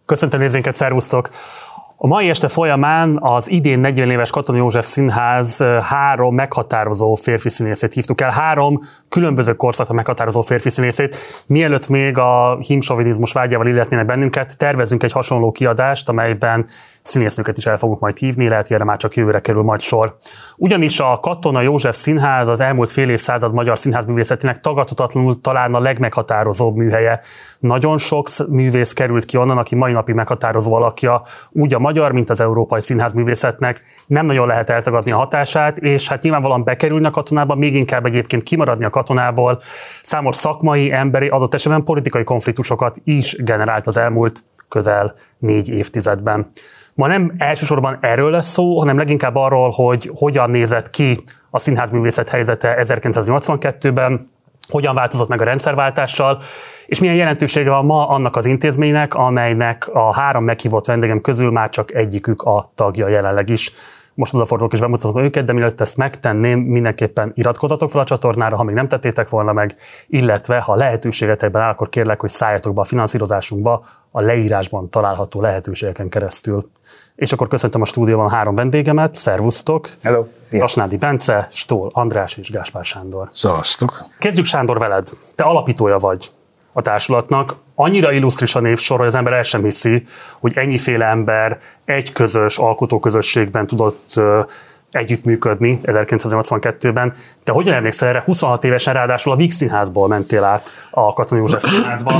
Köszöntöm nézőinket, szervusztok! A mai este folyamán az idén 40 éves Katona József Színház 3 meghatározó férfi színészét hívtuk el. 3 különböző korszakra meghatározó férfi színészét. Mielőtt még a hímsovinizmus vágyával illetnének bennünket, tervezünk egy hasonló kiadást, amelyben színésznőket is el fogunk majd hívni, lehet, hogy erre már csak jövőre kerül majd sor. Ugyanis a Katona József Színház az elmúlt fél évszázad magyar színházművészetének tagadhatatlanul talán a legmeghatározóbb műhelye. Nagyon sok művész került ki onnan, aki mai napig meghatározó alakja, úgy a magyar, mint az európai színházművészetnek. Nem nagyon lehet eltagadni a hatását, és hát nyilvánvalóan bekerülni a Katonába, még inkább egyébként kimaradni a Katonából számos szakmai, emberi, adott esetben politikai konfliktusokat is generált az elmúlt közel 4 évtizedben. Ma nem elsősorban erről lesz szó, hanem leginkább arról, hogy hogyan nézett ki a színházművészet helyzete 1982-ben, hogyan változott meg a rendszerváltással, és milyen jelentősége van ma annak az intézménynek, amelynek a 3 meghívott vendégem közül már csak egyikük a tagja jelenleg is. Most odafordulok és bemutatom őket, de mielőtt ezt megtenném, mindenképpen iratkozzatok fel a csatornára, ha még nem tettétek volna meg, illetve ha lehetőségetekben áll, akkor kérlek, hogy szálljatok be a finanszírozásunkba a leírásban található lehetőségeken keresztül. És akkor köszöntöm a stúdióban a 3 vendégemet, szervusztok! Hello! Tasnádi Bence, Stól András és Gáspár Sándor. Szevasztok! Kezdjük Sándor veled. Te alapítója vagy a társulatnak. Annyira illusztris a névsor, hogy az ember el sem hiszi, hogy ennyiféle ember egy közös alkotóközösségben tudott együttműködni 1982-ben. Te hogyan emlékszel erre? 26 évesen ráadásul a Víg Színházból mentél át a Katona József Színházba.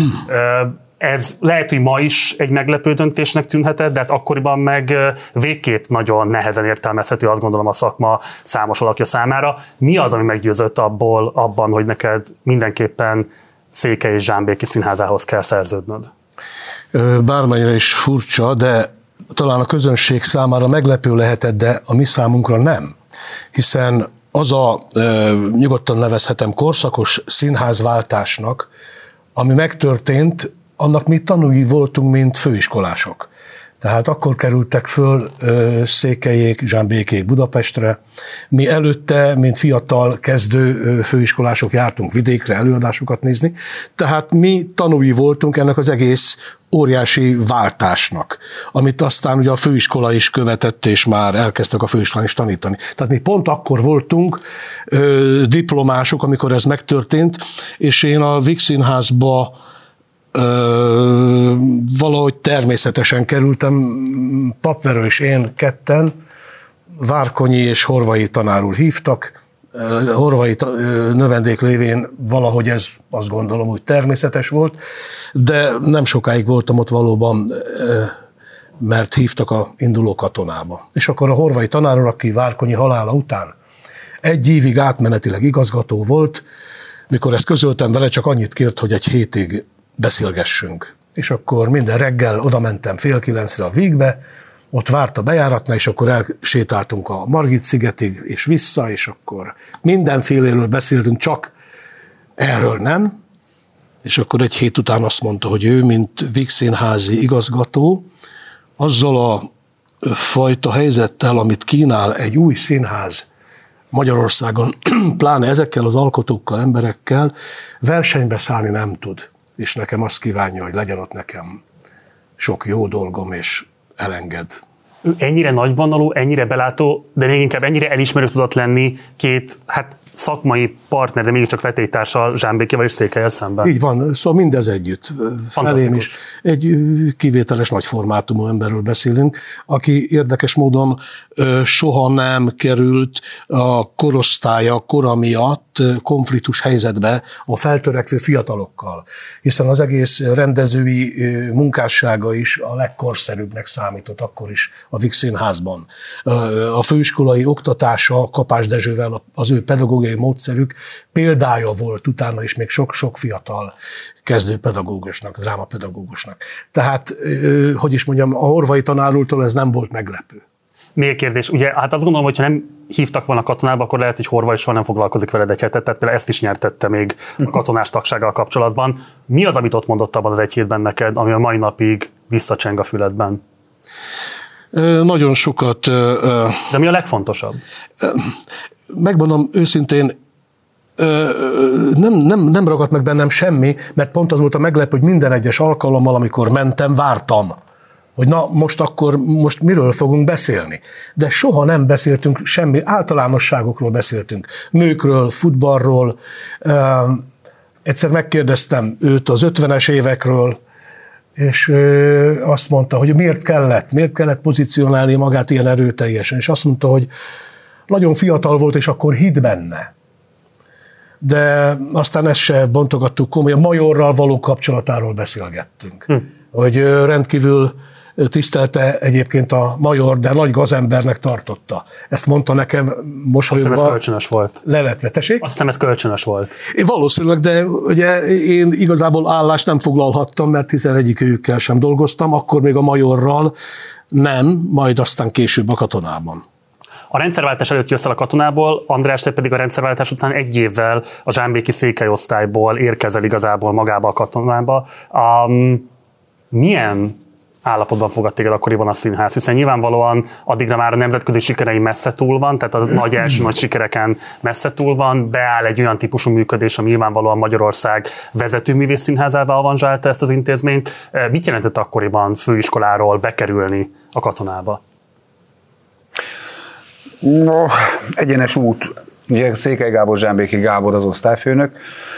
Ez lehet, hogy ma is egy meglepő döntésnek tűnhetett, de hát akkoriban meg végképp nagyon nehezen értelmezhető, azt gondolom, a szakma számos alakja számára. Mi az, ami meggyőzött abban, hogy neked mindenképpen Székely és Zsámbéki Színházához kell szerződnöd? Bármennyire is furcsa, de talán a közönség számára meglepő lehetett, de a mi számunkra nem. Hiszen az a nyugodtan nevezhetem korszakos színházváltásnak, ami megtörtént, annak mi tanúi voltunk, mint főiskolások. Tehát akkor kerültek föl Székelyék, Zsámbékék Budapestre. Mi előtte, mint fiatal kezdő főiskolások jártunk vidékre előadásokat nézni. Tehát mi tanúi voltunk ennek az egész óriási váltásnak, amit aztán ugye a főiskola is követett, és már elkezdtek a főiskolán is tanítani. Tehát mi pont akkor voltunk diplomások, amikor ez megtörtént, és én a Víg Színházba valahogy természetesen kerültem, Papverő és én ketten, Várkonyi és Horvai tanár úr hívtak. Horvai növendék lévén valahogy ez, azt gondolom, úgy természetes volt, de nem sokáig voltam ott valóban, mert hívtak a induló katonába. És akkor a Horvai tanár úr, aki Várkonyi halála után 1 évig átmenetileg igazgató volt, mikor ezt közöltem vele, csak annyit kért, hogy 1 hétig beszélgessünk. És akkor minden reggel oda mentem 8:30 a Vígbe, ott várt a bejáratnál, és akkor elsétáltunk a Margit-szigetig, és vissza, és akkor mindenféléről beszéltünk, csak erről nem. És akkor 1 hét után azt mondta, hogy ő, mint Víg Színházi igazgató, azzal a fajta helyzettel, amit kínál egy új színház Magyarországon, pláne ezekkel az alkotókkal, emberekkel, versenybe szállni nem tud. És nekem azt kívánja, hogy legyen ott nekem sok jó dolgom, és elenged. Ő ennyire nagyvonalú, ennyire belátó, de még inkább ennyire elismerő tudott lenni 2 szakmai partner, de mégiscsak vetélytársal, Zsámbékével és Székellyel szemben. Így van, szóval mindez együtt. Felém is egy kivételes nagy formátumú emberről beszélünk, aki érdekes módon soha nem került a korosztálya, kora miatt konfliktus helyzetbe a feltörekvő fiatalokkal, hiszen az egész rendezői munkássága is a legkorszerűbbnek számított akkor is a Víg Színházban. A főiskolai oktatása Kapás Dezsővel az ő pedagógiai módszerük példája volt utána is még sok-sok fiatal kezdőpedagógusnak, drámapedagógusnak. Tehát, hogy is mondjam, a Horvai tanár úrtól ez nem volt meglepő. Még kérdés, ugye hát azt gondolom, hogy ha nem hívtak volna katonába, akkor lehet, hogy Horvai soha nem foglalkozik veled 1 hetet, tehát például ezt is nyertette még a katonás tagsággal kapcsolatban. Mi az, amit ott mondott abban az 1 hétben neked, ami a mai napig visszacseng a füledben? Nagyon sokat. De mi a legfontosabb? Megmondom őszintén, nem ragadt meg bennem semmi, mert pont az volt a meglepő, hogy minden egyes alkalommal, amikor mentem, vártam, hogy na most miről fogunk beszélni. De soha nem beszéltünk semmi, általánosságokról beszéltünk. Nőkről, futballról. Egyszer megkérdeztem őt az 50-es évekről, és azt mondta, hogy miért kellett pozícionálni magát ilyen erőteljesen. És azt mondta, hogy nagyon fiatal volt, és akkor hitt benne. De aztán ezt se bontogattuk komolyan, Majorral való kapcsolatáról beszélgettünk. Hogy rendkívül tisztelte egyébként a Major, de nagy gazembernek tartotta. Ezt mondta nekem mosolyogva. Azt hiszem, ez kölcsönös volt. Leletve, tessék? Azt hiszem, ez kölcsönös volt. Valószínűleg, de ugye én igazából állást nem foglalhattam, mert hiszen egyikőjükkel sem dolgoztam, akkor még a Majorral nem, majd aztán később a katonában. A rendszerváltás előtt jössz el a katonából, András, te pedig a rendszerváltás után egy évvel a zsámbéki székelyosztályból érkezel igazából magába a katonába. Milyen állapotban fogad téged akkoriban a színház? Hiszen nyilvánvalóan addigra már a nemzetközi sikerei messze túl van, tehát az nagy első nagy sikereken messze túl van, beáll egy olyan típusú működés, ami nyilvánvalóan Magyarország vezető művész színházába avanzsálta ezt az intézményt. Mit jelentett akkoriban főiskoláról bekerülni a katonába? No, egyenes út. Ugye Székely Gábor, Zsámbéki Gábor az osztályfőnök.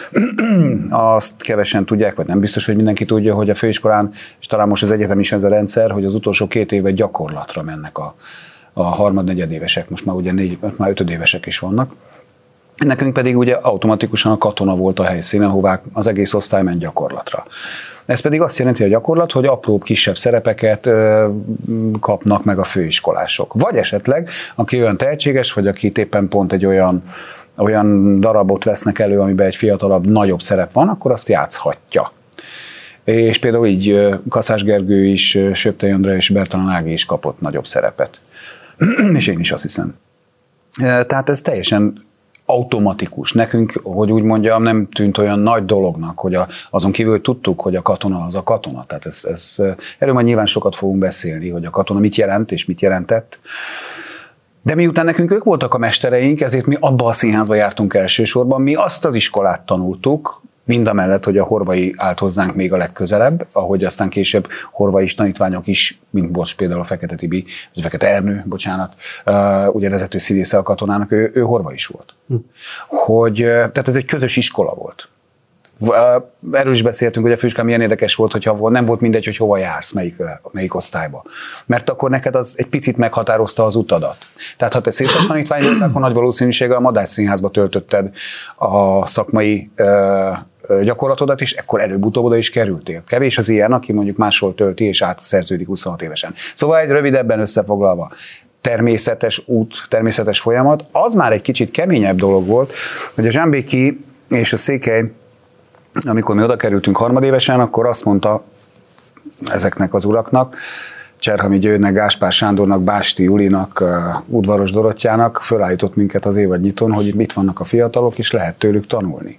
Azt kevesen tudják, vagy nem biztos, hogy mindenki tudja, hogy a főiskolán, és talán most az egyetem is ez a rendszer, hogy az utolsó 2 évben gyakorlatra mennek a harmad-negyedévesek, most már ugye már 5 évesek is vannak. Nekünk pedig ugye automatikusan a katona volt a helyszín, ahová az egész osztály ment gyakorlatra. Ez pedig azt jelenti a gyakorlat, hogy apróbb, kisebb szerepeket kapnak meg a főiskolások. Vagy esetleg, aki olyan tehetséges, vagy aki éppen pont egy olyan darabot vesznek elő, amiben egy fiatalabb, nagyobb szerep van, akkor azt játszhatja. És például így Kaszás Gergő is, Söptei Andrea és Bertalan Ági is kapott nagyobb szerepet. És én is azt hiszem. Tehát ez teljesen automatikus. Nekünk, hogy úgy mondjam, nem tűnt olyan nagy dolognak, hogy azon kívül tudtuk, hogy a katona az a katona. Tehát erről majd nyilván sokat fogunk beszélni, hogy a katona mit jelent és mit jelentett. De miután nekünk ők voltak a mestereink, ezért mi abba a színházba jártunk elsősorban. Mi azt az iskolát tanultuk, mindamellett, hogy a Horvai állt hozzánk még a legközelebb, ahogy aztán később horvai tanítványok is, mint például a Fekete Tibi, vagy Fekete Ernő, bocsánat, ugye vezető színésze a katonának, ő horva is volt. Tehát ez egy közös iskola volt. Erről is beszéltünk, hogy a főiskolán milyen érdekes volt, hogyha nem volt mindegy, hogy hova jársz, melyik osztályba. Mert akkor neked az egy picit meghatározta az utadat. Tehát ha te széles tanítvány voltál, akkor nagy valószínűséggel a Madách Színházba töltötted a szakmai gyakorlatodat, és ekkor előbb-utóbb oda is kerültél. Kevés az ilyen, aki mondjuk máshol tölti, és átszerződik 26 évesen. Szóval egy rövidebben összefoglalva, természetes út, természetes folyamat. Az már egy kicsit keményebb dolog volt, hogy a Zsámbéki és a Székely, amikor mi oda kerültünk harmadévesen, akkor azt mondta ezeknek az uraknak, Cserhami Győrnek, Gáspár Sándornak, Básti Julinak, Udvaros Dorottyának, fölállított minket az évadnyitón, hogy itt vannak a fiatalok, és lehet tőlük tanulni.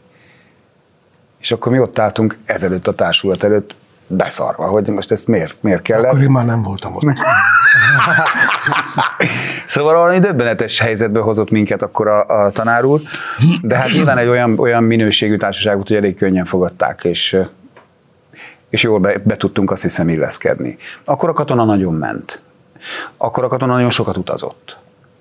És akkor mi ott álltunk ezelőtt a társulat előtt, beszarva, hogy most ezt miért kellett. Akkor én már nem voltam ott. Szóval valami döbbenetes helyzetbe hozott minket akkor a tanár úr, de hát nyilván egy olyan minőségű társaságot, hogy elég könnyen fogadták, és jól be tudtunk, azt hiszem, illeszkedni. Akkor a katona nagyon ment. Akkor a katona nagyon sokat utazott.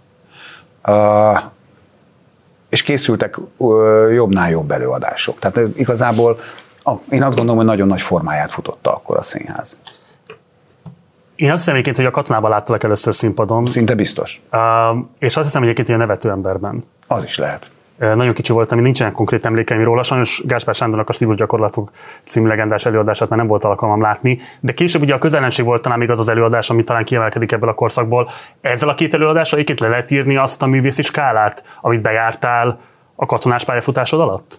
És készültek jobbnál jobb előadások. Tehát igazából én azt gondolom, hogy nagyon nagy formáját futotta akkor a színház. Én azt hiszem egyébként, hogy a katonában láttalak először színpadon. Szinte biztos. És azt hiszem egyébként, hogy a Nevető emberben. Az is lehet. Nagyon kicsi voltam, nincsenek konkrét emlékeim róla, sajnos Gáspár Sándornak a Stílus gyakorlatok című legendás előadását már nem volt alkalmam látni, de később ugye a közellenség volt talán még az előadás, ami talán kiemelkedik ebből a korszakból. Ezzel a 2 előadással egyébként le lehet írni azt a művészi skálát, amit bejártál a katonás pályafutásod alatt?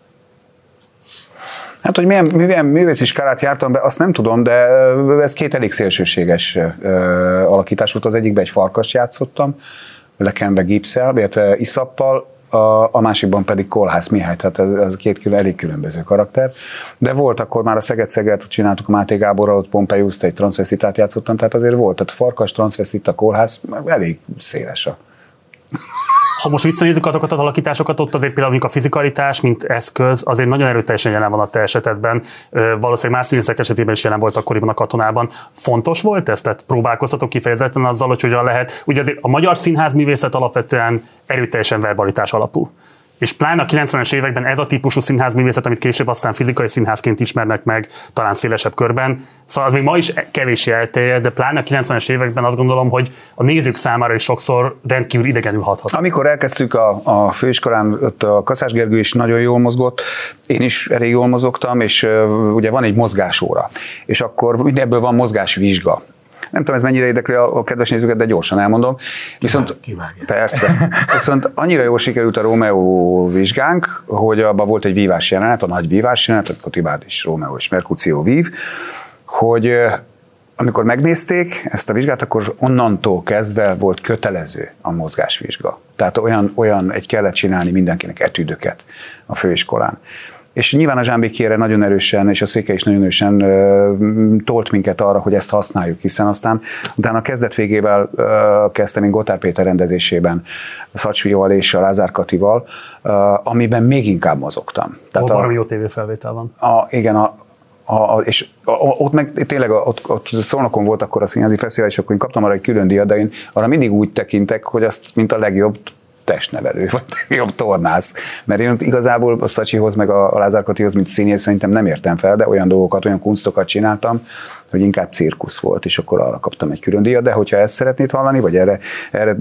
Hát, hogy milyen művészi skálát jártam be, azt nem tudom, de ez 2 elég szélsőséges alakítás volt. Az egyikben egy farkast játszottam, lekenve gipszel, illetve iszappal, a másikban pedig Kolhász Mihály, tehát ez 2 elég különböző karakter. De volt akkor már a Szeged-Szeged, csináltuk a Máté Gáborral, ott Pompeiuszt, egy transzvesztitát játszottam, tehát azért volt. Tehát farkas, transzvesztita, Kolhász, elég széles Ha most visszanézzük azokat az alakításokat, ott azért például a fizikalitás, mint eszköz, azért nagyon erőteljesen jelen van a te esetedben. Valószínűleg más színészek esetében is jelen volt akkoriban a Katonában. Fontos volt ez? Tehát próbálkoztatok kifejezetten azzal, hogy hogyan lehet. Ugye azért a magyar színházművészet alapvetően erőteljesen verbalitás alapú. És pláne a 90-es években ez a típusú színházművészet, amit később aztán fizikai színházként ismernek meg talán szélesebb körben. Szóval az még ma is kevéssé elterjedt, de pláne a 90-es években azt gondolom, hogy a nézők számára is sokszor rendkívül idegenül hathat. Amikor elkezdtük a főiskolán, ott a Kaszás Gergő is nagyon jól mozgott, én is elég jól mozogtam, és ugye van egy mozgásóra, és akkor ebből van mozgásvizsga. Nem tudom, ez mennyire érdekli a kedves nézőket, de gyorsan elmondom. Viszont, persze. Viszont annyira jól sikerült a Rómeó vizsgánk, hogy abban volt egy vívás jelenet, a nagy vívás jelenet, a Tibád és Rómeó és Merkúció vív, hogy amikor megnézték ezt a vizsgát, akkor onnantól kezdve volt kötelező a mozgásvizsga. Tehát olyan egy kellett csinálni mindenkinek etüdöket a főiskolán. És nyilván a Zsámbéki erre nagyon erősen, és a Székely is nagyon erősen tolt minket arra, hogy ezt használjuk, hiszen aztán utána a kezdet végével kezdtem én Gotthárd Péter rendezésében, Szacsvival és a Lázár Katival, amiben még inkább mozogtam. Tehát baromi jó tévéfelvétel van. Igen, és ott meg tényleg ott Szolnokon volt akkor a színházi fesztivál, és akkor én kaptam arra egy külön díjat, de én arra mindig úgy tekintek, hogy azt mint a legjobb testnevelő, vagy jobb tornász. Mert én igazából a Szacsihoz, meg a Lázár Katihoz, mint színész szerintem nem értem fel, de olyan dolgokat, olyan kunstokat csináltam, hogy inkább cirkusz volt, és akkor arra kaptam egy külön díjat, de hogyha ezt szeretnéd hallani, vagy erre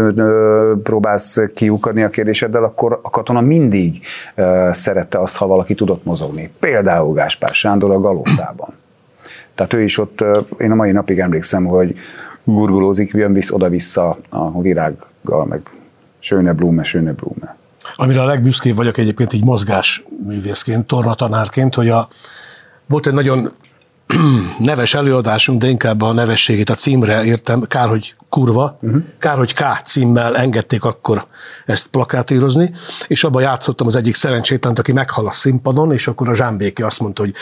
próbálsz kiukadni a kérdéseddel, akkor a Katona mindig szerette azt, ha valaki tudott mozogni. Például Gáspár Sándor a Galózában. Tehát ő is ott, én a mai napig emlékszem, hogy gurgulózik, jön oda-vissza a virággal, meg Schöne Blume. Amire a legbüszkébb vagyok egyébként így mozgásművészként, tornatanárként, hogy volt egy nagyon neves előadásunk, de inkább a nevességét a címre értem, kár, hogy kurva, kár, hogy K címmel engedték akkor ezt plakátírozni, és abban játszottam az egyik szerencsétlent, aki meghal a színpadon, és akkor a Zsámbéki azt mondta, hogy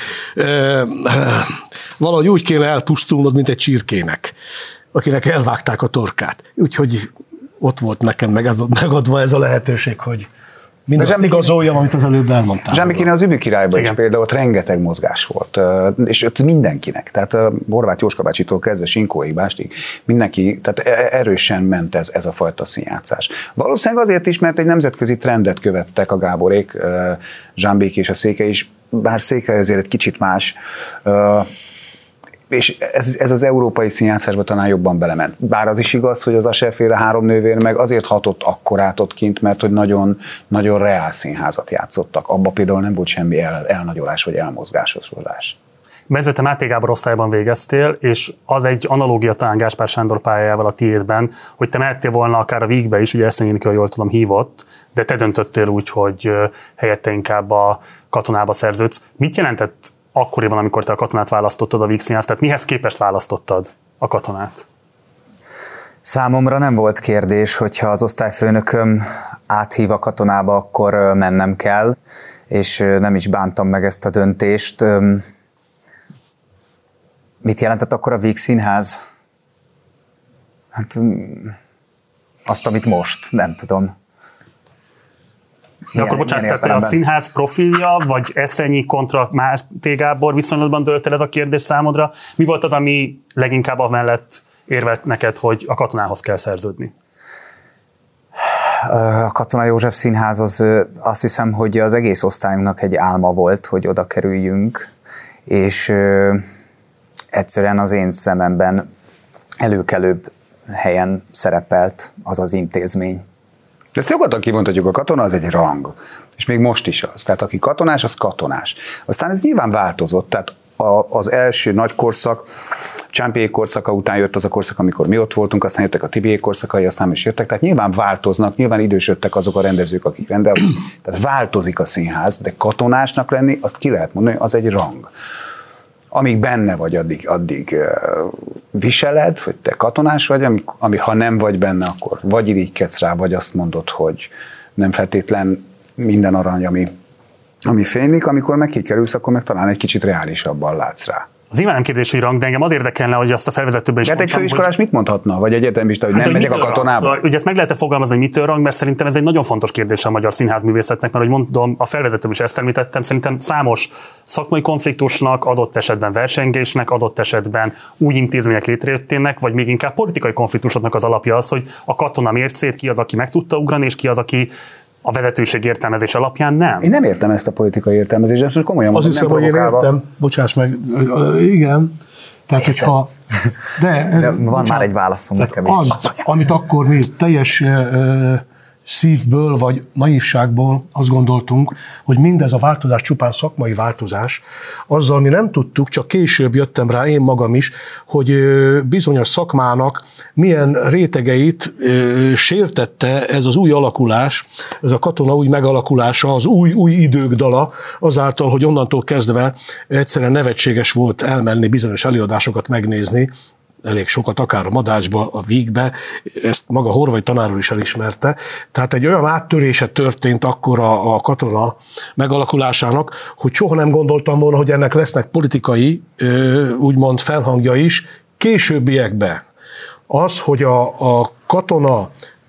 valahogy úgy kéne elpusztulnod, mint egy csirkének, akinek elvágták a torkát. Úgyhogy ott volt nekem megadva ez a lehetőség, hogy mindazt igazoljam, amit az előbb elmondtál. Zsámbékinél az Üvű Királyban is például ott rengeteg mozgás volt, és ott mindenkinek, tehát Horváth Jóska bácsitól kezdve Sinkóig, Bástig, mindenki, tehát erősen ment ez a fajta színjátszás. Valószínűleg azért is, mert egy nemzetközi trendet követtek a Gáborék, Zsámbéki és a Székely is, bár Székely azért egy kicsit más, és ez az európai színjátszásba talán jobban belement. Bár az is igaz, hogy az Ascher-féle három nővér meg azért hatott akkorát ott kint, mert hogy nagyon, nagyon reál színházat játszottak. Abba például nem volt semmi elnagyolás vagy elmozgásosodás. Bence, te Máté Gábor osztályban végeztél, és az egy analógia talán Gáspár Sándor pályájával a tiédben, hogy te mehettél volna akár a Vígbe is, ugye Eszényi, jól tudom, hívott, de te döntöttél úgy, hogy helyette inkább a Katonába szerződsz. Mit jelentett akkoriban, amikor te a Katonát választottad a Víg Színház, tehát mihez képest választottad a Katonát? Számomra nem volt kérdés, hogyha az osztályfőnököm áthív a Katonába, akkor mennem kell, és nem is bántam meg ezt a döntést. Mit jelentett akkor a Víg Színház? Hát azt, amit most, nem tudom. De akkor bocsánat, tehát a színház profilja, vagy Eszényi kontra Máté Gábor viszonylatban dölt el ez a kérdés számodra? Mi volt az, ami leginkább amellett érvelt neked, hogy a Katonához kell szerződni? A Katona József Színház az, azt hiszem, hogy az egész osztályunknak egy álma volt, hogy oda kerüljünk, és egyszerűen az én szememben előkelőbb helyen szerepelt az az intézmény. De ezt nyugodtan kimondhatjuk, a Katona az egy rang, és még most is az. Tehát aki katonás, az katonás. Aztán ez nyilván változott, tehát az első nagy korszak, Csámpiék korszaka után jött az a korszak, amikor mi ott voltunk, aztán jöttek a Tibiék korszakai, aztán is jöttek, tehát nyilván változnak, nyilván idősödtek azok a rendezők, akik rendelnek, tehát változik a színház, de katonásnak lenni, azt ki lehet mondani, az egy rang. Amíg benne vagy, addig viseled, hogy te katonás vagy, ha nem vagy benne, akkor vagy irigykedsz rá, vagy azt mondod, hogy nem feltétlen minden arany, ami fénylik, amikor meg kikerülsz, akkor meg talán egy kicsit reálisabban látsz rá. Az nyilván nem kérdés, hogy rang, de engem az érdekelne, hogy azt a felvezetőben is mondtam, egy főiskolás mit mondhatna? Vagy egyetemista, hogy nem megyek a katonába? Szóval, ugye ezt meg lehet fogalmazni, hogy mitől rang, mert szerintem ez egy nagyon fontos kérdés a magyar színházművészetnek, mert hogy mondom, a felvezetőben is ezt említettem, szerintem számos szakmai konfliktusnak, adott esetben versengésnek, adott esetben új intézmények létrejöttének, vagy még inkább politikai konfliktusoknak az alapja az, hogy a katona mércét ki az, aki meg tudta ugrani, és ki az, aki a vezetőség értelmezés alapján nem. Én nem értem ezt a politikai értelmezést, most komolyan mondom, azt hiszem, hogy én értem, bocsáss meg, igen, tehát hogyha... De van már egy válaszom nekem is. Amit akkor mi teljes szívből vagy naívságból azt gondoltunk, hogy mindez a változás csupán szakmai változás, azzal mi nem tudtuk, csak később jöttem rá én magam is, hogy bizonyos szakmának milyen rétegeit sértette ez az új alakulás, ez a katona új megalakulása, az új idők dala, azáltal, hogy onnantól kezdve egyszerűen nevetséges volt elmenni bizonyos előadásokat megnézni, elég sokat, akár a Madácsba, a Vígbe, ezt maga Horvai tanár úr is elismerte. Tehát egy olyan áttörése történt akkor a katona megalakulásának, hogy soha nem gondoltam volna, hogy ennek lesznek politikai, úgymond felhangja is későbbiekben. Az, hogy a katona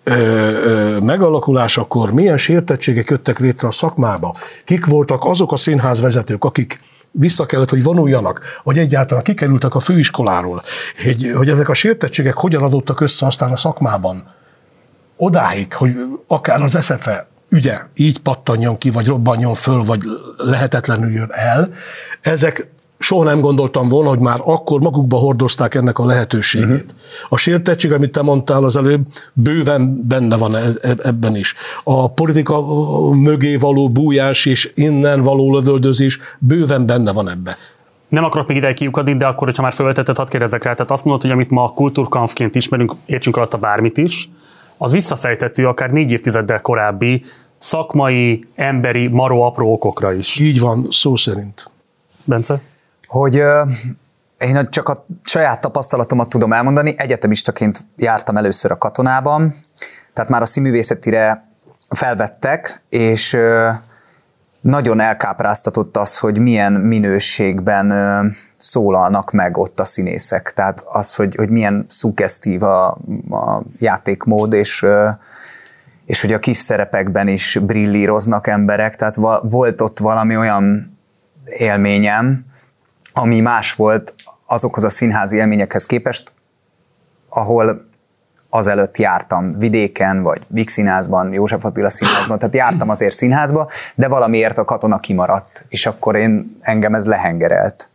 megalakulásakor milyen sértettségek jöttek létre a szakmába, kik voltak azok a színházvezetők, akik vissza kellett, hogy vonuljanak, vagy egyáltalán kikerültek a főiskoláról, hogy ezek a sértettségek hogyan adottak össze aztán a szakmában. Odáig, hogy akár az SZFE ügye így pattanjon ki, vagy robbanjon föl, vagy lehetetlenül jön el, ezek soha nem gondoltam volna, hogy már akkor magukba hordozták ennek a lehetőségét. A sértettség, amit te mondtál az előbb, bőven benne van ebben is. A politika mögé való bújás és innen való lövöldözés bőven benne van ebben. Nem akarok még ideig kiukadni, de akkor, hogyha már felvetetted, hadd kérdezzek rá. Tehát azt mondod, hogy amit ma kultúrkampfként ismerünk, értsünk alatta bármit is, az visszafejthető akár 4 évtizeddel korábbi szakmai, emberi, maró apró okokra is. Így van, szó szerint. Bence? Hogy én csak a saját tapasztalatomat tudom elmondani, egyetemistaként jártam először a katonában, tehát már a színművészetire felvettek, és nagyon elkápráztatott az, hogy milyen minőségben szólalnak meg ott a színészek. Tehát az, hogy milyen szuggesztív a játékmód, és hogy a kis szerepekben is brillíroznak emberek. Tehát volt ott valami olyan élményem, ami más volt azokhoz a színházi élményekhez képest, ahol azelőtt jártam vidéken, vagy Víg Színházban, József Attila Színházban, tehát jártam azért színházba, de valamiért a katona kimaradt, és akkor engem ez lehengerelt.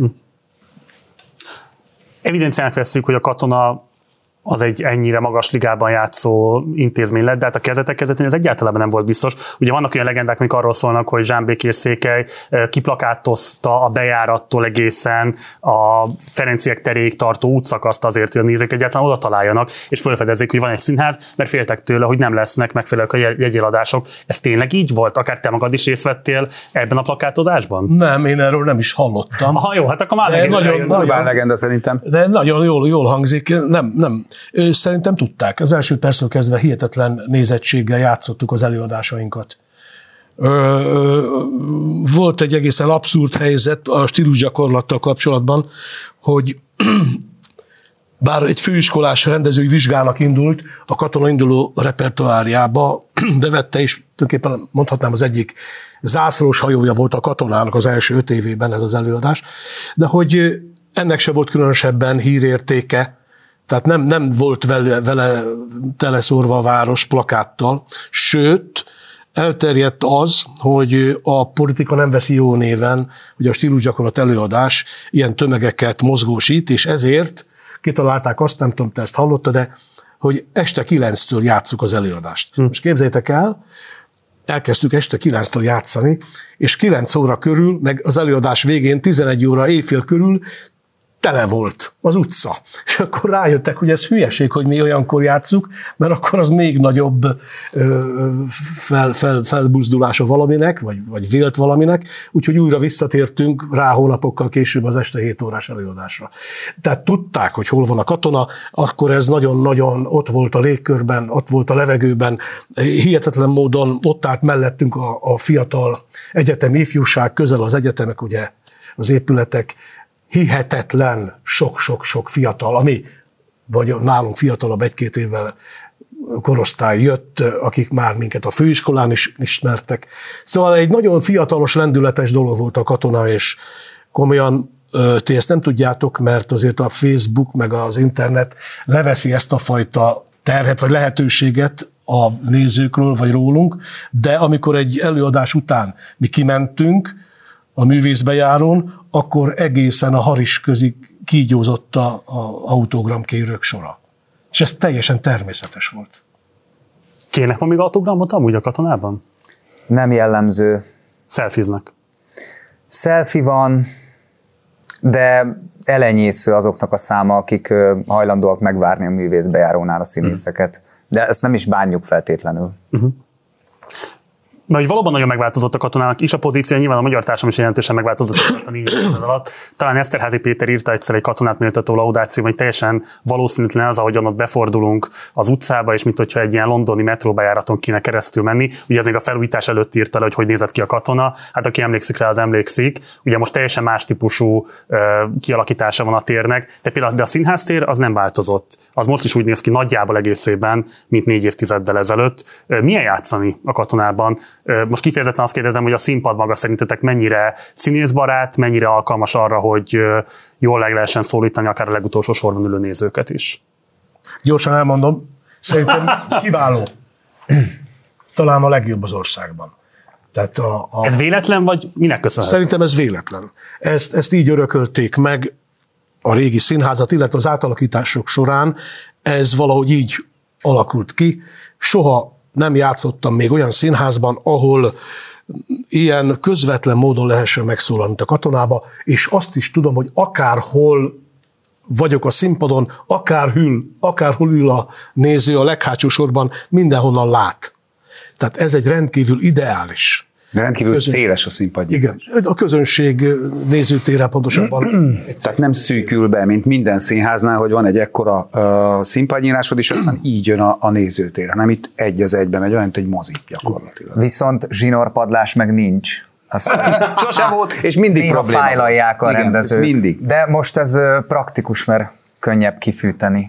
Evidenciának vesszük, hogy a katona az egy ennyire magas ligában játszó intézmény lett, de hát a kezdetén ez egyáltalán nem volt biztos. Ugye vannak olyan legendák, amik arról szólnak, hogy Zsán Békés Székely kiplakátozta a bejárattól egészen a Ferenciek teréig tartó útszakaszt azért, hogy a nézők egyáltalán oda találjanak, és felfedezzék, hogy van egy színház, mert féltek tőle, hogy nem lesznek megfelelők a jegyeladások. Ez tényleg így volt? Akár te magad is részt vettél ebben a plakátozásban? Nem, én erről nem is hallottam. Aha, jó, hát akkor már nagyon legenda szerintem. De nagyon jól hangzik. Nem. Szerintem tudták. Az első perctől kezdve hihetetlen nézettséggel játszottuk az előadásainkat. Volt egy egészen abszurd helyzet a stílusgyakorlattal kapcsolatban, hogy bár egy főiskolás rendezői vizsgának indult, a katona induló repertoárjába bevette, és tulajdonképpen mondhatnám az egyik zászlós hajója volt a katonának az első 5 évében ez az előadás, de hogy ennek se volt különösebben hírértéke, tehát nem volt vele teleszórva a város plakáttal, sőt, elterjedt az, hogy a politika nem veszi jó néven, hogy a stílusgyakorlat előadás ilyen tömegeket mozgósít, és ezért kitalálták azt, nem tudom, te ezt hallottad, de hogy este 9-től játsszuk az előadást. Most képzeljétek el, elkezdtük este 9-től játszani, és 9 óra körül, meg az előadás végén 11 óra éjfél körül tele volt az utca. És akkor rájöttek, hogy ez hülyeség, hogy mi olyankor játsszuk, mert akkor az még nagyobb felbuzdulása valaminek, vagy vélt valaminek, úgyhogy újra visszatértünk rá hónapokkal később az este 7 órás előadásra. Tehát tudták, hogy hol van a katona, akkor ez nagyon-nagyon ott volt a légkörben, ott volt a levegőben, hihetetlen módon ott állt mellettünk a fiatal egyetemi ifjúság, közel az egyetemek, ugye az épületek, hihetetlen sok-sok-sok fiatal, ami vagy nálunk fiatalabb 1-2 évvel korosztály jött, akik már minket a főiskolán is ismertek. Szóval egy nagyon fiatalos, lendületes dolog volt a katona, és komolyan ti ezt nem tudjátok, mert azért a Facebook meg az internet leveszi ezt a fajta terhet vagy lehetőséget a nézőkről vagy rólunk, de amikor egy előadás után mi kimentünk a művészbejárón, akkor egészen a haris közig kígyózott a autogramkérők sora. És ez teljesen természetes volt. Kérnek ma még autogramot amúgy a katonában? Nem jellemző. Selfiznek. Selfie van, de elenyésző azoknak a száma, akik hajlandóak megvárni a művészbejárónál a színészeket. De ezt nem is bánjuk feltétlenül. Mert hogy valóban nagyon megváltozott a katonának is a pozíció, nyilván a magyar társadalom is jelentősen megváltozott a 4 évtized alatt. Talán Eszterházy Péter írta egyszer egy katonát méltató laudációban, hogy teljesen valószínűtlen az, ahogyan ott befordulunk az utcába, és mint hogyha egy ilyen londoni metróbejáraton kéne keresztül menni. Ugye ez még a felújítás előtt írta le, hogy nézett ki a katona. Hát aki emlékszik rá, az emlékszik. Ugye most teljesen más típusú kialakítása van a térnek, de például a színháztér az nem változott. Az most is úgy néz ki nagyjából egészében, mint 4 évtizeddel ezelőtt. Milyen játszani a katonában? Most kifejezetten azt kérdezem, hogy a színpad maga szerintetek mennyire színészbarát, mennyire alkalmas arra, hogy jól meg lehessen szólítani akár a legutolsó sorban ülő nézőket is? Gyorsan elmondom, szerintem kiváló. Talán a legjobb az országban. Tehát ez véletlen, vagy minek köszönhető? Szerintem ez véletlen. Ezt így örökölték meg a régi színházat, illetve az átalakítások során ez valahogy így alakult ki. Soha nem játszottam még olyan színházban, ahol ilyen közvetlen módon lehessen megszólalni a katonába, és azt is tudom, hogy akárhol vagyok a színpadon, akárhol ül a néző a leghátsó sorban, mindenhonnan lát. Tehát ez egy rendkívül ideális. De rendkívül széles a színpadja. Igen, a közönség nézőtére pontosabban. Tehát nem szűkül be, mint minden színháznál, hogy van egy ekkora színpadnyílásod, és aztán így jön a nézőtére. Nem itt egy az egyben megy, olyan, mint egy mozi gyakorlatilag. Viszont zsinórpadlás meg nincs. Sosem volt, és mindig probléma. Fájlalják a rendezők. Mindig. De most ez praktikus, mert könnyebb kifűteni.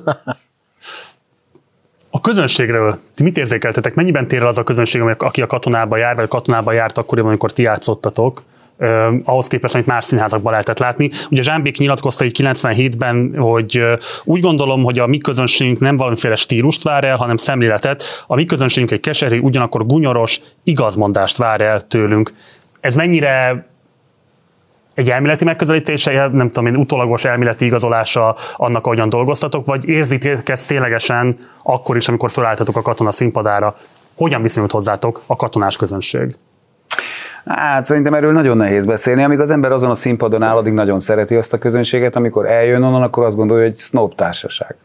A közönségről ti mit érzékeltetek? Mennyiben tér el az a közönség, aki a katonába jár, vagy a katonába járt akkoriban, amikor ti játszottatok, ahhoz képest, amit más színházakban lehetett látni? Ugye Zsámbék nyilatkozta így 97-ben, hogy úgy gondolom, hogy a mi közönségünk nem valamiféle stílust vár el, hanem szemléletet. A mi közönségünk egy keserű, ugyanakkor gunyoros igazmondást vár el tőlünk. Ez mennyire egy elméleti megközelítése, nem tudom én, utólagos elméleti igazolása annak, ahogyan dolgoztatok, vagy érzitek ezt ténylegesen akkor is, amikor felálltatok a katona színpadára? Hogyan viszonyult hozzátok a katonás közönség? Hát szerintem erről nagyon nehéz beszélni. Amíg az ember azon a színpadon áll, addig nagyon szereti azt a közönséget, amikor eljön onnan, akkor azt gondolja, hogy snob társaság.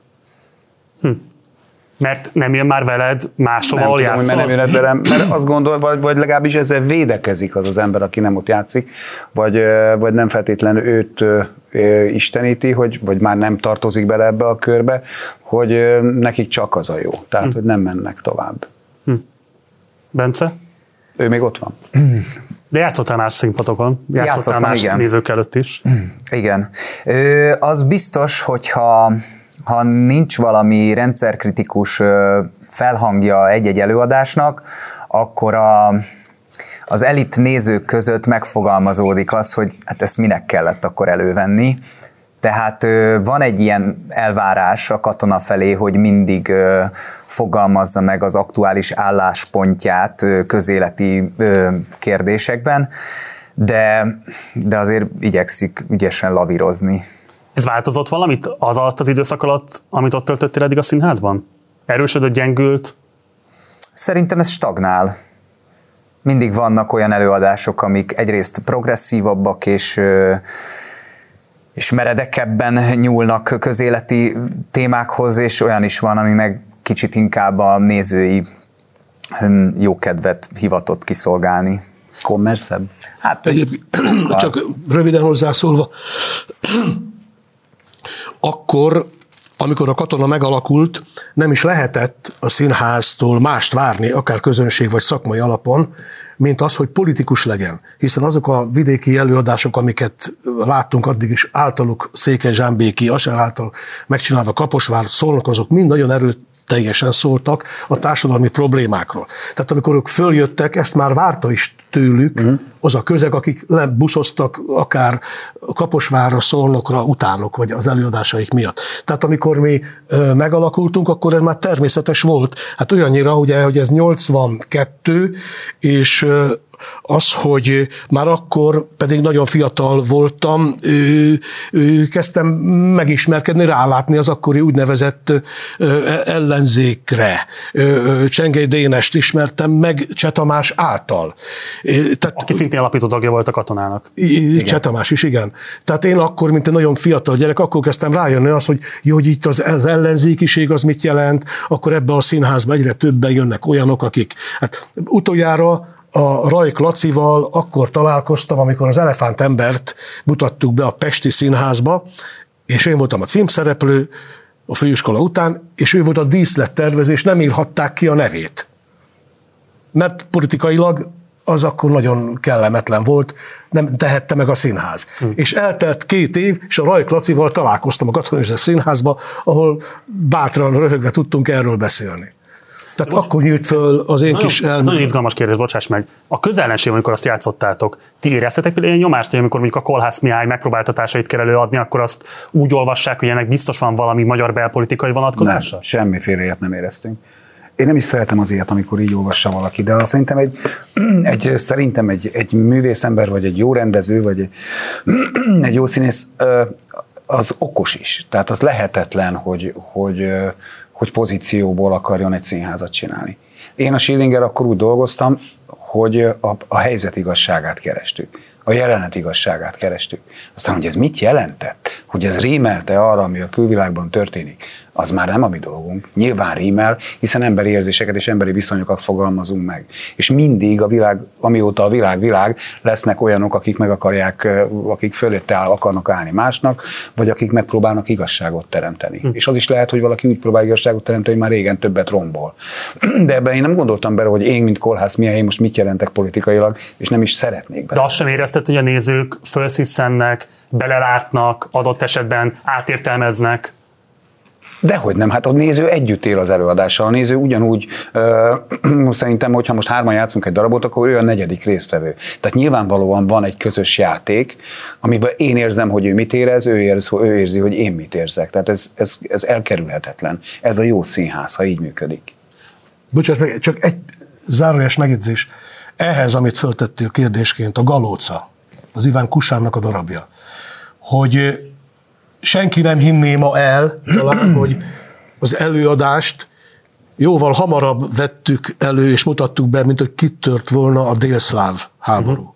Mert nem jön már veled máshova, ahol játszol? Mert nem jön velem, mert azt gondol, vagy legalábbis ezzel védekezik az ember, aki nem ott játszik, vagy nem feltétlenül őt isteníti, vagy már nem tartozik bele ebbe a körbe, hogy nekik csak az a jó. Tehát, hogy nem mennek tovább. Bence? Ő még ott van. De játszottál más színpadokon? Játszottál más igen. Nézők előtt is? Igen. Az biztos, hogyha nincs valami rendszerkritikus felhangja egy-egy előadásnak, akkor az elit nézők között megfogalmazódik az, hogy hát ezt minek kellett akkor elővenni. Tehát van egy ilyen elvárás a katona felé, hogy mindig fogalmazza meg az aktuális álláspontját közéleti kérdésekben, de azért igyekszik ügyesen lavírozni. Ez változott valamit az alatt az időszak alatt, amit ott töltöttél eddig a színházban? Erősödött, gyengült? Szerintem ez stagnál. Mindig vannak olyan előadások, amik egyrészt progresszívabbak és meredekebben nyúlnak közéleti témákhoz, és olyan is van, ami meg kicsit inkább a nézői jókedvet hivatott kiszolgálni. Kommerszebb? Hát csak röviden hozzászólva, akkor amikor a Katona megalakult, nem is lehetett a színháztól mást várni, akár közönség vagy szakmai alapon, mint az, hogy politikus legyen. Hiszen azok a vidéki előadások, amiket láttunk addig is általuk, Székely Zsámbéki, Asár által megcsinálva, Kaposvár, Szolnok, azok mind nagyon erőteljesen szóltak a társadalmi problémákról. Tehát amikor ők följöttek, ezt már várta is tőlük az a közeg, akik lebuszoztak akár Kaposvárra, Szolnokra utánok, vagy az előadásaik miatt. Tehát amikor mi megalakultunk, akkor ez már természetes volt. Hát olyannyira, ugye, hogy ez 82, és az, hogy már akkor pedig nagyon fiatal voltam, kezdtem megismerkedni, rálátni az akkori úgynevezett ellenzékre. Csengely Dénest ismertem meg Cseh Tamás által. Tehát, aki szintén alapító tagja volt a Katonának. Cseh Tamás is, igen. Tehát én akkor, mint egy nagyon fiatal gyerek, akkor kezdtem rájönni az, hogy jó, hogy itt az ellenzékiség az mit jelent, akkor ebbe a színházba egyre többen jönnek olyanok, akik... Hát utoljára a Rajk Lacival akkor találkoztam, amikor az Elefántembert mutattuk be a Pesti Színházba, és én voltam a címszereplő a főiskola után, és ő volt a díszlettervező, és nem írhatták ki a nevét. Mert politikailag az akkor nagyon kellemetlen volt, nem tehette meg a színház. És eltelt 2 év, és a Rajk Lacival találkoztam a Katona József Színházba, ahol bátran röhögve tudtunk erről beszélni. Tehát akkor nyílt föl az én kis elmém. Ez nagyon izgalmas kérdés, bocsáss meg. A közellenség, amikor azt játszottátok, ti éreztetek például ilyen nyomást, hogy amikor mondjuk a Kollház Mihály megpróbáltatásait kell előadni, akkor azt úgy olvassák, hogy ennek biztos van valami magyar belpolitikai vonatkozása? Nem, semmiféle ilyet nem éreztünk. Én nem is szeretem az ilyet, amikor így olvassa valaki, de szerintem egy művészember, vagy egy jó rendező, vagy egy jó színész, az okos is. Tehát az lehetetlen, hogy pozícióból akarjon egy színházat csinálni. Én a Schillinger akkor úgy dolgoztam, hogy a helyzet igazságát kerestük, a jelenet igazságát kerestük. Aztán, hogy ez mit jelentett, hogy ez rímelte arra, ami a külvilágban történik, az már nem a mi dolgunk. Nyilván rímel, hiszen emberi érzéseket és emberi viszonyokat fogalmazunk meg. És mindig a világ, amióta a világ, lesznek olyanok, akik meg akarják, akik fölötte akarnak állni másnak, vagy akik megpróbálnak igazságot teremteni. És az is lehet, hogy valaki úgy próbál igazságot teremteni, hogy már régen többet rombol. De ebben én nem gondoltam bele, hogy én, mint Kollház Mihály, én most mit jelentek politikailag, és nem is szeretnék bele. De azt sem érezted, hogy a nézők fölszisszennek, belelátnak, adott esetben átértelmeznek? Dehogy nem, hát a néző együtt él az előadással. A néző ugyanúgy, szerintem, hogyha most 3 játszunk egy darabot, akkor ő a 4. résztvevő. Tehát nyilvánvalóan van egy közös játék, amiben én érzem, hogy ő mit érez, ő érzi, hogy én mit érzek. Tehát ez elkerülhetetlen. Ez a jó színház, ha így működik. Bocsáss meg, csak egy zárójeles megjegyzés. Ehhez, amit föltettél kérdésként, a Galóca, az Iván Kusánnak a darabja, hogy senki nem hinné ma el, talán, hogy az előadást jóval hamarabb vettük elő és mutattuk be, mint hogy kitört volna a délszláv háború.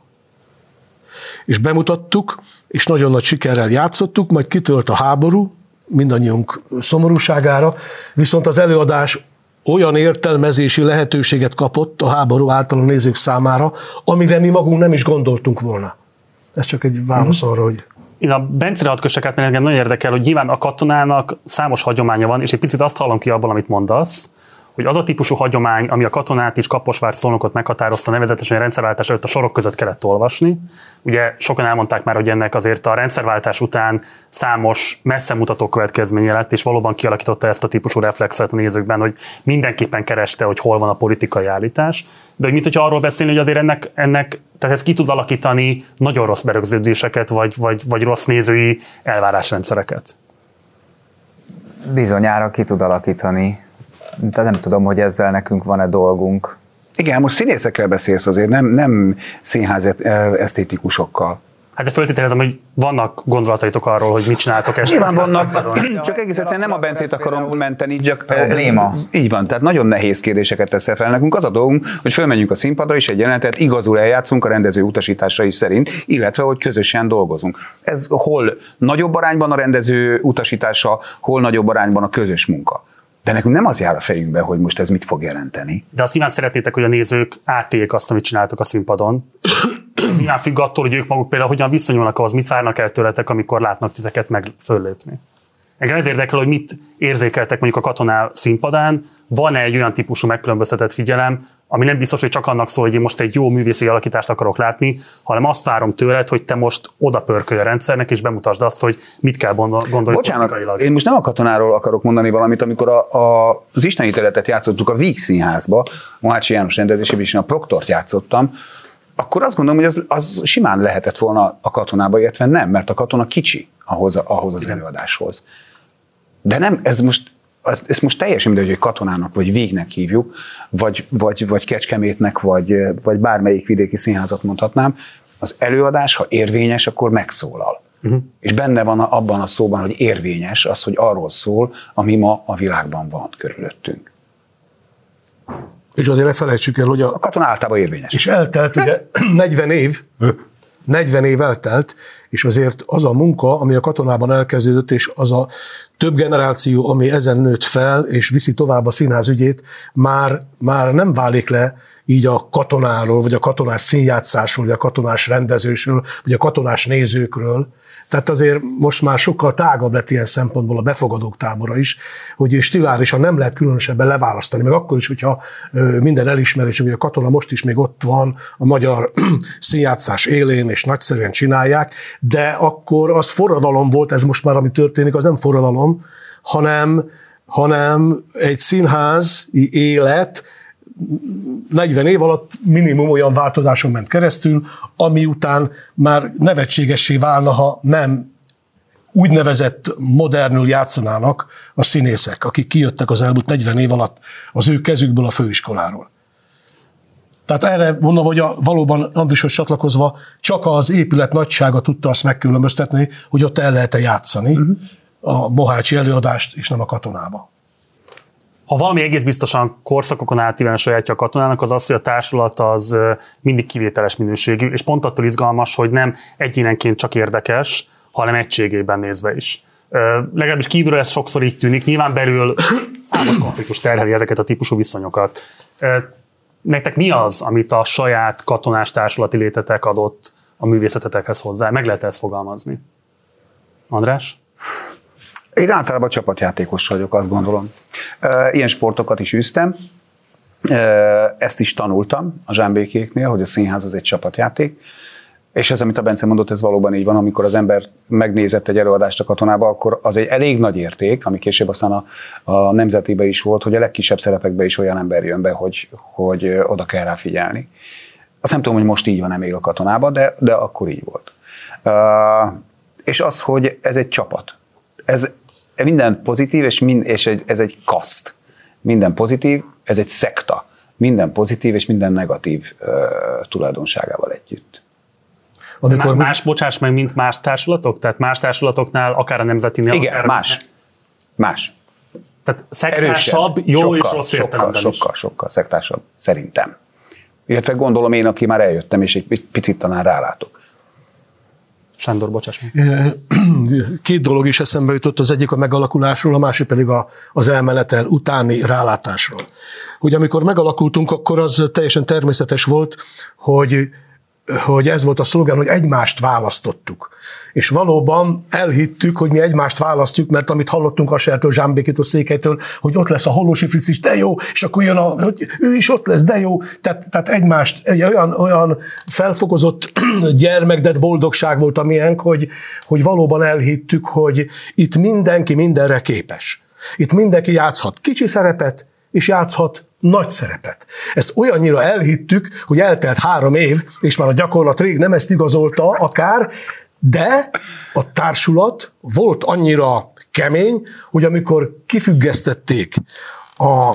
És bemutattuk, és nagyon nagy sikerrel játszottuk, majd kitört a háború, mindannyiunk szomorúságára, viszont az előadás olyan értelmezési lehetőséget kapott a háború által a nézők számára, amire mi magunk nem is gondoltunk volna. Ez csak egy válasz arra, hogy... Én a Bencére hadd kössek át, mert engem nagyon érdekel, hogy nyilván a Katonának számos hagyománya van, és egy picit azt hallom ki abból, amit mondasz, hogy az a típusú hagyomány, ami a Katonát és Kaposvárt, Szolnokot meghatározta, nevezetesen a rendszerváltás előtt a sorok között kellett olvasni. Ugye sokan elmondták már, hogy ennek azért a rendszerváltás után számos messzemutató következménye lett, és valóban kialakította ezt a típusú reflexet a nézőkben, hogy mindenképpen kereste, hogy hol van a politikai állítás. De hogy mit, hogyha arról beszélni, hogy azért ennek tehát ez ki tud alakítani nagyon rossz berögződéseket, vagy rossz nézői elvárásrendszereket? Bizonyára ki tud alakítani. De nem tudom, hogy ezzel nekünk van-e dolgunk. Igen, most színészekkel beszélsz azért, nem színház esztétikusokkal. Hát de föltételezem, hogy vannak gondolataitok arról, hogy mit csináltok este. Nyilván vannak, csak egész egyszerűen nem a Bencét akarom menteni, csak... Probléma. Így van, tehát nagyon nehéz kérdéseket teszel fel nekünk. Az a dolgunk, hogy fölmenjünk a színpadra, és egy jelenetet igazul eljátszunk a rendező utasításai szerint, illetve, hogy közösen dolgozunk. Ez hol nagyobb arányban a rendező utasítása, hol nagyobb arányban a közös munka. De nekünk nem az jár a fejünkbe, hogy most ez mit fog jelenteni. De azt nyilván szeretnétek, hogy a nézők átéljék azt, amit csináltok a színpadon. Nyilván függ attól, hogy ők maguk például hogyan viszonyulnak ahhoz, mit várnak el tőletek, amikor látnak titeket meg föllépni. Engem ez érdekel, hogy mit érzékeltek mondjuk a Katonál színpadán, van-e egy olyan típusú megkülönböztetett figyelem, ami nem biztos, hogy csak annak szól, hogy én most egy jó művészi alakítást akarok látni, hanem azt várom tőled, hogy te most oda pörkölj a rendszernek, és bemutasd azt, hogy mit kell gondolni. Bocsánat, én most nem a Katonáról akarok mondani valamit, amikor az isteníteletet játszottuk a Víg Színházba, Mohácsi János rendezésében, és én a Proktort játszottam, akkor azt gondolom, hogy az simán lehetett volna a Katonába, illetve nem, mert a Katona kicsi ahhoz az előadáshoz. De nem, ez most teljesen mindegy, hogy Katonának, vagy Vígnek hívjuk, vagy Kecskemétnek, vagy bármelyik vidéki színházat mondhatnám, az előadás, ha érvényes, akkor megszólal. És benne van abban a szóban, hogy érvényes, az, hogy arról szól, ami ma a világban van körülöttünk. És azért ne felejtsük el, hogy a Katona általában érvényes. És eltelt ugye 40 év eltelt, és azért az a munka, ami a Katonában elkezdődött, és az a több generáció, ami ezen nőtt fel, és viszi tovább a színház ügyét, már nem válik le így a Katonáról, vagy a katonás színjátszásról, vagy a katonás rendezősről, vagy a katonás nézőkről. Tehát azért most már sokkal tágabb lett ilyen szempontból a befogadók tábora is, hogy stilárisan nem lehet különösebben leválasztani, meg akkor is, hogyha minden elismerés, hogy a Katona most is még ott van a magyar színjátszás élén, és nagyszerűen csinálják, de akkor az forradalom volt, ez most már, ami történik, az nem forradalom, hanem egy színházi élet 40 év alatt minimum olyan változáson ment keresztül, ami után már nevetségessé válna, ha nem úgynevezett modernül játszanának a színészek, akik kijöttek az elmúlt 40 év alatt az ő kezükből a főiskoláról. Tehát erre mondom, hogy valóban Andrishoz csatlakozva csak az épület nagysága tudta azt megkülönböztetni, hogy ott el lehet-e játszani a mohácsi előadást, és nem a Katonába. Ha valami egész biztosan korszakokon átívelően sajátja a Katonának, az az, hogy a társulat az mindig kivételes minőségű, és pont attól izgalmas, hogy nem egyénenként csak érdekes, hanem egységében nézve is. Legalábbis kívülről ez sokszor így tűnik, nyilván belül számos konfliktus terheli ezeket a típusú viszonyokat. Nektek mi az, amit a saját katonás társulati létetek adott a művészetetekhez hozzá? Meg lehet ezt fogalmazni? András? Én általában csapatjátékos vagyok, azt gondolom. Ilyen sportokat is űztem, ezt is tanultam a Zsámbékiéknél, hogy a színház az egy csapatjáték, és ez, amit a Bence mondott, ez valóban így van, amikor az ember megnézett egy előadást a Katonába, akkor az egy elég nagy érték, ami később aztán a Nemzetibe is volt, hogy a legkisebb szerepekbe is olyan ember jön be, hogy oda kell rá figyelni. Azt nem tudom, hogy most így van-e még a Katonában, de akkor így volt. És az, hogy ez egy csapat. Ez minden pozitív, és ez egy kaszt. Minden pozitív, ez egy szekta. Minden pozitív és minden negatív tulajdonságával együtt. Amikor bocsáss meg, mint más társulatok? Tehát más társulatoknál, akár a Nemzetinél... Igen, akár más. Tehát szektásabb, jó sokkal, és rossz értelemben is. Sokkal szektásabb, szerintem. Illetve gondolom én, aki már eljöttem, és egy picit talán rálátok. Sándor, bocsáss meg. Két dolog is eszembe jutott, az egyik a megalakulásról, a másik pedig az elmenetel utáni rálátásról. Hogy amikor megalakultunk, akkor az teljesen természetes volt, hogy ez volt a szlogán, hogy egymást választottuk. És valóban elhittük, hogy mi egymást választjuk, mert amit hallottunk Assertől, Zsámbékitől, Székelytől, hogy ott lesz a Hollósi Fric is, de jó, és akkor jön hogy ő is ott lesz, de jó. Tehát egymást, egy olyan felfokozott gyermekdet boldogság volt a miénk, hogy valóban elhittük, hogy itt mindenki mindenre képes. Itt mindenki játszhat kicsi szerepet, és játszhat nagy szerepet. Ezt olyannyira elhittük, hogy eltelt 3 év, és már a gyakorlat rég nem ezt igazolta akár, de a társulat volt annyira kemény, hogy amikor kifüggesztették a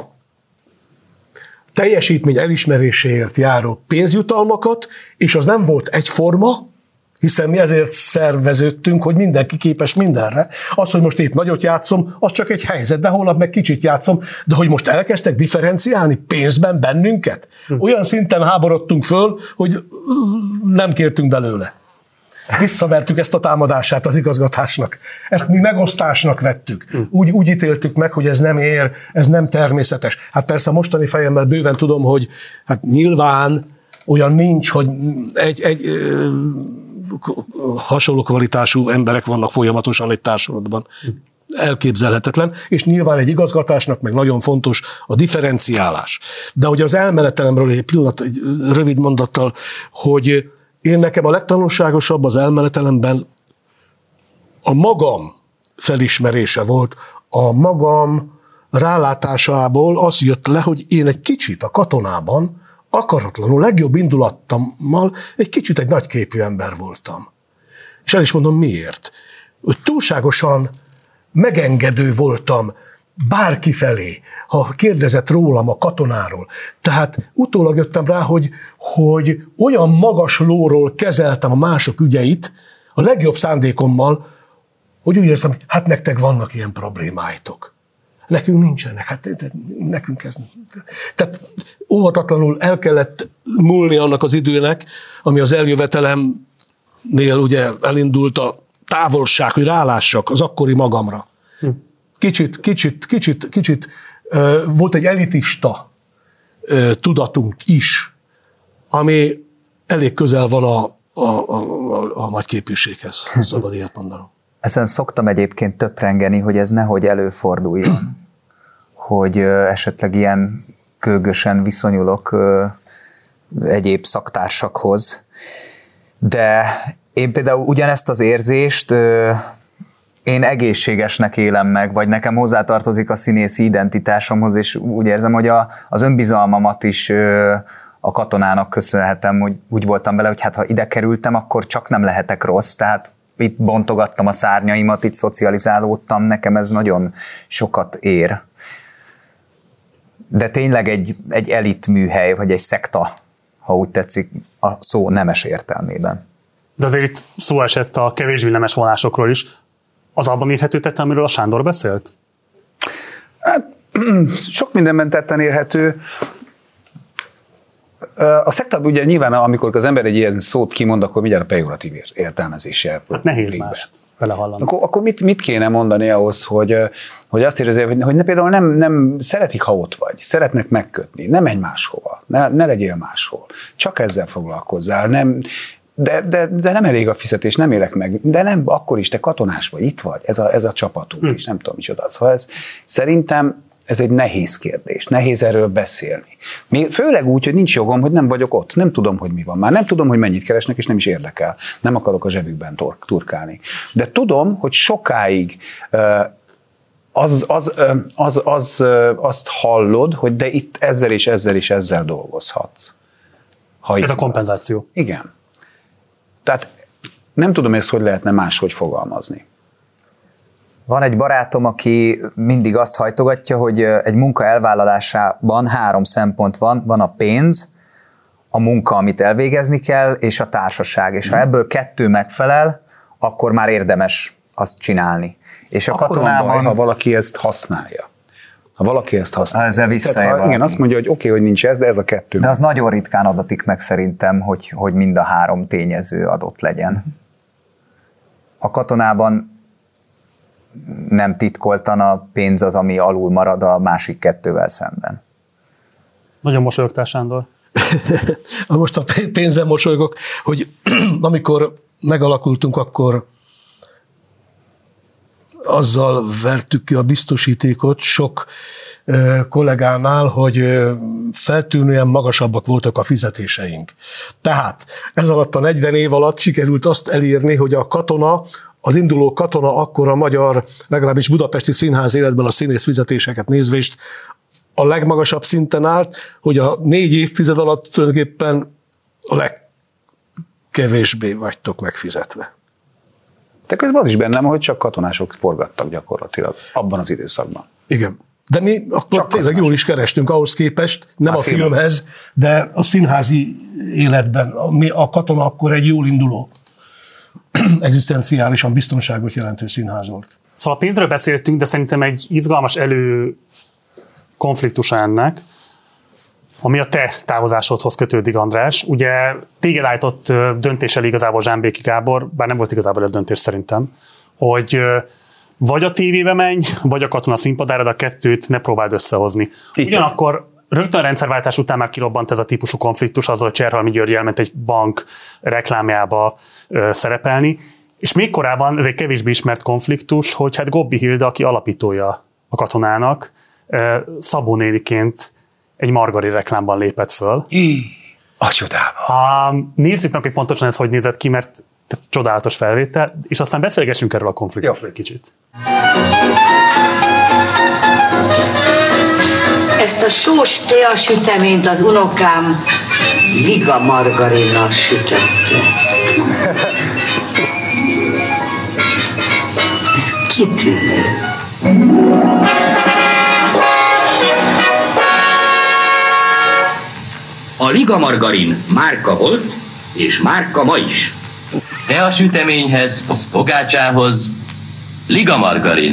teljesítmény elismeréséért járó pénzjutalmakat, és az nem volt egyforma, hiszen mi ezért szerveződtünk, hogy mindenki képes mindenre. Az, hogy most itt nagyot játszom, az csak egy helyzet, de holnap meg kicsit játszom, de hogy most elkezdtek differenciálni pénzben bennünket, olyan szinten háborodtunk föl, hogy nem kértünk belőle. Visszavertük ezt a támadását az igazgatásnak. Ezt mi megosztásnak vettük. Úgy ítéltük meg, hogy ez nem ér, ez nem természetes. Hát persze a mostani fejemmel bőven tudom, hogy hát nyilván olyan nincs, hogy egy hasonló kvalitású emberek vannak folyamatosan egy társulatban. elképzelhetetlen, és nyilván egy igazgatásnak meg nagyon fontos a differenciálás. De hogy az elmenetelemről egy pillanat, egy rövid mondattal, hogy én nekem a legtanulságosabb az elmenetelemben a magam felismerése volt, a magam rálátásából az jött le, hogy én egy kicsit a katonában akaratlanul, legjobb indulattammal egy kicsit egy nagyképű ember voltam. És el is mondom miért. Hogy túlságosan megengedő voltam bárki felé, ha kérdezett rólam a katonáról. Tehát utólag jöttem rá, hogy olyan magas lóról kezeltem a mások ügyeit, a legjobb szándékommal, hogy úgy érzem, hogy hát nektek vannak ilyen problémáitok. Nekünk nincsenek, hát nekünk ez... Tehát óvatatlanul el kellett múlni annak az időnek, ami az eljövetelemnél ugye elindult a távolság, hogy rálássak az akkori magamra. Kicsit volt egy elitista tudatunk is, ami elég közel van a nagyképűséghez, szabad ilyet mondanom. Ezen szoktam egyébként töprengeni, hogy ez nehogy előforduljon, hogy esetleg ilyen gőgösen viszonyulok egyéb szaktársakhoz. De én például ugyanezt az érzést én egészségesnek élem meg, vagy nekem hozzátartozik a színészi identitásomhoz, és úgy érzem, hogy az önbizalmamat is a katonának köszönhetem, hogy úgy voltam vele, hogy hát ha ide kerültem, akkor csak nem lehetek rossz, tehát itt bontogattam a szárnyaimat, itt szocializálódtam, nekem ez nagyon sokat ér. De tényleg egy elit műhely, vagy egy szekta, ha úgy tetszik, a szó nemes értelmében. De azért itt szó esett a kevésbé nemes vonásokról is. Az abban érhető tette, amiről a Sándor beszélt? Hát, sok mindenben tetten érhető. A szektában ugye nyilván, amikor az ember egy ilyen szót kimond, akkor mindjárt a pejoratív értelmezése. Hát nehéz mást vele hallani. Akkor mit kéne mondani ahhoz, hogy azt érezi, hogy például nem szeretik, ha ott vagy. Szeretnek megkötni. Nem menj máshova. Ne legyél máshol. Csak ezzel foglalkozzál. De nem elég a fizetés, nem érek meg. De nem, akkor is te katonás vagy, itt vagy. Ez a csapatunk, és nem tudom micsoda. Szóval szerintem ez egy nehéz kérdés, nehéz erről beszélni. Főleg úgy, hogy nincs jogom, hogy nem vagyok ott. Nem tudom, hogy mi van már. Nem tudom, hogy mennyit keresnek, és nem is érdekel. Nem akarok a zsebükben turkálni. De tudom, hogy sokáig azt hallod, hogy de itt ezzel és ezzel és ezzel dolgozhatsz. Ez a kompenzáció. Igen. Tehát nem tudom ezt, hogy lehetne máshogy fogalmazni. Van egy barátom, aki mindig azt hajtogatja, hogy egy munka elvállalásában 3 szempont van. Van a pénz, a munka, amit elvégezni kell, és a társaság. És ha ebből 2 megfelel, akkor már érdemes azt csinálni. És a akkor katonában... baj, ha valaki ezt használja. Ezzel visszaér. Igen, azt mondja, hogy oké, hogy nincs ez, de ez a 2. De az nagyon ritkán adatik meg szerintem, hogy mind a 3 tényező adott legyen. A katonában nem titkoltan a pénz az, ami alul marad a másik 2-vel szemben. Nagyon mosolyogtál, Sándor. Most a pénzen mosolygok, hogy amikor megalakultunk, akkor azzal vertük ki a biztosítékot sok kollégánál, hogy feltűnően magasabbak voltak a fizetéseink. Tehát ez alatt a 40 év alatt sikerült azt elérni, hogy a katona, az induló katona akkor a magyar, legalábbis budapesti színház életben a színész fizetéseket nézvést a legmagasabb szinten állt, hogy a 4 évtized alatt tulajdonképpen a legkevésbé vagytok megfizetve. De közben az is bennem, hogy csak katonások forgattak gyakorlatilag abban az időszakban. Igen. De mi akkor csak tényleg jól is kerestünk ahhoz képest, nem a filmhez, de a színházi életben. A katona akkor egy jól induló, egzisztenciálisan biztonságot jelentő színház volt. Szóval a pénzről beszéltünk, de szerintem egy izgalmas konfliktus ennek, ami a te távozásodhoz kötődik, András. Ugye téged állított döntés elé igazából Zsámbéki Gábor, bár nem volt igazából ez döntés szerintem, hogy vagy a tévébe menj, vagy a katona színpadára, de a 2-t ne próbáld összehozni. Ugyanakkor rögtön a rendszerváltás után már kirobbant ez a típusú konfliktus, azzal, hogy Cserhalmi György elment egy bank reklámjába szerepelni, És még korábban, ez egy kevésbé ismert konfliktus, hogy hát Gobbi Hilda, aki alapítója a Katonának, Szabó néniként egy margarin reklámban lépett föl. A csodában. Nézzük meg, hogy pontosan ez hogy nézett ki, mert csodálatos felvétel, és aztán beszélgessünk erről a konfliktusról egy kicsit. Ezt a sós teasüteményt az unokám liga margarinnal sütötte. Ez kitűnő. A liga margarin márka volt, és márka ma is. Teasüteményhez, pogácsához, liga margarin.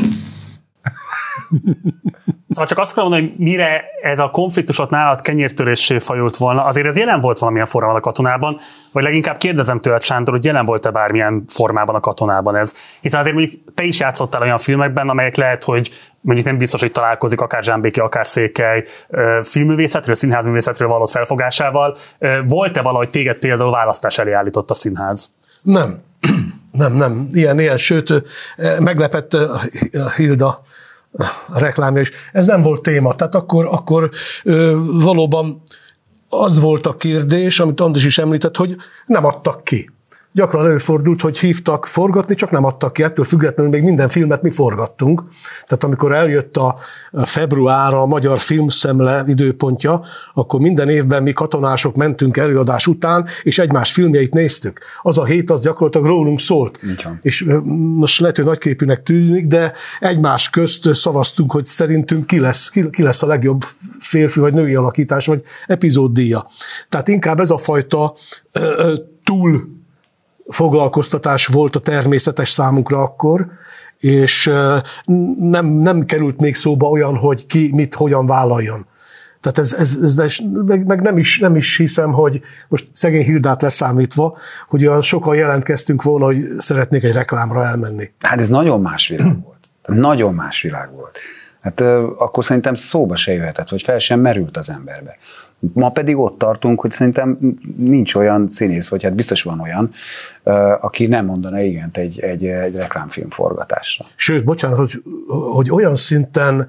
Szóval csak azt akarom mondani, hogy mire ez a konfliktus ott nálad kenyértöréssé fajult volna, azért ez jelen volt valamilyen formában a Katonában, vagy leginkább kérdezem tőled, Sándor, hogy jelen volt-e bármilyen formában a Katonában ez? Hiszen azért mondjuk te is játszottál olyan filmekben, amelyek lehet, hogy mondjuk nem biztos, hogy találkozik akár Zsámbéki, akár Székely filmművészetről, színházművészetről való felfogásával. Volt-e valahogy téged például választás elé állított a színház? Nem. Nem. Ilyen, sőt, meglepett Hilda a reklámja is. Ez nem volt téma. Tehát akkor valóban az volt a kérdés, amit Andris is említett, hogy nem adtak ki. Gyakran előfordult, hogy hívtak forgatni, csak nem adtak ki, ettől függetlenül még minden filmet mi forgattunk. Tehát amikor eljött a február, a Magyar Filmszemle időpontja, akkor minden évben mi katonások mentünk előadás után, és egymás filmjeit néztük. Az a hét az gyakorlatilag rólunk szólt. És most lehet, hogy nagyképűnek tűnik, de egymás közt szavaztunk, hogy szerintünk ki lesz a legjobb férfi vagy női alakítás, vagy epizóddíja. Tehát inkább ez a fajta túl foglalkoztatás volt a természetes számunkra akkor, és nem került még szóba olyan, hogy ki mit hogyan vállaljon. Tehát ez meg nem is hiszem, hogy most szegény Hildát leszámítva, hogy olyan sokan jelentkeztünk volna, hogy szeretnék egy reklámra elmenni. Hát ez nagyon más világ volt. Nagyon más világ volt. Hát akkor szerintem szóba se jöhetett, hogy fel sem merült az emberbe. Ma pedig ott tartunk, hogy szerintem nincs olyan színész, vagy hát biztos van olyan, aki nem mondana igent egy reklámfilm forgatásra. Sőt, bocsánat, hogy olyan szinten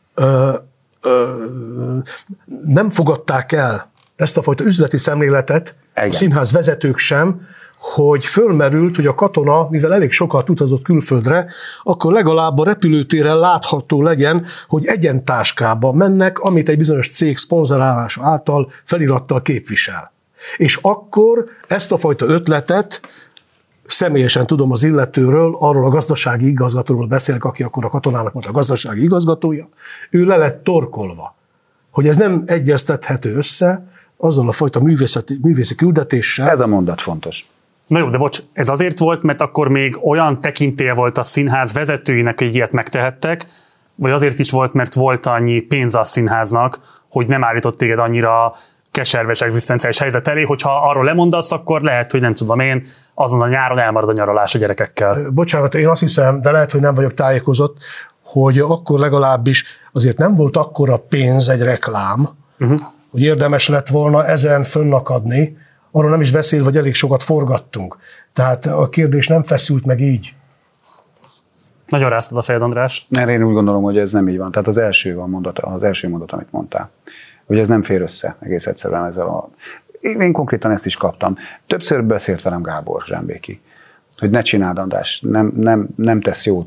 nem fogadták el ezt a fajta üzleti szemléletet, a színház vezetők sem, hogy fölmerült, hogy a Katona, mivel elég sokat utazott külföldre, akkor legalább a repülőtéren látható legyen, hogy egyentáskában mennek, amit egy bizonyos cég szponzorálása által felirattal képvisel. És akkor ezt a fajta ötletet, személyesen tudom az illetőről, arról a gazdasági igazgatóról beszélek, aki akkor a Katonának volt a gazdasági igazgatója, ő le lett torkolva, hogy ez nem egyeztethető össze azzal a fajta művészi küldetéssel. Ez a mondat fontos. Na jó, de bocs, ez azért volt, mert akkor még olyan tekintélye volt a színház vezetőinek, hogy ilyet megtehettek, vagy azért is volt, mert volt annyi pénz a színháznak, hogy nem állított téged annyira keserves egzisztenciális helyzet elé, hogyha arról lemondasz, akkor lehet, hogy nem tudom én, azon a nyáron elmarad a nyaralás a gyerekekkel. Bocsánat, én azt hiszem, de lehet, hogy nem vagyok tájékozott, hogy akkor legalábbis azért nem volt akkora pénz egy reklám, hogy érdemes lett volna ezen fönnakadni, arról nem is beszélve, hogy elég sokat forgattunk. Tehát a kérdés nem feszült meg így. Nagyon ráztad a fejed, András. Mert én úgy gondolom, hogy ez nem így van. Tehát az első mondat, amit mondtál, hogy ez nem fér össze egész egyszerűen ezzel a... Én konkrétan ezt is kaptam. Többször beszélt velem Gábor Zsámbéki, hogy ne csináld, András, nem tesz jót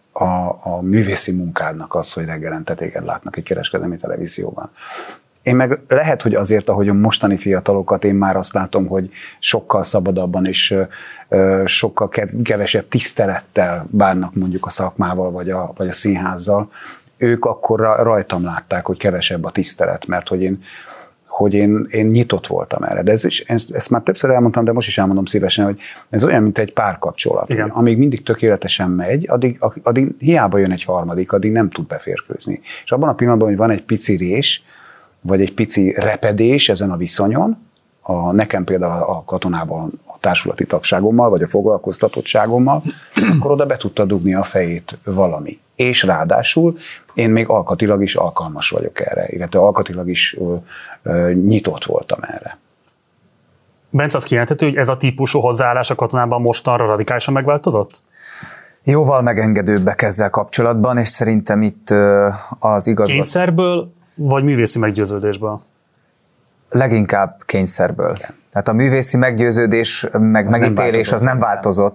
a művészi munkádnak az, hogy reggelente téged látnak egy kereskedelmi televízióban. Én meg lehet, hogy azért, ahogy a mostani fiatalokat, én már azt látom, hogy sokkal szabadabban és sokkal kevesebb tisztelettel bánnak mondjuk a szakmával vagy a színházzal. Ők akkor rajtam látták, hogy kevesebb a tisztelet, mert hogy én nyitott voltam erre. De ezt már többször elmondtam, de most is elmondom szívesen, hogy ez olyan, mint egy párkapcsolat. Igen. Amíg mindig tökéletesen megy, addig hiába jön egy harmadik, addig nem tud beférkőzni. És abban a pillanatban, hogy van egy pici rés, vagy egy pici repedés ezen a viszonyon, nekem például a Katonával, a társulati tagságommal, vagy a foglalkoztatottságommal, akkor oda be tudta dugni a fejét valami. És ráadásul én még alkatilag is alkalmas vagyok erre, illetve alkatilag is nyitott voltam erre. Bence, az kijelenthető, hogy ez a típusú hozzáállás a katonában mostanra radikálisan megváltozott? Jóval megengedőbbek ezzel kapcsolatban, és szerintem itt az igazgató... Kényszerből, vagy művészi meggyőződésből? Leginkább kényszerből. Tehát a művészi meggyőződés, megítélés az nem változott.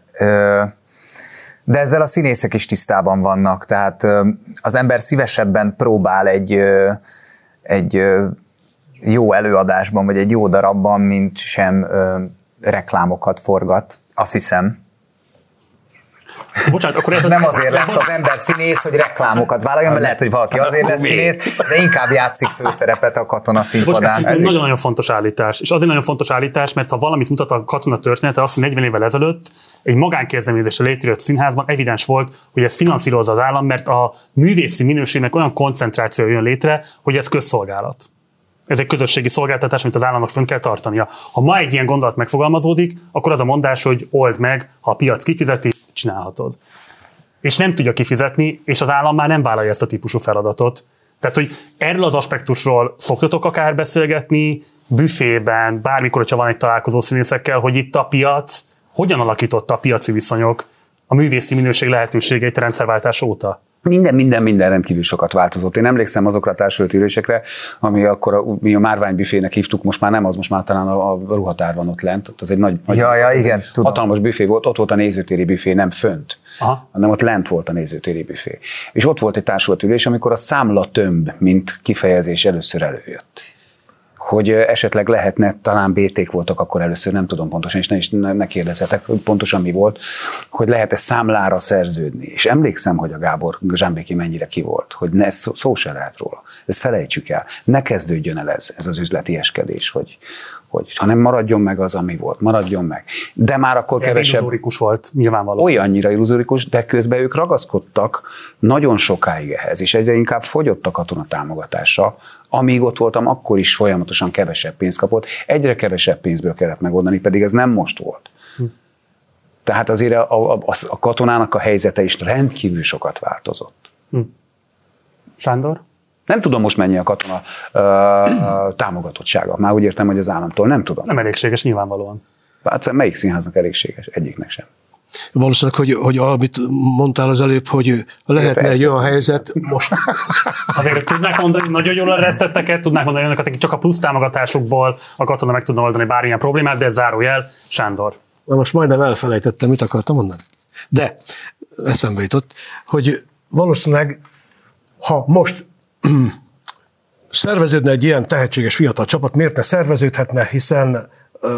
De ezzel a színészek is tisztában vannak. Tehát az ember szívesebben próbál egy jó előadásban, vagy egy jó darabban, mint sem reklámokat forgat. Azt hiszem. Bocsánat, akkor ez nem azért lett az ember színész, hogy reklámokat vállaljon, mert lehet, hogy valaki azért lesz színész, de inkább játszik főszerepet a katona színpadán. Nagyon-nagyon fontos állítás. És azért nagyon fontos állítás, mert ha valamit mutat a katona története, az, hogy 40 évvel ezelőtt egy magánkezdeményezésre létrejött színházban evidens volt, hogy ez finanszírozza az állam, mert a művészi minőségnek olyan koncentráció jön létre, hogy ez közszolgálat. Ez egy közösségi szolgáltatás, amit az államnak fönn kell tartania. Ha ma egy ilyen gondolat megfogalmazódik, akkor az a mondás, hogy old meg, ha a piac kifizeti, csinálhatod. És nem tudja kifizetni, és az állam már nem vállalja ezt a típusú feladatot. Tehát, hogy erről az aspektusról szoktatok akár beszélgetni, büfében, bármikor, hogyha van egy találkozó színészekkel, hogy itt a piac, hogyan alakította a piaci viszonyok a művészi minőség lehetőségeit a rendszerváltás óta? Minden rendkívül sokat változott. Én emlékszem azokra a társulat ülésekre, ami akkor mi a márványbüfének hívtuk, most már nem az, most már talán a ruhatár van ott lent. Ott az egy nagy igen, hatalmas büfé volt, ott volt a nézőtéri büfé, nem fönt, hanem ott lent volt a nézőtéri büfé. És ott volt egy társulat ülés, amikor a számlatömb, mint kifejezés először előjött. Hogy esetleg lehetne, talán BT-k voltak akkor először, nem tudom pontosan, és ne kérdezzetek pontosan mi volt, hogy lehet-e számlára szerződni. És emlékszem, hogy a Gábor Zsámbéki mennyire ki volt, hogy ne szó se lehet róla. Ezt felejtsük el. Ne kezdődjön el ez az üzletieskedés, hogy hanem maradjon meg az, ami volt, maradjon meg. De már akkor ez kevesebb... illuzórikus volt, nyilvánvaló. Olyannyira illuzórikus, de közben ők ragaszkodtak nagyon sokáig ehhez, és egyre inkább fogyott a katona támogatása. Amíg ott voltam, akkor is folyamatosan kevesebb pénzt kapott, egyre kevesebb pénzből kellett megoldani, pedig ez nem most volt. Tehát azért a katonának a helyzete is rendkívül sokat változott. Sándor? Nem tudom most mennyi a katona támogatottsága. Már úgy értem, hogy az államtól. Nem tudom. Nem elégséges nyilvánvalóan. Hát melyik színháznak elégséges? Egyiknek sem. Valószínűleg, hogy amit mondtál az előbb, hogy lehetne egy olyan helyzet most. Azért tudnák mondani, nagyon jól eresztettek, tudnák mondani önöket, akik csak a plusz támogatásukból a katona meg tudna oldani bármilyen problémát, de ez zárójel. Sándor. Na most majdnem elfelejtettem, mit akartam mondani. De eszembe jutott, hogy valószínűleg, ha most szerveződne egy ilyen tehetséges fiatal csapat, miért ne szerveződhetne, hiszen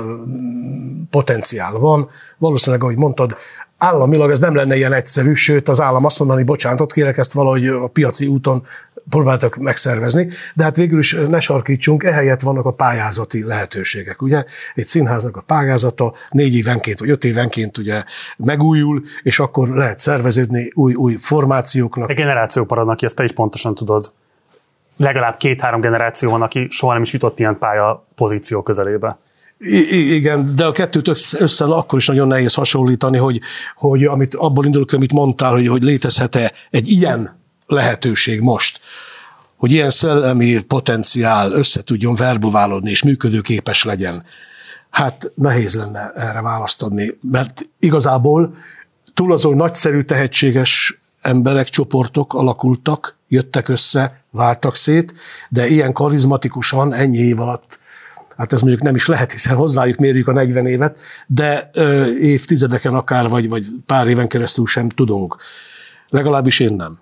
potenciál van. Valószínűleg, ahogy mondtad, államilag ez nem lenne ilyen egyszerű, sőt az állam azt mondani, bocsánatot kérek, ezt valahogy a piaci úton próbáltak megszervezni, de hát végül is ne sarkítsunk, ehelyett vannak a pályázati lehetőségek. Ugye egy színháznak a pályázata 4 évenként vagy 5 évenként ugye megújul, és akkor lehet szerveződni új formációknak. A generációk maradnak ki, ezt te is pontosan tudod. Legalább 2-3 generáció van, aki soha nem is jutott ilyen pálya pozíció közelébe. Igen, de a kettőt össze akkor is nagyon nehéz hasonlítani, hogy amit abból indulok, amit mondtál, hogy létezhet-e egy ilyen lehetőség most, hogy ilyen szellemi potenciál össze tudjon verbuválódni és működőképes legyen. Hát nehéz lenne erre választ adni, mert igazából túl azon nagyszerű, tehetséges emberek, csoportok alakultak, jöttek össze, váltak szét, de ilyen karizmatikusan ennyi év alatt, hát ez mondjuk nem is lehet, hiszen hozzájuk mérjük a 40 évet, de évtizedeken akár, vagy pár éven keresztül sem tudunk. Legalábbis én nem.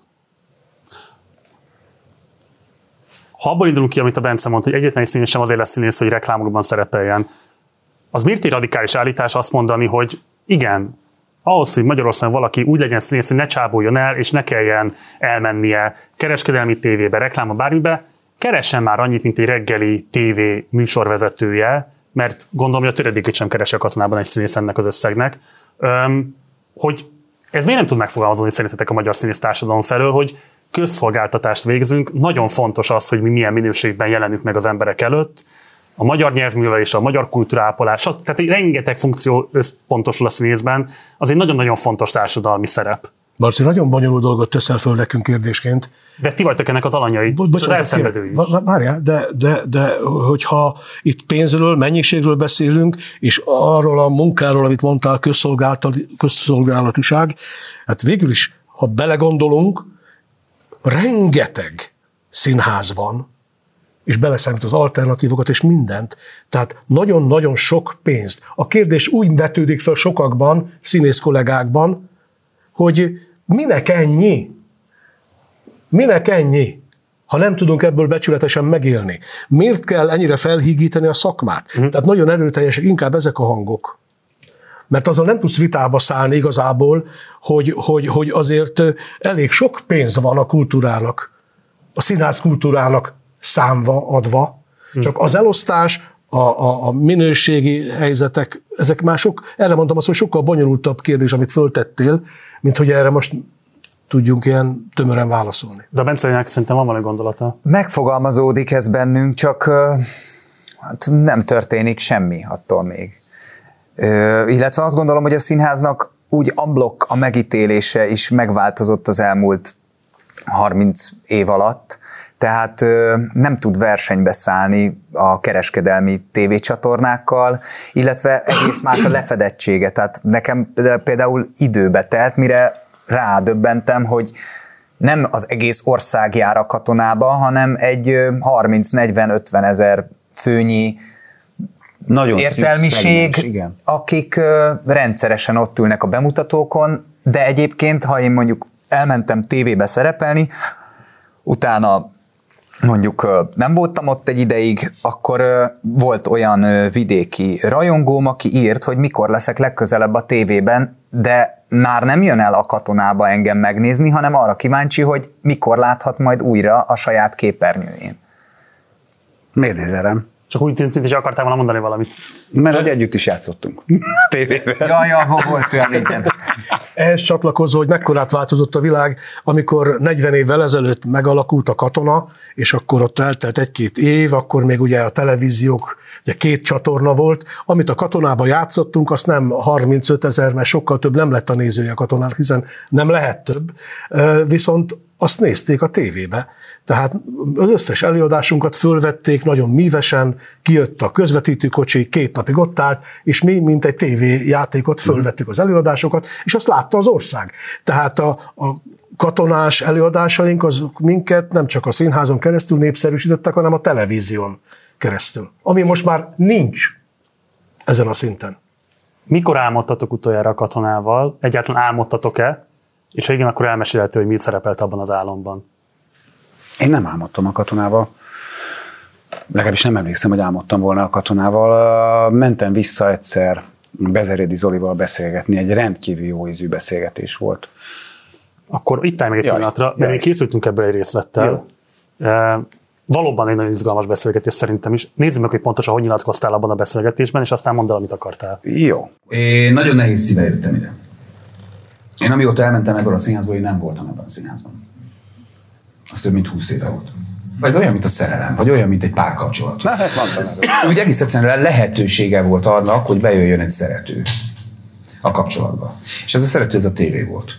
Ha abból indulunk ki, amit a Bence mondta, hogy egyetlen egy színész sem azért lesz színész, hogy reklámokban szerepeljen, az miért egy radikális állítás azt mondani, hogy igen, ahhoz, hogy Magyarországon valaki úgy legyen színész, hogy ne csábuljon el, és ne kelljen elmennie kereskedelmi tévébe, reklámba, bármibe, keressen már annyit, mint egy reggeli tévé műsorvezetője, mert gondolom, hogy a töredékét sem keresi a katonában egy színész ennek az összegnek, hogy ez miért nem tud megfogalmazni szerintetek a magyar színész társadalom felől, hogy közszolgáltatást végzünk, nagyon fontos az, hogy mi milyen minőségben jelenünk meg az emberek előtt, a magyar nyelvművelés, a magyar kultúrápolás, tehát rengeteg funkció összpontosul a színészben, az egy nagyon-nagyon fontos társadalmi szerep. Marci, nagyon bonyolult dolgot teszel föl nekünk kérdésként. De ti vagytok ennek az alanyai, és az elszenvedő is. Várjál, de hogyha itt pénzről, mennyiségről beszélünk, és arról a munkáról, amit mondtál, közszolgálatiság, hát végül is, ha belegondolunk, rengeteg színház van, és beleszámít az alternatívokat, és mindent. Tehát nagyon-nagyon sok pénzt. A kérdés úgy vetődik fel sokakban, színész kollégákban, hogy minek ennyi? Minek ennyi, ha nem tudunk ebből becsületesen megélni? Miért kell ennyire felhígítani a szakmát? Tehát nagyon erőteljesek inkább ezek a hangok. Mert azzal nem tudsz vitába szállni igazából, hogy azért elég sok pénz van a kultúrának, a színház kultúrának számva, adva, csak az elosztás, a minőségi helyzetek, ezek már erre mondtam azt, hogy sokkal bonyolultabb kérdés, amit föltettél, mint hogy erre most tudjunk ilyen tömören válaszolni. De a Bencenek szerintem van valami gondolata. Megfogalmazódik ez bennünk, csak hát nem történik semmi attól még. Illetve azt gondolom, hogy a színháznak úgy amblok a megítélése is megváltozott az elmúlt 30 év alatt, tehát nem tud versenybe szállni a kereskedelmi tévécsatornákkal, illetve egész más a lefedettsége. Tehát nekem például időbe telt, mire rádöbbentem, hogy nem az egész ország jár a katonába, hanem egy 30-40-50 ezer főnyi nagyon értelmiség, akik rendszeresen ott ülnek a bemutatókon, de egyébként, ha én mondjuk elmentem tévébe szerepelni, utána mondjuk nem voltam ott egy ideig, akkor volt olyan vidéki rajongóm, aki írt, hogy mikor leszek legközelebb a tévében, de már nem jön el a katonába engem megnézni, hanem arra kíváncsi, hogy mikor láthat majd újra a saját képernyőjén. Miért nézel rám? Csak úgy tűnt, mintha akartál volna mondani valamit. Mert hogy együtt is játszottunk tévében. Ja, volt olyan, igen. Ehhez csatlakozva, hogy mekkorát változott a világ, amikor 40 évvel ezelőtt megalakult a katona, és akkor ott eltelt 1-2 év, akkor még ugye a televíziók, ugye 2 csatorna volt, amit a katonában játszottunk, azt nem 35 000, mert sokkal több nem lett a nézője a katonának, hiszen nem lehet több, viszont azt nézték a tévébe. Tehát az összes előadásunkat fölvették, nagyon mívesen, kijött a közvetítőkocsi, 2 napig ott állt, és mi, mint egy tévéjátékot fölvettük az előadásokat, és azt látta az ország. Tehát a katonás előadásaink azok minket nem csak a színházon keresztül népszerűsítettek, hanem a televízión keresztül. Ami most már nincs ezen a szinten. Mikor álmodtatok utoljára a katonával? Egyáltalán álmodtatok-e? És ha igen, akkor elmesélhető, hogy mit szerepelt abban az álomban. Én nem álmodtam a katonával. Legalábbis nem emlékszem, hogy álmodtam volna a katonával. Mentem vissza egyszer Bezerédi Zolival beszélgetni, egy rendkívül jó ízű beszélgetés volt. Akkor itt állj meg egy pillanatra, mert mi készültünk ebből egy részlettel. Valóban egy nagyon izgalmas beszélgetés szerintem is. Nézzük meg, hogy pontosan hogy nyilatkoztál abban a beszélgetésben, és aztán mondd el, amit akartál. Jó. Én nagyon nehéz szívvel jöttem ide. Én amióta elmentem ebből a színházból, én nem voltam ebben a színházban. Az több mint 20 éve volt. Ez olyan, mint a szerelem, vagy olyan, mint egy párkapcsolat. Úgy egész egyszerűen lehetősége volt annak, hogy bejöjjön egy szerető a kapcsolatba. És ez a szerető, ez a tévé volt.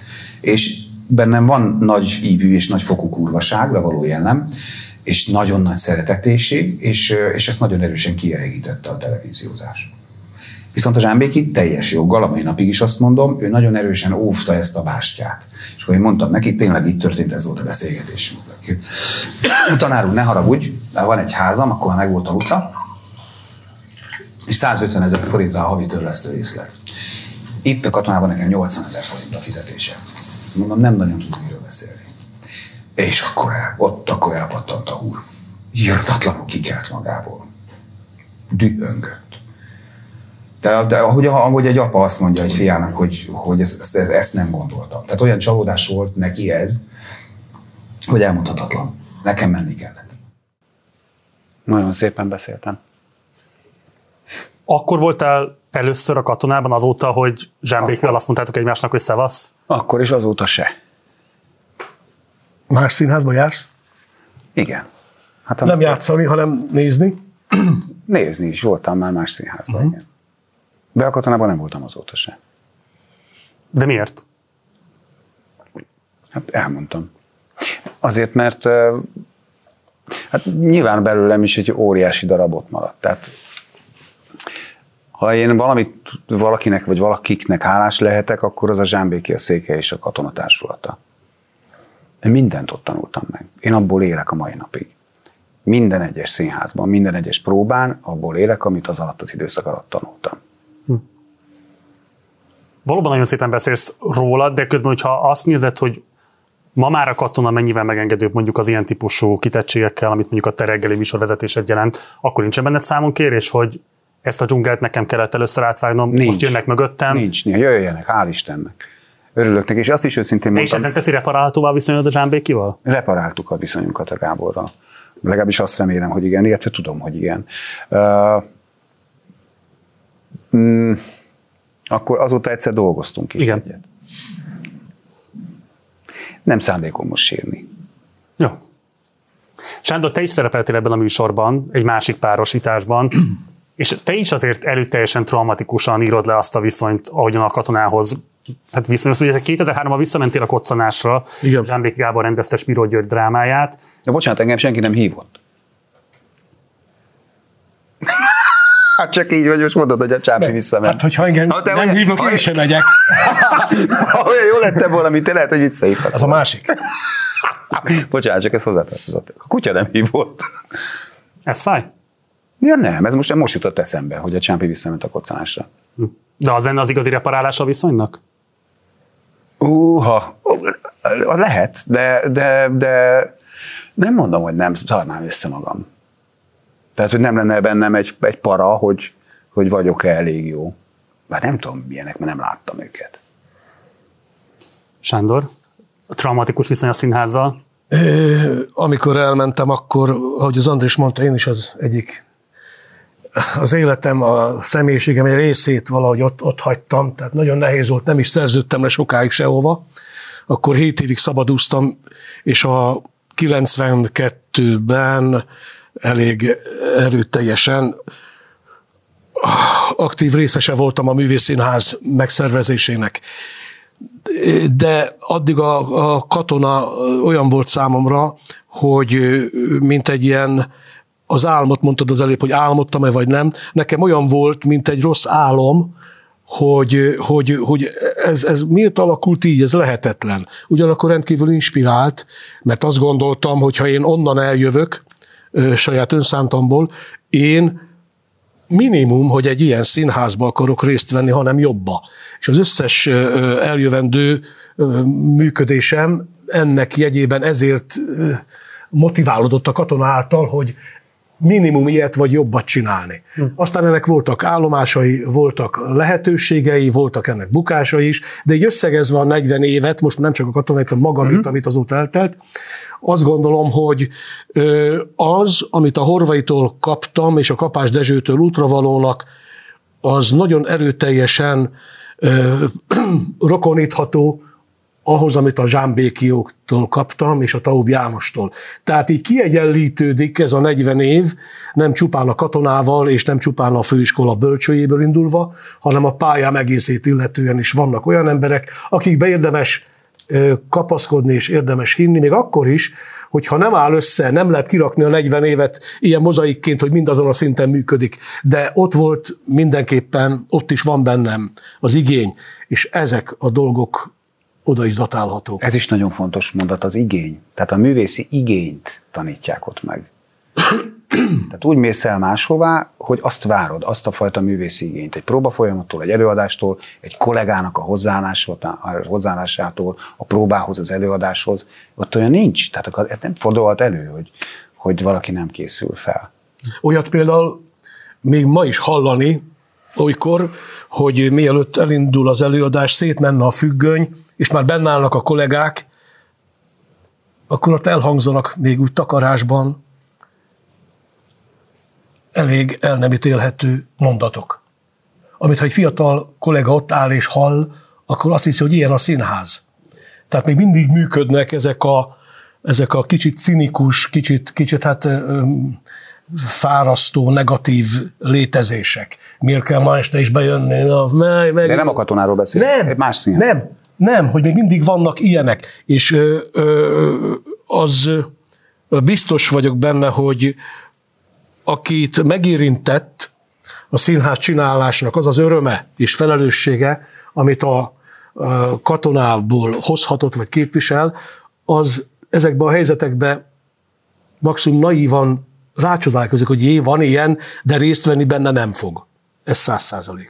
És bennem van nagy ívű és nagy fokú kurvaságra való jellem, és nagyon nagy szeretetéség, és ezt nagyon erősen kielégítette a televíziózás. Viszont a Zsámbéki teljes joggal, a mai napig is azt mondom, ő nagyon erősen óvta ezt a bástyát. És akkor én mondtam neki, tényleg itt történt, ez volt a beszélgetés. Tanár úr, ne haragudj, van egy házam, akkor már meg volt a utca, és 150 000 forintra a havi törlesztő részlet. Itt a katonában nekem 80 000 forint a fizetése. Mondom, nem nagyon tudunk miről beszélni. És akkor elpattant a úr. Irdatlanul kikelt magából. Dühöngött. De ahogy egy apa azt mondja egy fiának, hogy ezt nem gondoltam. Tehát olyan csalódás volt neki ez, hogy elmondhatatlan. Nekem menni kellett. Nagyon szépen beszéltem. Akkor voltál először a katonában azóta, hogy Zsámbékivel azt mondtátok egymásnak, hogy szevasz? Akkor is, azóta se. Más színházba jársz? Igen. Hát nem játszani, hanem nézni? Nézni is voltam már más színházban, igen. De a katonában nem voltam azóta se. De miért? Hát elmondtam. Azért, mert hát nyilván belőlem is egy óriási darabot maradt. Tehát ha én valakinek vagy valakiknek hálás lehetek, akkor az a Zsámbéki, a Székely és a Katonatársulata. Én mindent ott tanultam meg. Én abból élek a mai napig. Minden egyes színházban, minden egyes próbán abból élek, amit az alatt az időszak alatt tanultam. Valóban nagyon szépen beszélsz róla, de közben, hogyha azt nézed, hogy ma már a Katona mennyivel megengedőbb mondjuk az ilyen típusú kitettségekkel, amit mondjuk a te reggeli műsorvezetésed jelent, akkor nincsen benned számonkérés, hogy ezt a dzsungelt nekem kellett először átvágnom, most jönnek mögöttem? Nincs, jöjjenek, hál' Istennek. Örülök neki, és azt is őszintén mondtam. És ezen teszi reparálhatóvá a viszonyod a Zsámbékival? Reparáltuk a viszonyunkat a Gáborral. Legalábbis azt remélem, hogy igen, illetve tudom, hogy igen. Akkor azóta egyszer dolgoztunk is. Igen. Egyet. Nem szándékom most sírni. Jó. Sándor, te is szerepeltél ebben a műsorban, egy másik párosításban, és te is azért erőteljesen traumatikusan írod le azt a viszonyt, ahogyan a Katonához viszonyos, ugye 2003-ban visszamentél a Koccanásra, Zsámbéki Gábor rendezte Spiró György drámáját. De bocsánat, engem senki nem hívott. Hát csak így, hogy most mondod, hogy a Csápi visszament. Hát, hogyha engem nem hívok, én sem megyek. Olyan jó lettem volna, mint te, lehet, hogy visszahívtak. Az a másik. Bocsánat, csak ez hozzátartozott. A kutya nem hívott. Ez fáj? Ja nem, ez most jutott eszembe, hogy a Csápi visszament a Koccanásra. De az lenne az igazi reparálása a viszonynak? Lehet, de nem mondom, hogy nem szarnám össze magam. Tehát, hogy nem lenne bennem egy para, hogy vagyok-e elég jó. Bár nem tudom milyenek, mert nem láttam őket. Sándor, a traumatikus viszony a színházzal? Amikor elmentem, akkor, ahogy az András mondta, én is az életem, a személyiségem egy részét valahogy ott hagytam, tehát nagyon nehéz volt, nem is szerződtem le sokáig sehova. Akkor 7 évig szabadúztam, és a 92-ben elég erőteljesen aktív részese voltam a Művészszínház megszervezésének. De addig a Katona olyan volt számomra, hogy mint egy ilyen, az álmot mondtad az előbb, hogy álmodtam-e vagy nem, nekem olyan volt, mint egy rossz álom, hogy ez miért alakult így, ez lehetetlen. Ugyanakkor rendkívül inspirált, mert azt gondoltam, hogy ha én onnan eljövök, saját önszántamból, én minimum, hogy egy ilyen színházba akarok részt venni, hanem jobba. És az összes eljövendő működésem ennek jegyében ezért motiválódott a Katona által, hogy minimum ilyet vagy jobbat csinálni. Aztán ennek voltak állomásai, voltak lehetőségei, voltak ennek bukásai is, de így összegezve a 40 évet, most nem csak a Katonát, a magamit, amit azóta eltelt, azt gondolom, hogy az, amit a Horvaitól kaptam, és a Kapás Dezsőtől útravalónak, az nagyon erőteljesen rokonítható ahhoz, amit a Zsámbékióktól kaptam, és a Taub Jánostól. Tehát így kiegyenlítődik ez a 40 év, nem csupán a Katonával, és nem csupán a főiskola bölcsőjéből indulva, hanem a pályám egészét illetően is vannak olyan emberek, akikbe érdemes kapaszkodni és érdemes hinni, még akkor is, hogyha nem áll össze, nem lehet kirakni a 40 évet ilyen mozaikként, hogy mindazon a szinten működik, de ott volt mindenképpen, ott is van bennem az igény, és ezek a dolgok oda is datálhatók. Ez is nagyon fontos mondat, az igény. Tehát a művészi igényt tanítják ott meg. Tehát úgy mész el máshová, hogy azt várod, azt a fajta művészi igényt. Egy próbafolyamattól, egy előadástól, egy kollégának a hozzáállásától, a próbához, az előadáshoz. Ott olyan nincs. Tehát nem fordulhat elő, hogy valaki nem készül fel. Olyat például még ma is hallani, olykor, hogy mielőtt elindul az előadás, szétmenne a függöny, és már benne állnak a kollégák, akkor ott elhangzanak még úgy takarásban elég el nem ítélhető mondatok. Amit ha egy fiatal kollega ott áll és hall, akkor azt hiszi, hogy ilyen a színház. Tehát még mindig működnek ezek a kicsit cinikus, kicsit fárasztó, negatív létezések. Miért kell ma este is bejönni? De nem a Katonáról beszélsz, egy más színház. Nem, hogy még mindig vannak ilyenek, és az biztos vagyok benne, hogy akit megérintett a színház csinálásnak az az öröme és felelőssége, amit a katonából hozhatott vagy képvisel, az ezekben a helyzetekben maximum naívan rácsodálkozik, hogy jé, van ilyen, de részt venni benne nem fog. Ez 100%.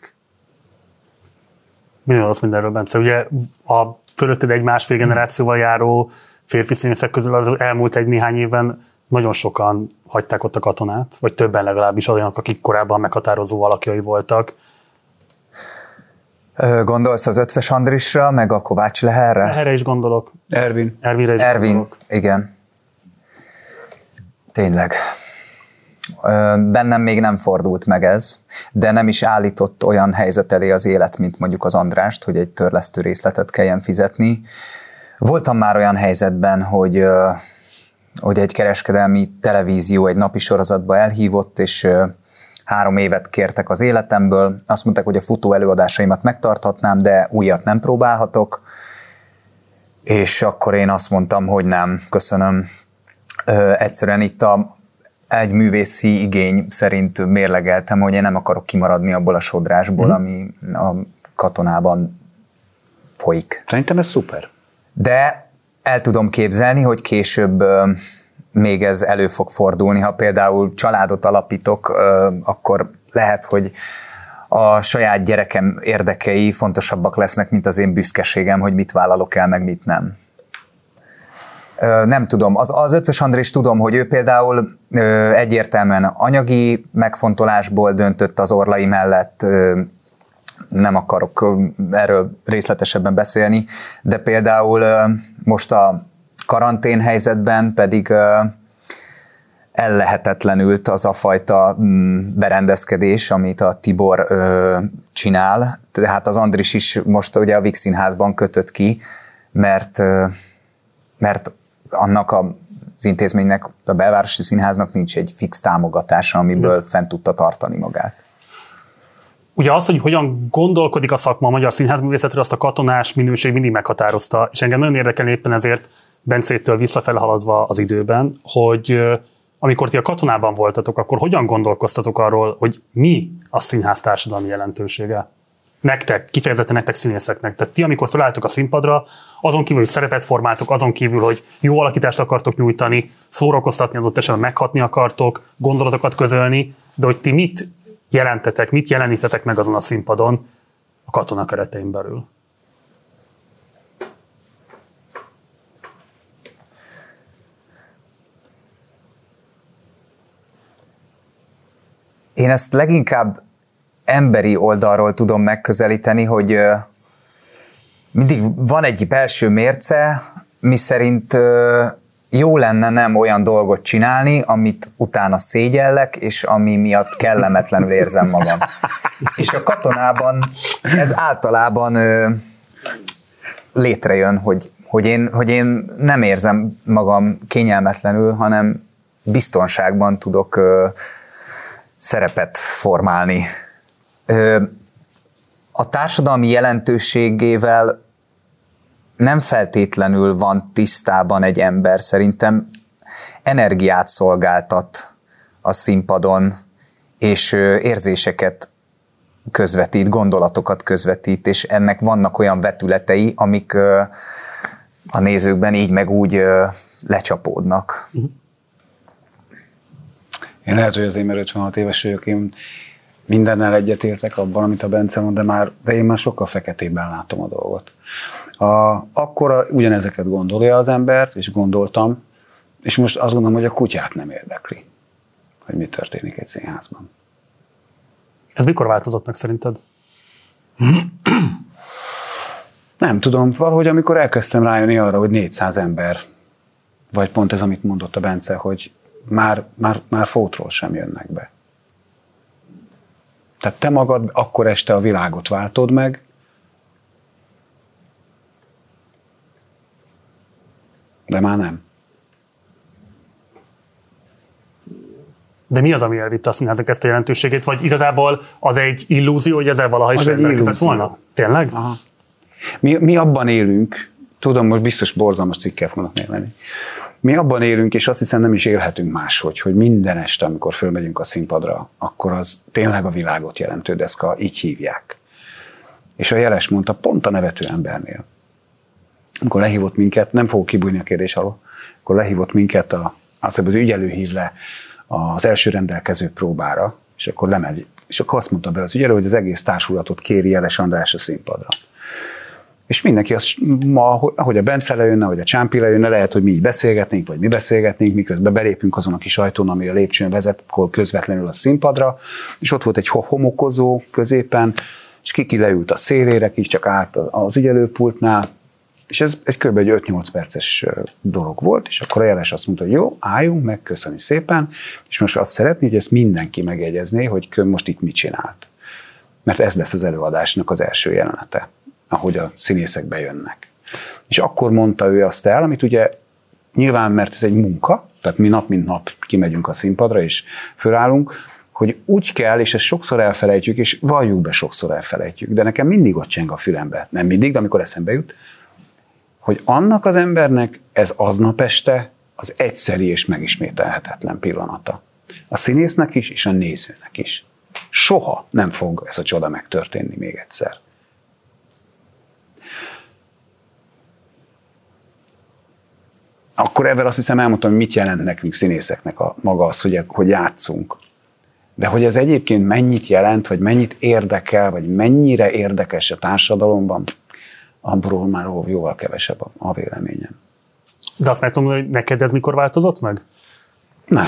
Mi az mindenről, Bence? Ugye a fölötted egy másfél generációval járó férfi színészek közül az elmúlt egy néhány évben nagyon sokan hagyták ott a katonát, vagy többen legalábbis olyanok, akik korábban meghatározó alakjai voltak. Gondolsz az Ötvös Andrisra, meg a Kovács Leherre? Erre is gondolok. Ervinre is gondolok. Igen. Tényleg. Bennem még nem fordult meg ez, de nem is állított olyan helyzet elé az élet, mint mondjuk az Andrást, hogy egy törlesztő részletet kelljen fizetni. Voltam már olyan helyzetben, hogy egy kereskedelmi televízió egy napi sorozatba elhívott, és 3 évet kértek az életemből. Azt mondták, hogy a futó előadásaimat megtarthatnám, de újat nem próbálhatok. És akkor én azt mondtam, hogy nem, köszönöm. Egyszerűen itt egy művészi igény szerint mérlegeltem, hogy én nem akarok kimaradni abból a sodrásból, ami a katonában folyik. Szerintem ez szuper. De el tudom képzelni, hogy később még ez elő fog fordulni. Ha például családot alapítok, akkor lehet, hogy a saját gyerekem érdekei fontosabbak lesznek, mint az én büszkeségem, hogy mit vállalok el, meg mit nem. Nem tudom. Az Ötvös Andrés tudom, hogy ő például egyértelműen anyagi megfontolásból döntött az Orlai mellett, nem akarok erről részletesebben beszélni, de például most a karantén helyzetben pedig ellehetetlenült az a fajta berendezkedés, amit a Tibor csinál. Tehát az Andris is most ugye a Víg Színházban kötött ki, mert annak az intézménynek, a Belvárosi Színháznak nincs egy fix támogatása, amiből fent tudta tartani magát. Ugye az, hogy hogyan gondolkodik a szakma a magyar színházművészetről, azt a katonás minőség mindig meghatározta, és engem nagyon érdekel éppen ezért Bencétől visszafele haladva az időben, hogy amikor ti a katonában voltatok, akkor hogyan gondolkoztatok arról, hogy mi a színház társadalmi jelentősége? Nektek, kifejezetten nektek színészeknek. Tehát ti, amikor felálltok a színpadra, azon kívül, hogy szerepet formáltok, azon kívül, hogy jó alakítást akartok nyújtani, szórakoztatni, adott esetben meghatni akartok, gondolatokat közölni, de hogy ti mit jelentetek, mit jelenítetek meg azon a színpadon a katona keretein belül? Én ezt leginkább emberi oldalról tudom megközelíteni, hogy mindig van egy belső mérce, miszerint jó lenne nem olyan dolgot csinálni, amit utána szégyellek, és ami miatt kellemetlenül érzem magam. És a katonában ez általában létrejön, hogy én nem érzem magam kényelmetlenül, hanem biztonságban tudok szerepet formálni. A társadalmi jelentőségével nem feltétlenül van tisztában egy ember, szerintem energiát szolgáltat a színpadon, és érzéseket közvetít, gondolatokat közvetít, és ennek vannak olyan vetületei, amik a nézőkben így meg úgy lecsapódnak. Én lehet, hogy azért, mert 56 éves vagyok, én mindennel egyetértek abban, amit a Bence mond, de én már sokkal feketében látom a dolgot. Akkor ugyanezeket gondolja az embert, és gondoltam, és most azt gondolom, hogy a kutyát nem érdekli, hogy mi történik egy színházban. Ez mikor változott meg szerinted? Nem tudom, valahogy amikor elkezdtem rájönni arra, hogy 400 ember, vagy pont ez, amit mondott a Bence, hogy már fótról sem jönnek be. Tehát te magad akkor este a világot váltod meg, de már nem. De mi az, ami elvitte a színháznak ezt a jelentőségét? Vagy igazából az egy illúzió, hogy ezzel valaha is rendelkezett volna? Tényleg? Aha. Mi abban élünk, tudom, most biztos borzalmas cikkel fognak még lenni. Mi abban élünk, és azt hiszem nem is élhetünk máshogy, hogy minden este, amikor fölmegyünk a színpadra, akkor az tényleg a világot jelentő deszka, így hívják. És a Jeles mondta, pont a nevető embernél, amikor lehívott minket, nem fogok kibújni a kérdés alól, akkor lehívott minket, az ügyelő hív le az első rendelkező próbára, és akkor lemegy. És akkor azt mondta be az ügyelő, hogy az egész társulatot kéri Jeles András a színpadra. És mindenki azt, ahogy a Bence lejönne, vagy a Csámpi lejönne, lehet, hogy mi így beszélgetnénk, vagy mi beszélgetnénk, miközben belépünk azon a kis ajtón, ami a lépcsőn vezet, közvetlenül a színpadra, és ott volt egy homokozó középen, és Kiki leült a szélére, kis csak állt az ügyelőpultnál, és ez egy kb. 5-8 perces dolog volt, és akkor a Jeles azt mondta, hogy jó, álljunk meg, köszönjük szépen, és most azt szeretné, hogy ezt mindenki megjegyezné, hogy most itt mit csinált. Mert ez lesz az előadásnak az első jelenete, ahogy a színészek bejönnek. És akkor mondta ő azt el, amit ugye nyilván, mert ez egy munka, tehát mi nap mint nap kimegyünk a színpadra, és fölállunk, hogy úgy kell, és ezt sokszor elfelejtjük, és valljuk be, sokszor elfelejtjük, de nekem mindig ott cseng a fülembe, nem mindig, de amikor eszembe jut, hogy annak az embernek ez aznap este az egyszeri és megismételhetetlen pillanata. A színésznek is, és a nézőnek is. Soha nem fog ez a csoda megtörténni még egyszer. Akkor ebben azt hiszem elmondtam, hogy mit jelent nekünk színészeknek maga az, hogy játszunk. De hogy ez egyébként mennyit jelent, vagy mennyit érdekel, vagy mennyire érdekes a társadalomban, abból már jóval kevesebb a véleményem. De azt meg tudom, hogy neked ez mikor változott meg? Nem.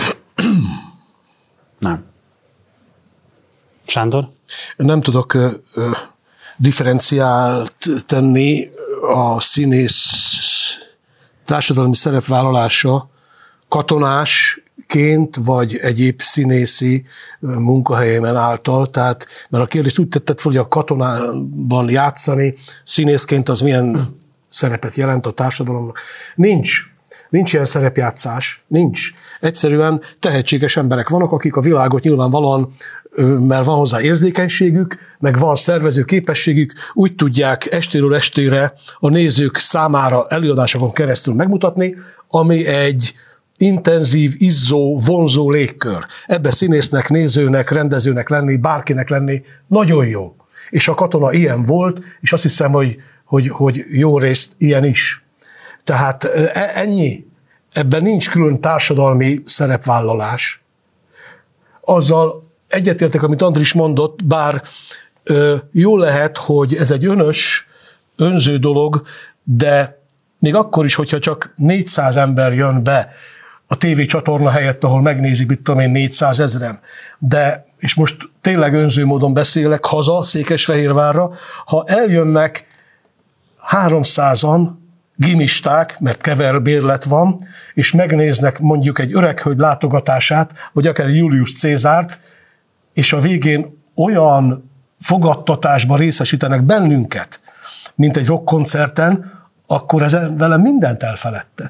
Nem. Sándor? Nem tudok differenciált tenni a színész társadalmi szerepvállalása katonásként, vagy egyéb színészi munkahelyemen által. Tehát, mert a kérdést úgy tetted fel, hogy a katonában játszani színészként az milyen szerepet jelent a társadalomnak. Nincs ilyen szerepjátszás, nincs. Egyszerűen tehetséges emberek vannak, akik a világot nyilvánvalóan, mert van hozzá érzékenységük, meg van szervező képességük, úgy tudják estéről estére a nézők számára előadásokon keresztül megmutatni, ami egy intenzív, izzó, vonzó légkör. Ebbe színésznek, nézőnek, rendezőnek lenni, bárkinek lenni nagyon jó. És a katona ilyen volt, és azt hiszem, hogy jó részt ilyen is. Tehát ennyi. Ebben nincs külön társadalmi szerepvállalás. Azzal egyetértek, amit Andris mondott, bár jó lehet, hogy ez egy önző dolog, de még akkor is, hogyha csak 400 ember jön be a tévécsatorna helyett, ahol megnézik, mit tudom én, 400 000-en, de, és most tényleg önző módon beszélek, haza, Székesfehérvárra, ha eljönnek 300-an, gimisták, mert keverbérlet van, és megnéznek mondjuk egy öreghölgy látogatását, vagy akár Julius Cézárt, és a végén olyan fogadtatásban részesítenek bennünket, mint egy rockkoncerten, akkor ez velem mindent elfeledtet.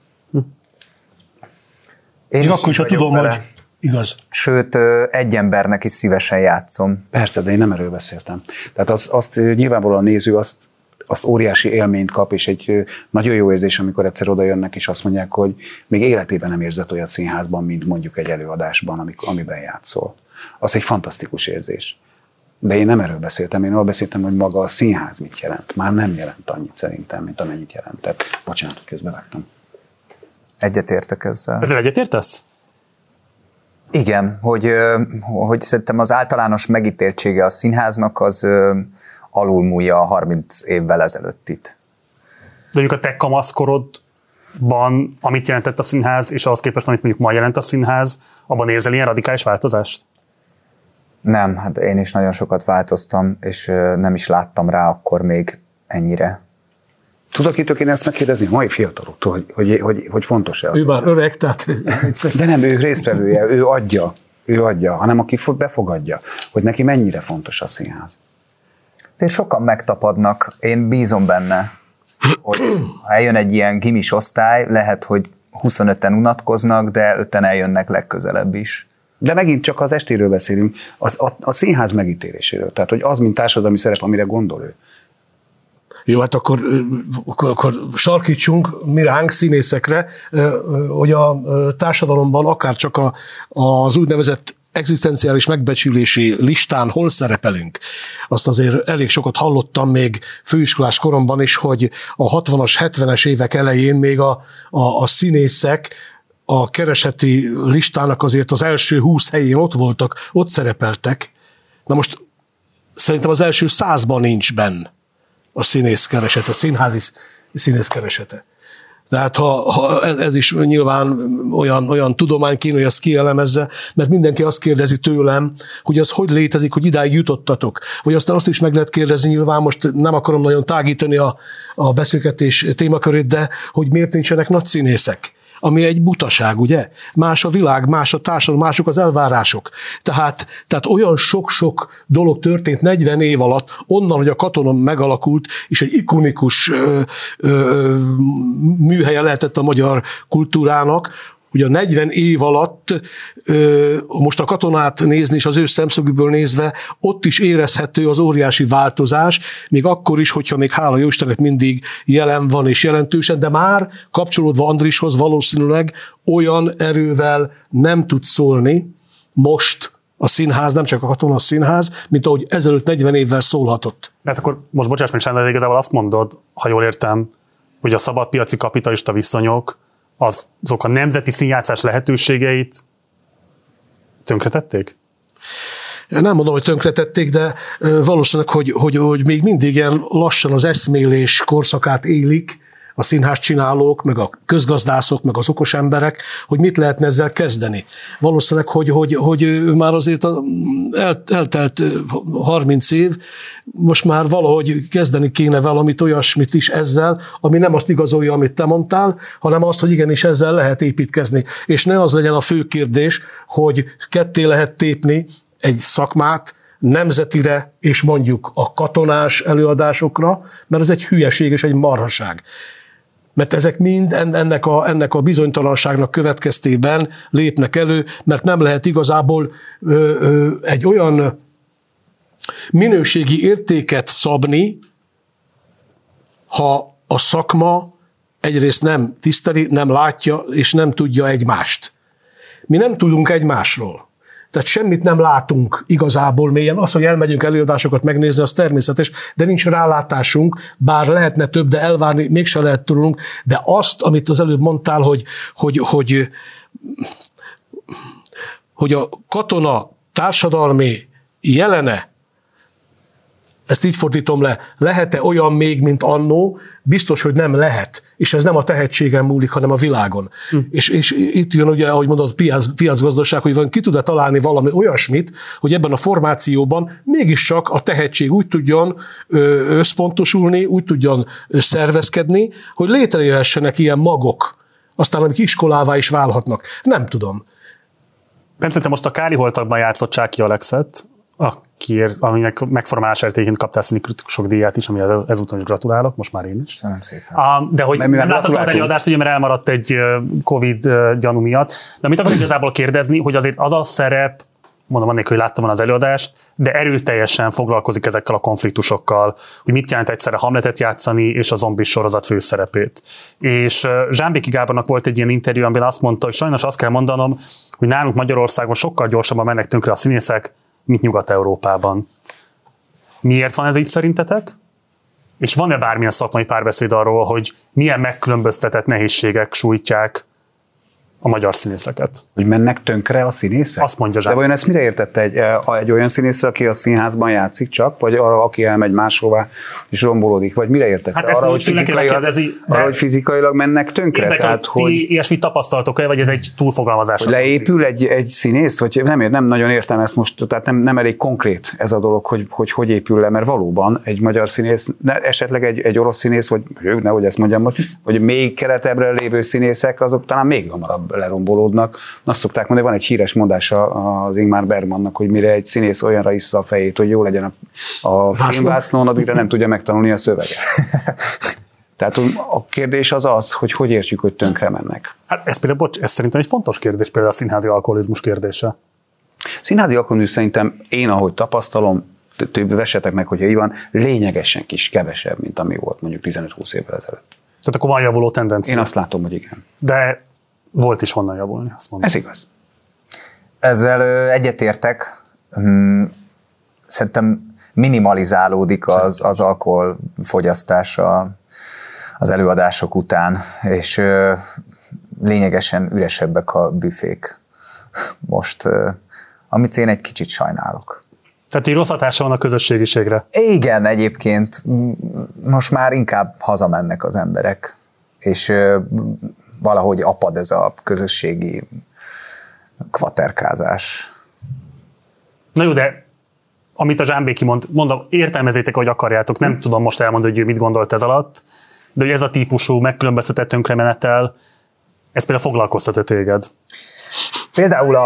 Én akkor is tudom, vele. Hogy igaz. Sőt, egy embernek is szívesen játszom. Persze, de én nem erről beszéltem. Tehát azt nyilvánvalóan a néző azt óriási élményt kap, és egy nagyon jó érzés, amikor egyszer oda jönnek, és azt mondják, hogy még életében nem érzett olyat színházban, mint mondjuk egy előadásban, amiben játszol. Az egy fantasztikus érzés. De én nem erről beszéltem, én arról beszéltem, hogy maga a színház mit jelent. Már nem jelent annyit szerintem, mint amennyit jelentett. Bocsánat, hogy közbevágtam. Egyetértek ezzel. Ezzel egyetértesz? Igen, hogy szerintem az általános megítéltsége a színháznak az alulmúlja a 30 évvel ezelőttit. De mondjuk a te kamaszkorodban, amit jelentett a színház, és ahhoz képest, amit mondjuk ma jelent a színház, abban érzel ilyen radikális változást? Nem, hát én is nagyon sokat változtam, és nem is láttam rá akkor még ennyire. Tudok itt én ezt megkérdezni mai fiataloktól, hogy fontos-e az? Ő már öreg, tehát... De nem, ő résztvevője, ő adja, hanem aki befogadja, hogy neki mennyire fontos a színház. Én sokan megtapadnak, én bízom benne, hogy ha eljön egy ilyen gimis osztály, lehet, hogy 25-en unatkoznak, de 5-en eljönnek legközelebb is. De megint csak az estéről beszélünk, a színház megítéléséről, tehát hogy az, mint társadalmi szerep, amire gondol ő. Jó, hát akkor sarkítsunk mi ránk, színészekre, hogy a társadalomban akár csak az úgynevezett egzisztenciális megbecsülési listán hol szerepelünk. Azt azért elég sokat hallottam még főiskolás koromban is, hogy a 60-as, 70-es évek elején még a színészek a kereseti listának azért az első 20 helyén ott voltak, ott szerepeltek. Na most szerintem az első 100-ban nincs benne a színész keresete, színházi színész keresete. Tehát ha ez is nyilván olyan tudomány kéne, hogy ezt kielemezze, mert mindenki azt kérdezi tőlem, hogy ez hogy létezik, hogy idáig jutottatok. Vagy aztán azt is meg lehet kérdezni, nyilván most nem akarom nagyon tágítani a beszélgetés témakörét, de hogy miért nincsenek nagy színészek? Ami egy butaság, ugye? Más a világ, más a társadalom, mások az elvárások. Tehát olyan sok-sok dolog történt 40 év alatt, onnan, hogy a Katona megalakult, és egy ikonikus műhelye lehetett a magyar kultúrának, hogy a 40 év alatt most a Katonát nézni, és az ő szemszögükből nézve, ott is érezhető az óriási változás, még akkor is, hogyha még hála jó Istennek mindig jelen van és jelentősen, de már kapcsolódva Andrishoz valószínűleg olyan erővel nem tud szólni most a színház, nem csak a Katona Színház, mint ahogy ezelőtt 40 évvel szólhatott. De hát akkor most bocsáss meg, Sándor, igazából azt mondod, ha jól értem, hogy a szabadpiaci kapitalista viszonyok azok a nemzeti színjátszás lehetőségeit tönkretették? Nem mondom, hogy tönkretették, de valószínűleg, hogy még mindig ilyen lassan az eszmélés korszakát élik a színház csinálók, meg a közgazdászok, meg az okos emberek, hogy mit lehetne ezzel kezdeni. Valószínűleg, hogy már azért eltelt 30 év, most már valahogy kezdeni kéne valamit olyasmit is ezzel, ami nem azt igazolja, amit te mondtál, hanem azt, hogy igenis ezzel lehet építkezni. És ne az legyen a fő kérdés, hogy ketté lehet tépni egy szakmát nemzetire, és mondjuk a katonás előadásokra, mert ez egy hülyeség és egy marhaság. Mert ezek mind ennek a bizonytalanságnak következtében lépnek elő, mert nem lehet igazából egy olyan minőségi értéket szabni, ha a szakma egyrészt nem tiszteli, nem látja, és nem tudja egymást. Mi nem tudunk egymásról. Tehát semmit nem látunk igazából mélyen. Az, hogy elmegyünk előadásokat megnézni, az természetes, de nincs rálátásunk, bár lehetne több, de elvárni mégse lehet tőlünk. De azt, amit az előbb mondtál, hogy a Katona társadalmi jelene, ezt így fordítom le, lehet-e olyan még, mint annó? Biztos, hogy nem lehet. És ez nem a tehetségen múlik, hanem a világon. És itt jön, ugye, ahogy mondod, piacgazdaság, hogy van, ki tud-e találni valami olyasmit, hogy ebben a formációban mégiscsak a tehetség úgy tudjon összpontosulni, úgy tudjon szervezkedni, hogy létrejöhessenek ilyen magok, aztán amik iskolává is válhatnak. Nem tudom. Bence, te most a Kári Holtakban játszott Csáki Alexet, aminek megformálására egyébként kaptál színikritikusok díját is, ami ezúton is gratulálok, most már én is. Köszönöm szépen. De hogy nem láttad az előadást, ugye, mert elmaradt egy Covid gyanú miatt. De mit akarok igazából kérdezni, hogy azért az a szerep, mondom annélkül, hogy láttam az előadást, de erőteljesen foglalkozik ezekkel a konfliktusokkal, hogy mit jelent egyszerre Hamletet játszani, és a zombis sorozat főszerepét. És Zsámbéki Gábornak volt egy ilyen interjú, amiben azt mondta, hogy sajnos azt kell mondanom, hogy nálunk Magyarországon sokkal gyorsabban mennek tönkre a színészek, mint Nyugat-Európában. Miért van ez így szerintetek? És van-e bármilyen szakmai párbeszéd arról, hogy milyen megkülönböztetett nehézségek sújtják a magyar színészeket? Hogy mennek tönkre a színészek? Azt mondja Zsák. De vajon ezt mire értette egy olyan színész, aki a színházban játszik csak, vagy arra, aki elmegy máshová és rombolodik, vagy mire értette? Hát arra, hogy fizikailag mennek tönkre? Tehát, hogy ilyesmit tapasztaltok-e, vagy ez egy túlfogalmazás? Hogy leépül egy színész, vagy nem nagyon értem ezt most, tehát nem elég konkrét ez a dolog, hogy épül le, mert valóban egy magyar színész, esetleg egy orosz színész, vagy nehogy ezt mondjam most, vagy még keletebbre lévő színészek, azok talán még hamarabb lerombolódnak. Azt szokták mondani, van egy híres mondása az Ingmar Bergmannak, hogy mire egy színész olyanra issza a fejét, hogy jó legyen a filmvászlón, addigra nem tudja megtanulni a szöveget. Tehát a kérdés az, hogy értjük, hogy tönkre mennek. Hát ez szerintem egy fontos kérdés, például a színházi alkoholizmus kérdése. Színházi alkoholizmus szerintem én, ahogy tapasztalom, vessetek meg, hogyha így van, lényegesen kevesebb, mint ami volt mondjuk 15-20 évvel ezelőtt. Tehát akkor van javuló tendencia. Én azt látom, hogy igen. De volt is honnan javulni, azt mondom. Ez igaz. Ezzel egyetértek. Szerintem minimalizálódik az alkoholfogyasztás az előadások után, és lényegesen üresebbek a büfék most, amit én egy kicsit sajnálok. Tehát így rossz hatása van a közösségiségre. Igen, egyébként most már inkább hazamennek az emberek, és valahogy apad ez a közösségi kvaterkázás. Na jó, de amit a Zsámbéki mond, mondom, értelmezétek, hogy akarjátok, nem tudom most elmondani, hogy ő mit gondolt ez alatt, de hogy ez a típusú megkülönböztetett tönkremenettel, ez például foglalkoztat-e téged? Például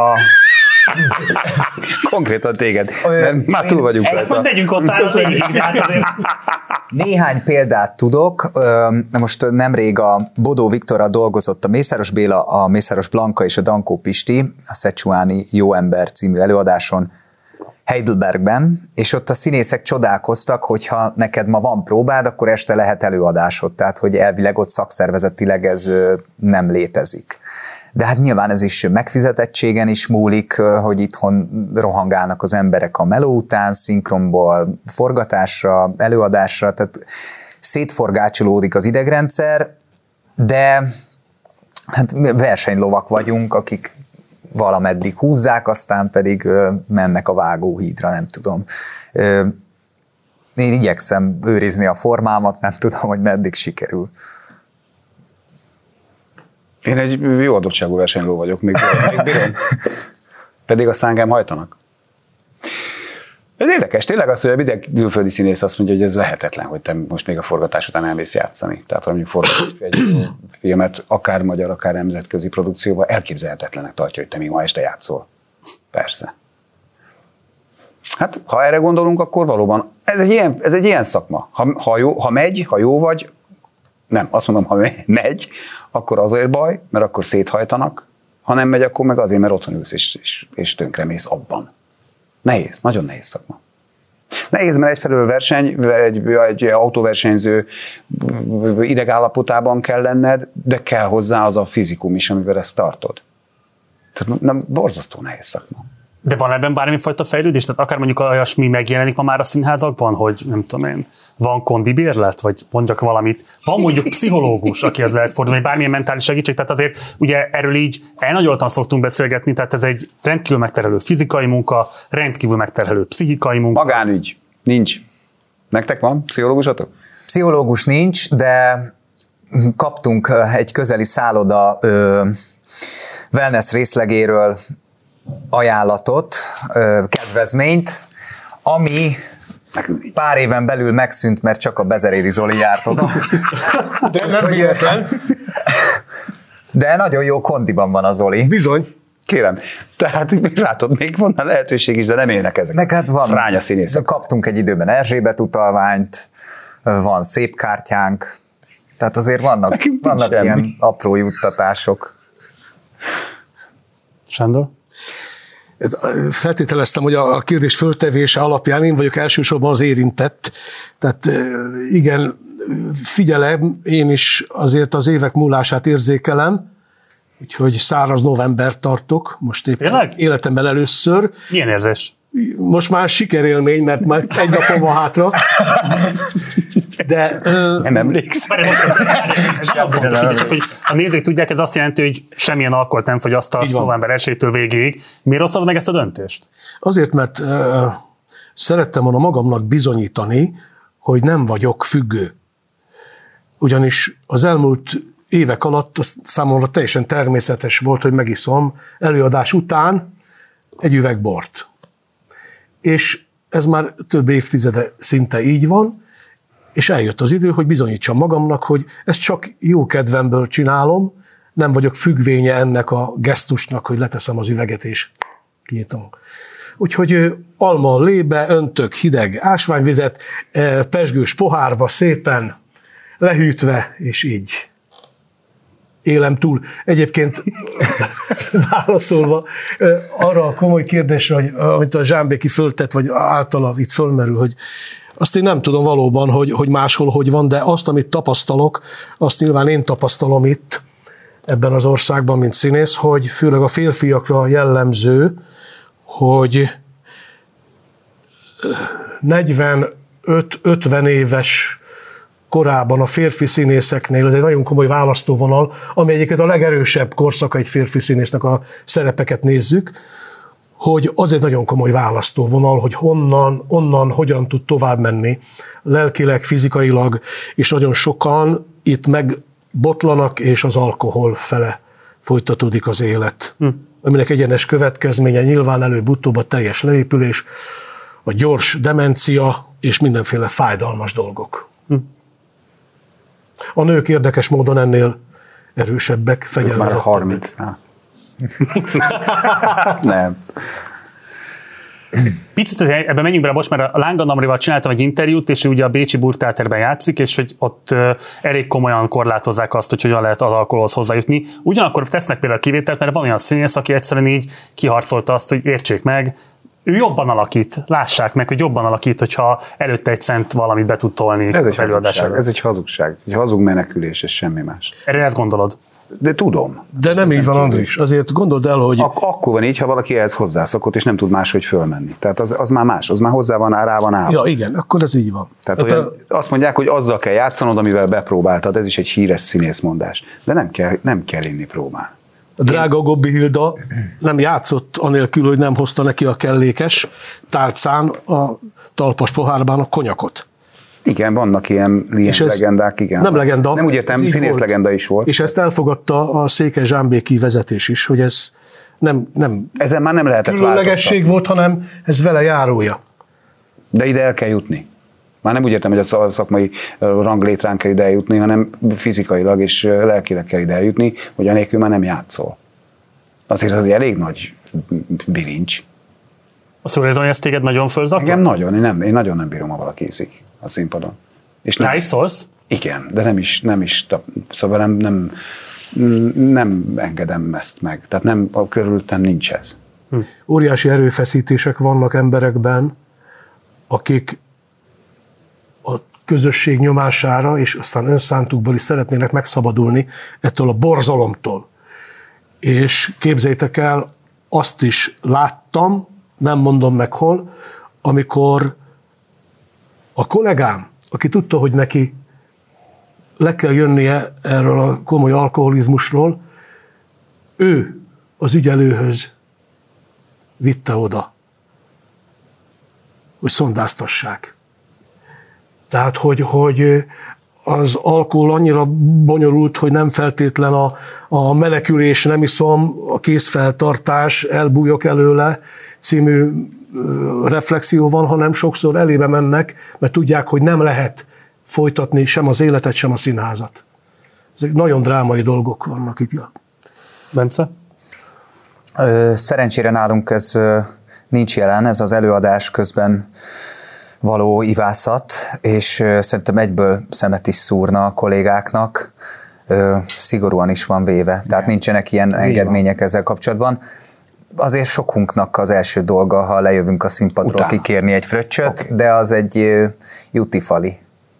Konkrétan téged, mert már túl vagyunk rajta. Megyünk ott végig, de hát azért... Néhány példát tudok. Most nemrég a Bodó Viktorral dolgozott a Mészáros Béla, a Mészáros Blanka és a Dankó Pisti a Szecsuáni Jó ember című előadáson Heidelbergben, és ott a színészek csodálkoztak, hogyha neked ma van próbád, akkor este lehet előadásod, tehát hogy elvileg ott szakszervezetileg ez nem létezik. De hát nyilván ez is megfizetettségen is múlik, hogy itthon rohangálnak az emberek a meló után, szinkronból forgatásra, előadásra, tehát szétforgácsolódik az idegrendszer, de hát versenylovak vagyunk, akik valameddig húzzák, aztán pedig mennek a vágóhídra, nem tudom. Én igyekszem őrizni a formámat, nem tudom, hogy meddig sikerül. Én egy jó adottságú versenyló vagyok, még bírom. Pedig aztán engem hajtanak. Ez érdekes, tényleg az, hogy a minden külföldi színész azt mondja, hogy ez lehetetlen, hogy te most még a forgatás után elmész játszani. Tehát, ha mondjuk forgatsz egy filmet, akár magyar, akár nemzetközi produkcióban, elképzelhetetlenek tartja, hogy te még ma este játszol. Persze. Hát, ha erre gondolunk, akkor valóban ez egy ilyen szakma. Ha jó vagy, nem, azt mondom, ha megy, akkor azért baj, mert akkor széthajtanak, ha nem megy, akkor meg azért, mert otthon ülsz és tönkremész abban. Nehéz, nagyon nehéz szakma. Nehéz, mert egyfelől egy autóversenyző idegállapotában kell lenned, de kell hozzá az a fizikum is, amivel ezt tartod. Tehát nem, borzasztó nehéz szakma. De van ebben bármifajta fejlődés? Tehát akár mondjuk olyasmi megjelenik ma már a színházakban, hogy nem tudom én, van kondibérlet, vagy mondjak valamit. Van mondjuk pszichológus, akihez lehet fordulni, vagy bármilyen mentális segítség. Tehát azért ugye erről így elnagyoltan szoktunk beszélgetni, tehát ez egy rendkívül megterhelő fizikai munka, rendkívül megterhelő pszichikai munka. Magánügy. Nincs. Nektek van pszichológusatok? Pszichológus nincs, de kaptunk egy közeli szálloda wellness részlegéről ajánlatot, kedvezményt, ami pár éven belül megszűnt, mert csak a Bezeréri Zoli járt oda. De nem véletlen. De nagyon jó kondiban van a Zoli. Bizony. Kérem, tehát látod, még van a lehetőség is, de nem élnek ezek. Meg hát van, fránya színészek. Kaptunk egy időben Erzsébet utalványt, van szép kártyánk, tehát azért vannak ilyen apró juttatások. Sándor? Feltételeztem, hogy a kérdés föltevése alapján én vagyok elsősorban az érintett. Tehát igen, figyelem, én is azért az évek múlását érzékelem, úgyhogy száraz novembert tartok, most éppen életemben először. Milyen érzés? Most már sikerélmény, mert már egy napon van hátra. De... nem emlékszem. Csak hogy a nézők tudják, ez azt jelenti, hogy semmilyen alkoholt nem fogyasztasz november 1-től végéig. Miért hoztad meg ezt a döntést? Azért, mert szerettem volna magamnak bizonyítani, hogy nem vagyok függő. Ugyanis az elmúlt évek alatt számomra teljesen természetes volt, hogy megiszom előadás után egy üveg bort. És ez már több évtizede szinte így van, és eljött az idő, hogy bizonyítsam magamnak, hogy ezt csak jó kedvemből csinálom, nem vagyok függvénye ennek a gesztusnak, hogy leteszem az üveget és kinyitom. Úgyhogy alma lébe öntök hideg ásványvizet, pezsgős pohárba szépen lehűtve, és így. élem túl. Egyébként válaszolva arra a komoly kérdésre, hogy, amit a Zsámbéki föltett, vagy általa itt fölmerül, hogy azt én nem tudom valóban, hogy máshol hogy van, de azt, amit tapasztalok, azt nyilván én tapasztalom itt, ebben az országban, mint színész, hogy főleg a férfiakra jellemző, hogy 45-50 éves korában a férfi színészeknél, ez egy nagyon komoly választóvonal, ami egyébként a legerősebb korszaka egy férfi színésznek a szerepeket nézzük, hogy az egy nagyon komoly választóvonal, hogy onnan hogyan tud tovább menni, lelkileg, fizikailag, és nagyon sokan itt megbotlanak, és az alkohol fele folytatódik az élet. Aminek egyenes következménye nyilván előbb-utóbb a teljes leépülés, a gyors demencia, és mindenféle fájdalmas dolgok. A nők érdekes módon ennél erősebbek, fegyelmezettebbek. Már 30-nál. Nem. Picit ebben menjünk bele most, mert a Láng Anna-Marival csináltam egy interjút, és ő ugye a bécsi Burgtheaterben játszik, és hogy ott elég komolyan korlátozzák azt, hogy hogyan lehet az alkoholhoz hozzájutni. Ugyanakkor tesznek például kivételt, mert van olyan színész, aki egyszerűen így kiharcolta azt, hogy értsék meg, ő jobban alakít, lássák meg, hogy jobban alakít, hogyha előtte egy cent valamit be tud tolni az előadására. Ez egy hazugság. Egy hazug menekülés, és semmi más. Erre ezt gondolod? De tudom. De nem így van, Andris. Azért gondold el, hogy... Akkor van így, ha valaki ehhez hozzászokott, és nem tud máshogy fölmenni. Tehát az már más, az már hozzá van, rá van állva. Ja, igen, akkor ez így van. Tehát azt mondják, hogy azzal kell játszanod, amivel bepróbáltad, ez is egy híres színészmondás. De nem kell inni próbálni. A drága Gobbi Hilda nem játszott anélkül, hogy nem hozta neki a kellékes tálcán a talpas pohárban a konyakot. Igen, vannak ilyen legendák, igen. Nem legenda. Nem úgy értem, színész legenda is volt. És ezt elfogadta a Székely Zsámbéki vezetés is, hogy ez nem ezen már nem lehetett különlegesség volt, hanem ez vele járója. De ide el kell jutni. Már nem úgy értem, hogy a szakmai ranglétrán kell ide eljutni, hanem fizikailag és lelkileg kell ide eljutni, hogy anélkül már nem játszol. Azért az elég nagy bilincs. A szóraizom, hogy ez téged nagyon fölzaklat? Igen, nagyon. Én nagyon nem bírom, ha valaki iszik a színpadon. És rá is szólsz? Igen, de nem is szóval nem engedem ezt meg. Tehát körülöttem nincs ez. Óriási erőfeszítések vannak emberekben, akik a közösség nyomására, és aztán önszántukból is szeretnének megszabadulni ettől a borzalomtól. És képzeljétek el, azt is láttam, nem mondom meg hol, amikor a kollégám, aki tudta, hogy neki le kell jönnie erről a komoly alkoholizmusról, ő az ügyelőhöz vitte oda, hogy szondáztassák. Tehát, hogy az alkohol annyira bonyolult, hogy nem feltétlen a menekülés, nem iszom, a kézfeltartás, elbújok előle című reflexió van, hanem sokszor elébe mennek, mert tudják, hogy nem lehet folytatni sem az életet, sem a színházat. Ezek nagyon drámai dolgok vannak itt. Bence? Szerencsére nálunk ez nincs jelen, ez az előadás közben való ivászat, és szerintem egyből szemet is szúrna a kollégáknak, szigorúan is van véve, tehát nincsenek ilyen engedmények ezzel kapcsolatban. Azért sokunknak az első dolga, ha lejövünk a színpadról kikérni egy fröccsöt, de az egy jutifali.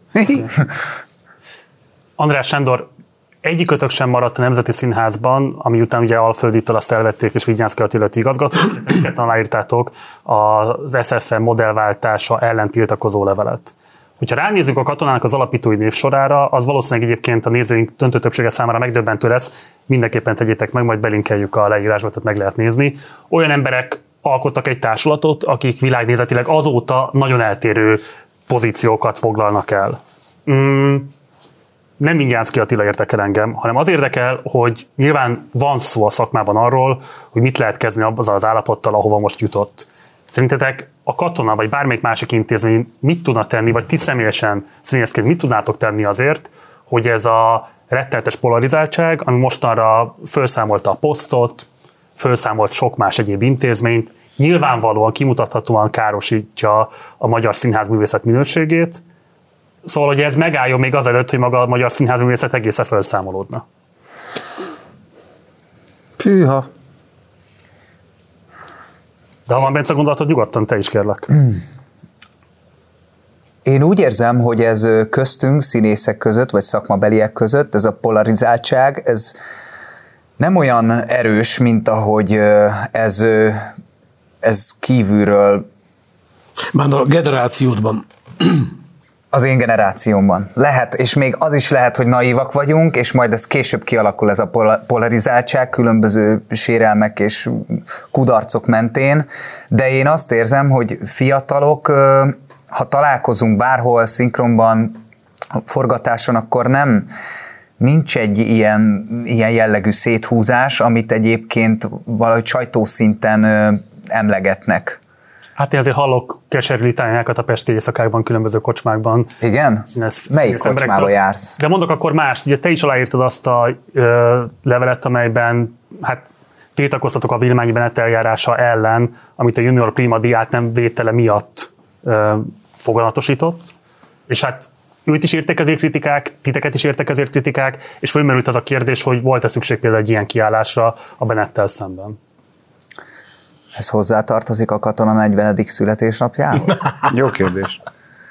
András Sándor, egyikötök sem maradt a Nemzeti Színházban, ami után ugye Alfölditől azt elvették, és Vignyánszky Attila igazgató, és aláírtátok az SFM modellváltása ellen tiltakozó levelet. Hogyha ránézzük a Katonának az alapítói névsorára, az valószínűleg egyébként a nézőink döntő többsége számára megdöbbentő lesz, mindenképpen tegyétek meg, majd belinkeljük a leírásba, tehát meg lehet nézni. Olyan emberek alkottak egy társulatot, akik világnézetileg azóta nagyon eltérő pozíciókat foglalnak el. Nem Vignyánszky Attila érdekel engem, hanem az érdekel, hogy nyilván van szó a szakmában arról, hogy mit lehet kezdeni azzal az állapottal, ahova most jutott. Szerintetek a Katona, vagy bármelyik másik intézmény mit tudna tenni, vagy ti személyesen színészként mit tudnátok tenni azért, hogy ez a rettenetes polarizáltság, ami mostanra felszámolta a Posztot, felszámolt sok más egyéb intézményt, nyilvánvalóan, kimutathatóan károsítja a magyar színházművészet minőségét, szóval, hogy ez megálljon még azelőtt, hogy maga a magyar színházművészet egészen felszámolódna. Fűha. De ha van Bence gondolatod, nyugodtan te is kérlek. Én úgy érzem, hogy ez köztünk, színészek között, vagy szakmabeliek között, ez a polarizáltság, ez nem olyan erős, mint ahogy ez kívülről. Már a generációdban. Az én generációmban. Lehet, és még az is lehet, hogy naívak vagyunk, és majd ez később kialakul ez a polarizáltság különböző sérelmek és kudarcok mentén, de én azt érzem, hogy fiatalok, ha találkozunk bárhol, szinkronban, forgatáson, akkor nincs egy ilyen jellegű széthúzás, amit egyébként valahogy sajtószinten emlegetnek. Hát én azért hallok keserű litániákat a pesti éjszakákban, különböző kocsmákban. Igen? Melyik kocsmába jársz? De mondok akkor mást. Ugye te is aláírtad azt a levelet, amelyben hát tiltakoztatok a Villmányi Benett eljárása ellen, amit a Junior Prima díját nem vétele miatt foganatosított. És hát őt is értek ezért kritikák, titeket is értek ezért kritikák, és fölmerült az a kérdés, hogy volt-e szükség például egy ilyen kiállásra a Benettel szemben. Ez hozzátartozik a katona 40. születésnapjához? Jó kérdés.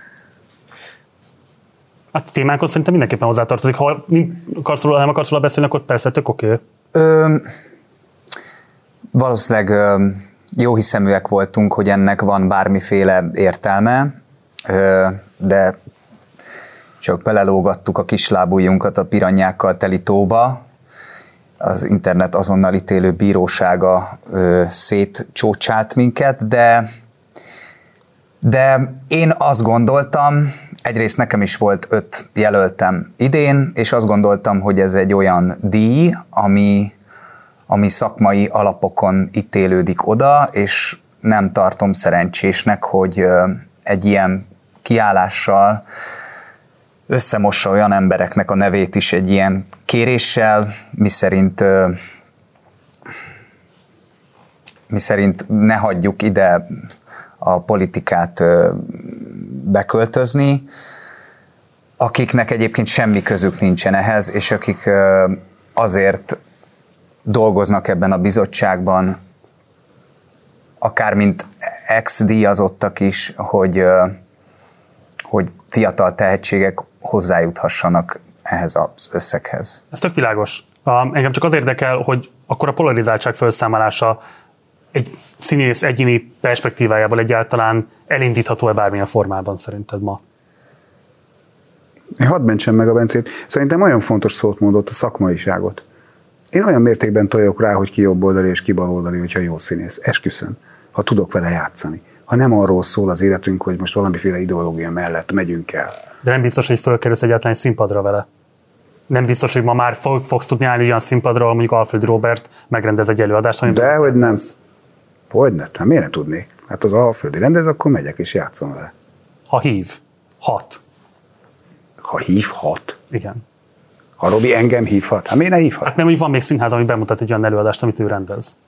Hát témánkhoz szerintem mindenképpen hozzátartozik. Ha nem akarsz róla beszélni, akkor persze tök oké. Valószínűleg jó hiszeműek voltunk, hogy ennek van bármiféle értelme, de csak belelógattuk a kislábujjunkat a piranyákkal teli tóba. Az internet azonnal ítélő bírósága szétcsócsált minket, de én azt gondoltam, egyrészt nekem is volt 5 jelöltem idén, és azt gondoltam, hogy ez egy olyan díj, ami szakmai alapokon ítélődik oda, és nem tartom szerencsésnek, hogy egy ilyen kiállással összemossa olyan embereknek a nevét is egy ilyen kéréssel, miszerint ne hagyjuk ide a politikát beköltözni, akiknek egyébként semmi közük nincsen ehhez, és akik azért dolgoznak ebben a bizottságban, akár mint ex-díjazottak is, hogy fiatal tehetségek hozzájuthassanak ehhez az összeghez. Ez tök világos. Engem csak az érdekel, hogy akkor a polarizáltság felszámolása egy színész egyéni perspektívájából egyáltalán elindítható-e bármilyen formában szerinted ma? Hadd mentsem meg a Bencét. Szerintem olyan fontos szót mondott, a szakmaiságot. Én olyan mértékben tojok rá, hogy ki jobboldali és ki baloldali, hogyha jó színész. Esküszöm, ha tudok vele játszani. Ha nem arról szól az életünk, hogy most valamiféle ideológia mellett megyünk el. De nem biztos, hogy fölkerülsz egyáltalán egy színpadra vele. Nem biztos, hogy ma már fogsz tudni állni olyan színpadra, mondjuk Alföld Robert megrendez egy előadást. Dehogy nem. Hogyne? Hát miért ne tudnék? Hát az Alföldi rendez, akkor megyek és játszom vele. Ha hív. 6. Ha hívhat? Igen. Ha Robi engem hívhat? Hát miért ne hívhat? Hát mert mondjuk van még színház, ami bemutat egy olyan előadást, amit ő rendez.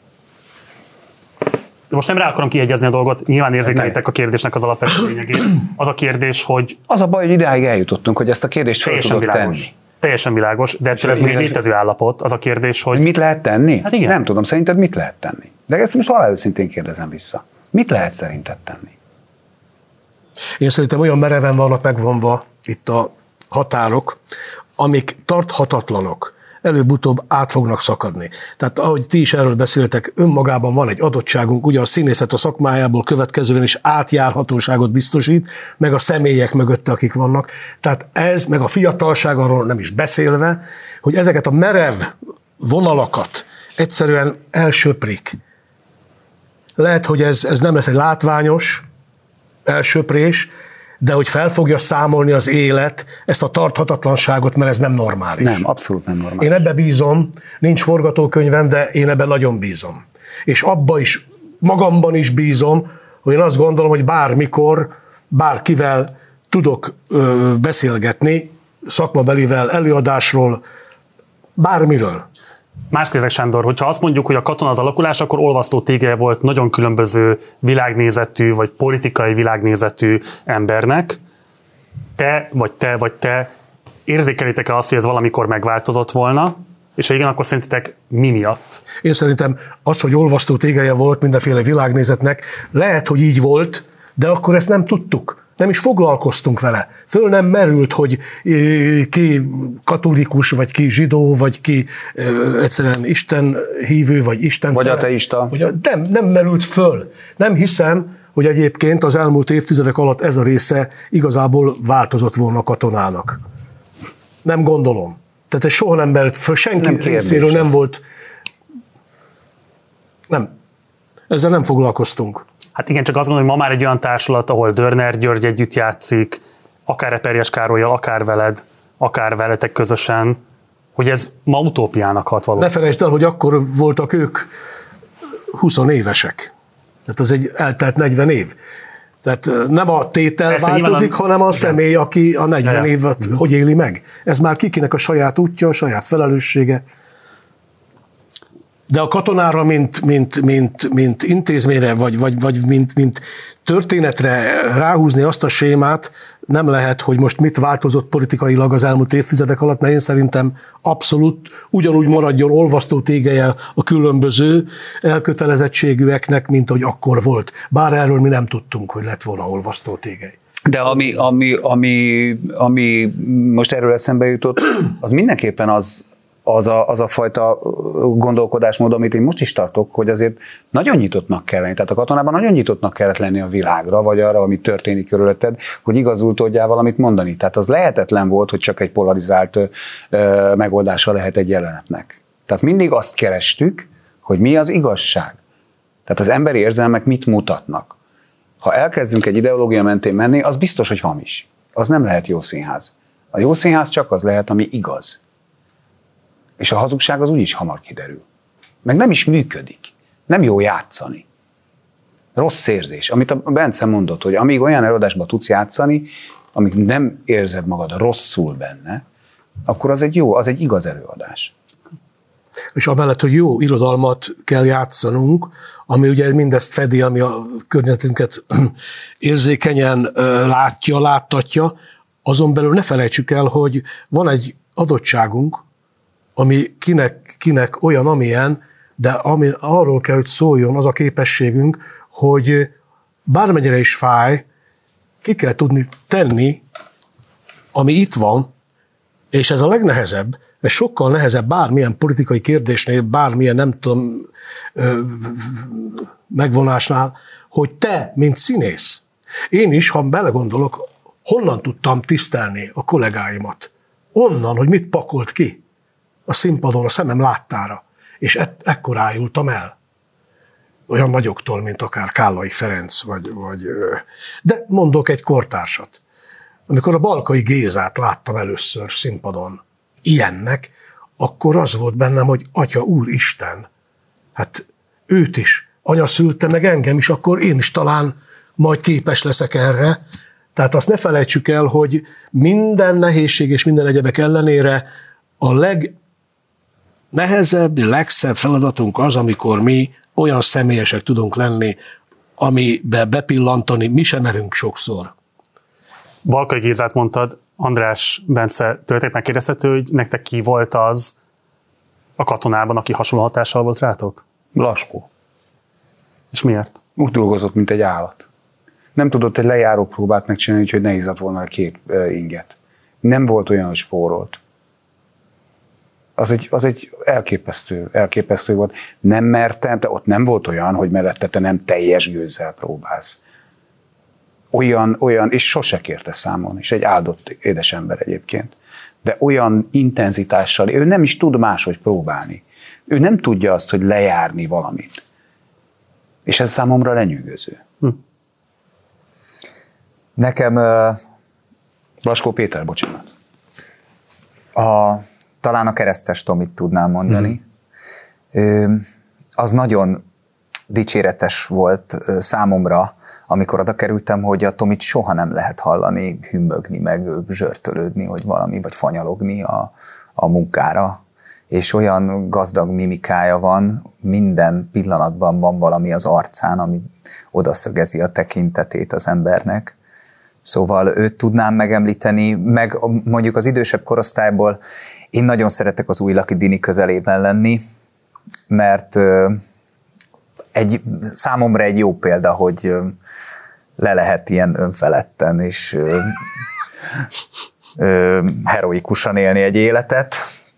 De most nem rá akarom kiegyezni a dolgot, nyilván érzékelitek a kérdésnek az alapvető lényegét. Az a kérdés, hogy... Az a baj, hogy idáig eljutottunk, hogy ezt a kérdést fel tudod tenni. Teljesen világos, de ettől ez még létező állapot. Az a kérdés, hogy... Mit lehet tenni? Hát igen. Nem tudom, szerinted mit lehet tenni? De ezt most halál őszintén kérdezem vissza. Mit lehet szerinted tenni? Én szerintem olyan mereven vannak megvonva itt a határok, amik tarthatatlanok, előbb-utóbb át fognak szakadni. Tehát ahogy ti is erről beszéltek, önmagában van egy adottságunk, ugye a színészet a szakmájából következően is átjárhatóságot biztosít, meg a személyek mögötte, akik vannak. Tehát ez, meg a fiatalság, arról nem is beszélve, hogy ezeket a merev vonalakat egyszerűen elsöprik. Lehet, hogy ez nem lesz egy látványos elsöprés, de hogy fel fogja számolni az élet ezt a tarthatatlanságot, mert ez nem normális. Nem, abszolút nem normális. Én ebbe bízom, nincs forgatókönyvem, de én ebben nagyon bízom. És abba is, magamban is bízom, hogy én azt gondolom, hogy bármikor, bárkivel tudok beszélgetni, szakmabelivel, előadásról, bármiről. Más kérdezek, Sándor, hogyha azt mondjuk, hogy a katona az alakulás, akkor olvasztó tégeje volt nagyon különböző világnézetű, vagy politikai világnézetű embernek. Te érzékelitek-e azt, hogy ez valamikor megváltozott volna, És ha igen, akkor szerintetek mi miatt? Én szerintem az, hogy olvasztó tégelye volt mindenféle világnézetnek, lehet, hogy így volt, de akkor ezt nem tudtuk. Nem is foglalkoztunk vele. Föl nem merült, hogy ki katolikus, vagy ki zsidó, vagy ki egyszerűen Isten hívő, vagy Isten... Vagy ateista. Nem merült föl. Nem hiszem, hogy egyébként az elmúlt évtizedek alatt ez a része igazából változott volna a katonának. Nem gondolom. Tehát ez soha nem merült föl, senki részéről nem volt... Nem. Ezzel nem foglalkoztunk. Hát igen, csak azt gondolom, hogy ma már egy olyan társulat, ahol Dörner György együtt játszik, akár Eperjes Károllyal, akár veled, akár veletek közösen, hogy ez ma utópiának hat valószínűleg. Ne felejtsd el, hogy akkor voltak ők 20 évesek. Tehát az egy eltelt 40 év. Tehát nem a tétel persze, változik, hanem a személy, aki a 40 évet hogy éli meg. Ez már kikinek a saját útja, a saját felelőssége. De a katonára, mint intézményre, vagy mint történetre ráhúzni azt a sémát, nem lehet, hogy most mit változott politikailag az elmúlt évtizedek alatt, mert én szerintem abszolút ugyanúgy maradjon olvasztó tégelye a különböző elkötelezettségűeknek, mint hogy akkor volt. Bár erről mi nem tudtunk, hogy lett volna olvasztó tégely. De ami most erről eszembe jutott, az mindenképpen az a fajta gondolkodásmód, amit én most is tartok, hogy azért nagyon nyitottnak kell lenni. Tehát a katonában nagyon nyitottnak kellett lenni a világra, vagy arra, ami történik körülötted, hogy igazul tudjál valamit mondani. Tehát az lehetetlen volt, hogy csak egy polarizált megoldása lehet egy jelenetnek. Tehát mindig azt kerestük, hogy mi az igazság. Tehát az emberi érzelmek mit mutatnak. Ha elkezdünk egy ideológia mentén menni, az biztos, hogy hamis. Az nem lehet jó színház. A jó színház csak az lehet, ami igaz. És a hazugság az úgyis hamar kiderül. Meg nem is működik. Nem jó játszani. Rossz érzés. Amit a Bence mondott, hogy amíg olyan előadásban tudsz játszani, amíg nem érzed magad rosszul benne, akkor az egy igaz előadás. És amellett, hogy jó irodalmat kell játszanunk, ami ugye mindezt fedi, ami a környezetünket érzékenyen láttatja, azon belül ne felejtsük el, hogy van egy adottságunk, ami kinek olyan, amilyen, de ami arról kell, hogy szóljon az a képességünk, hogy bármennyire is fáj, ki kell tudni tenni, ami itt van, és ez a legnehezebb, mert sokkal nehezebb bármilyen politikai kérdésnél, bármilyen, nem tudom, megvonásnál, hogy te, mint színész, én is, ha belegondolok, honnan tudtam tisztelni a kollégáimat? Onnan, hogy mit pakolt ki a színpadon a szemem láttára, és ekkor ájultam el. Olyan nagyoktól, mint akár Kállai Ferenc, de mondok egy kortársat. Amikor a Balkai Gézát láttam először színpadon ilyennek, akkor az volt bennem, hogy Atya Úristen, hát őt is, anya szülte meg engem is, akkor én is talán majd képes leszek erre. Tehát azt ne felejtsük el, hogy minden nehézség és minden egyebek ellenére a legnehezebb, legszebb feladatunk az, amikor mi olyan személyesek tudunk lenni, amibe bepillantani mi sem merünk sokszor. Balkai Gézát mondtad, András, Bence, tőletek megkérdezhető, hogy nektek ki volt az a katonában, aki hasonló hatással volt rátok? Laskó. És miért? Úgy dolgozott, mint egy állat. Nem tudott egy lejáró próbát megcsinálni, hogy ne izzadt volna a két inget. Nem volt olyan, hogy spórolt. Az egy elképesztő volt. Nem mertem, de ott nem volt olyan, hogy mellette te nem teljes gőzzel próbálsz. Olyan, és sose kérte számon, és egy áldott édesember egyébként. De olyan intenzitással, ő nem is tud máshogy próbálni. Ő nem tudja azt, hogy lejárni valamit. És ez számomra lenyűgöző. Nekem... Laskó Péter, bocsánat. Talán a Keresztes Tomit tudnám mondani. Az nagyon dicséretes volt számomra, amikor oda kerültem, hogy a Tomit soha nem lehet hallani, hümmögni, meg zsörtölődni, hogy valami, vagy fanyalogni a munkára. És olyan gazdag mimikája van, minden pillanatban van valami az arcán, ami odaszögezi a tekintetét az embernek. Szóval őt tudnám megemlíteni, meg mondjuk az idősebb korosztályból én nagyon szeretek az Újlaki Dini közelében lenni, mert számomra egy jó példa, hogy le lehet ilyen önfeledten és heroikusan élni egy életet.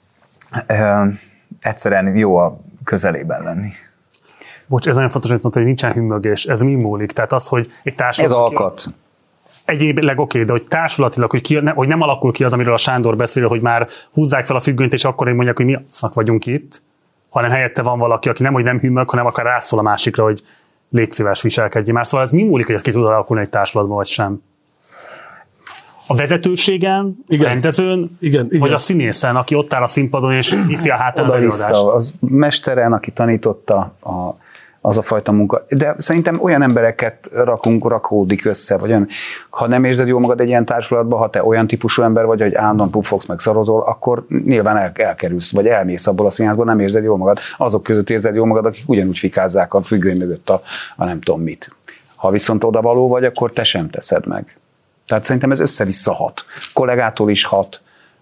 Egyszerűen jó a közelében lenni. Bocs, ez nagyon fontos, hogy mondta, hogy nincsen hümmögés. Ez mi múlik? Tehát az, hogy egy társadalom... Ez alkat. Egyébleg oké, de hogy társulatilag, hogy nem alakul ki az, amiről a Sándor beszél, hogy már húzzák fel a függönyt, és akkor én mondják, hogy mi szak vagyunk itt, hanem helyette van valaki, aki nem, hogy nem hümmög, hanem akár rászól a másikra, hogy légy szíves, viselkedj már. Szóval ez mi múlik, hogy ez ki tud alakulni egy társulatban, vagy sem? A vezetőségen, igen. A rendezőn, igen. Vagy a színészen, aki ott áll a színpadon, és viszi a hátán az előadást? Az mesteren, aki tanította az a fajta munka. De szerintem olyan embereket rakódik össze, vagy olyan, ha nem érzed jól magad egy ilyen társulatban, ha te olyan típusú ember vagy, hogy állandóan puffogsz meg szarozol, akkor nyilván elkerülsz, vagy elmész abból a színházból, nem érzed jól magad. Azok között érzed jól magad, akik ugyanúgy fikázzák a függöny mögött a nem tudom mit. Ha viszont odavaló vagy, akkor te sem teszed meg. Tehát szerintem ez össze-vissza hat. Kollégától is hat.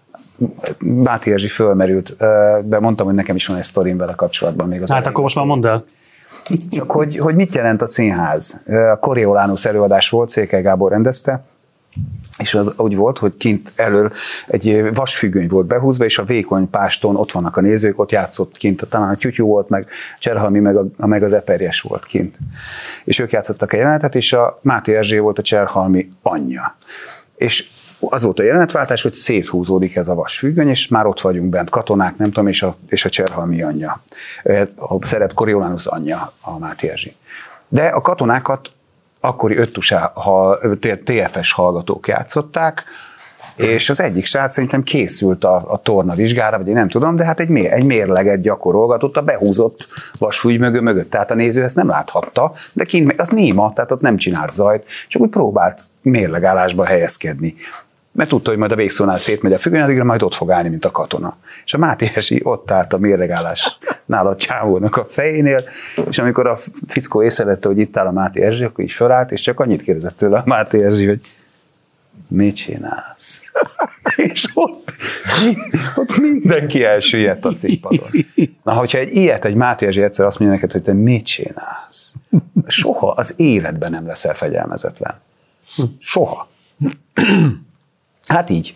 Máté Erzsi fölmerült, de mondtam, hogy nekem is van egy sztorim vele kapcsolatban. Még az hát akkor most már mondd el. Csak hogy mit jelent a színház? A Coriolanus előadás volt, Székely Gábor rendezte, és az úgy volt, hogy kint elől egy vasfüggöny volt behúzva, és a vékony páston ott vannak a nézők, ott játszott kint, talán a Tyutyú volt, meg Cserhalmi, meg az Eperjes volt kint. És ők játszottak egy jelenetet, és a Máté Erzsé volt a Cserhalmi anyja. És az volt a jelenetváltás, hogy széthúzódik ez a vasfüggöny, és már ott vagyunk bent, katonák, nem tudom, és a Cserhalmi anyja. A szerep Coriolanus anyja, a Máté Erzsé. De a katonákat akkori TFS hallgatók játszották, és az egyik srác szerintem készült a torna vizsgára, vagy én nem tudom, de hát egy mérleget gyakorolgatott a behúzott vasfüggöny mögött. Tehát a néző ezt nem láthatta, de kint az néma, tehát ott nem csinált zajt, csak úgy próbált mérlegállásba helyezkedni. Mert tudta, hogy majd a végszónál szétmegy a függöny, addigra majd ott fog állni, mint a katona. És a Máté Erzsi ott állt a mérlegállásnál a csávónak a fejénél, és amikor a fickó észrevette, hogy itt áll a Máté Erzsi, akkor így felállt, és csak annyit kérdezett tőle a Máté Erzsi, hogy mit csinálsz? És ott mindenki elsüllyedt a színpadon. Na, hogyha egy Máté Erzsi egyszer azt mondja neked, hogy te mit csinálsz? Soha az életben nem leszel fegyelmezetlen. Soha. Hát így.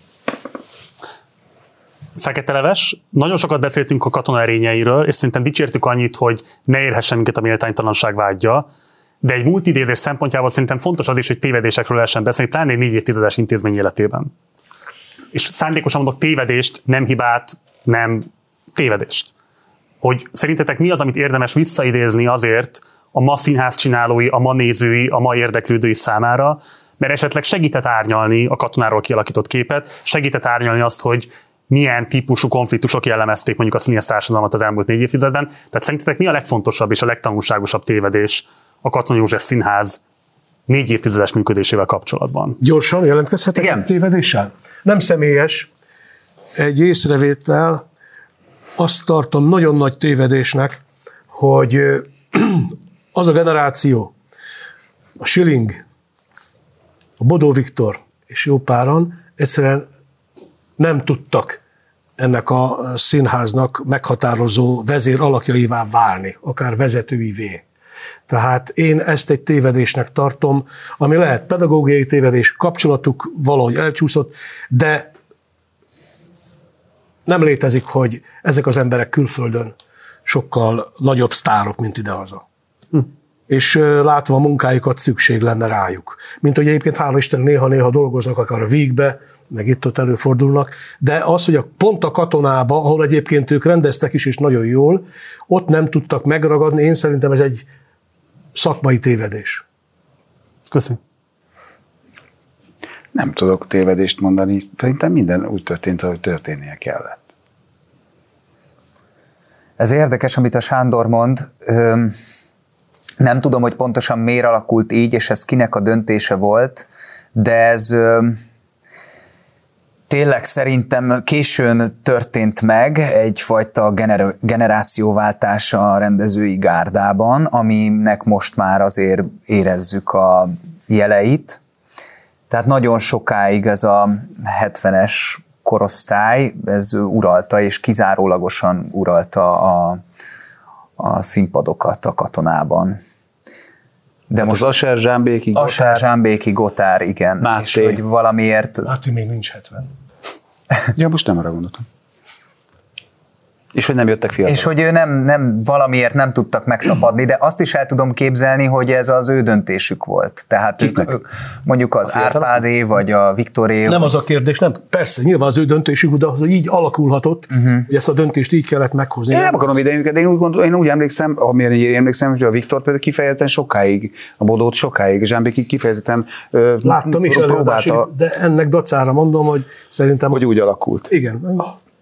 Fekete Leves. Nagyon sokat beszéltünk a katona erényeiről, és szerintem dicsértük annyit, hogy ne érhessen minket a méltánytalanság vágya, de egy multidézés szempontjából szerintem fontos az is, hogy tévedésekről lehessen beszélni, pláne egy 4 évtizedes intézmény életében. És szándékosan mondok tévedést, nem hibát, nem tévedést. Hogy szerintetek mi az, amit érdemes visszaidézni azért a ma színház csinálói, a ma nézői, a ma érdeklődői számára, mert esetleg segített árnyalni a katonáról kialakított képet, segített árnyalni azt, hogy milyen típusú konfliktusok jellemezték mondjuk a színész társadalmat az elmúlt 4 évtizedben. Tehát szerintetek mi a legfontosabb és a legtanulságosabb tévedés a Katona József Színház 4 évtizedes működésével kapcsolatban? Gyorsan jelentkezhetek egy tévedéssel? Nem személyes, egy észrevétel. Azt tartom nagyon nagy tévedésnek, hogy az a generáció, a Schilling, a Bodó Viktor és jó páran egyszerűen nem tudtak ennek a színháznak meghatározó vezér alakjaivá válni, akár vezetőivé. Tehát én ezt egy tévedésnek tartom, ami lehet pedagógiai tévedés, kapcsolatuk valahogy elcsúszott, de nem létezik, hogy ezek az emberek külföldön sokkal nagyobb sztárok, mint idehaza. És látva a munkájukat szükség lenne rájuk. Mint hogy egyébként hála Isten néha-néha dolgoznak akár a Vígbe, meg itt-ott előfordulnak, de az, hogy pont a Katonába, ahol egyébként ők rendeztek is, és nagyon jól, ott nem tudtak megragadni, én szerintem ez egy szakmai tévedés. Köszönöm. Nem tudok tévedést mondani, szerintem minden úgy történt, ahogy történnie kellett. Ez érdekes, amit a Sándor mond. Nem tudom, hogy pontosan miért alakult így, és ez kinek a döntése volt, de ez tényleg szerintem későn történt meg egyfajta generációváltás a rendezői gárdában, aminek most már azért érezzük a jeleit. Tehát nagyon sokáig ez a 70-es korosztály, ez uralta, és kizárólagosan uralta a színpadokat a Katonában. De most az Asser, Zsámbéki, Gotár. Asser, Zsámbéki, Gotár, igen. Máté. És hogy valamiért... Máté még nincs 70. Ja, most nem arra gondoltam. És hogy nem jöttek fiatalok. És hogy ő nem valamiért nem tudtak megtapadni, de azt is el tudom képzelni, hogy ez az ő döntésük volt. Tehát ők, mondjuk az Árpádé, vagy a Viktoré. Nem az a kérdés, nem. Persze, nyilván az ő döntésük, de az így alakulhatott, hogy ezt a döntést így kellett meghozni. Én nem akarom idejünket, de én úgy emlékszem, amire én emlékszem, hogy a Viktor például kifejezetten sokáig, a Bodót sokáig, Zsámbéki kifejezetten láttam is próbálta. De ennek dacára mondom, hogy szerintem... Hogy úgy alakult. Igen.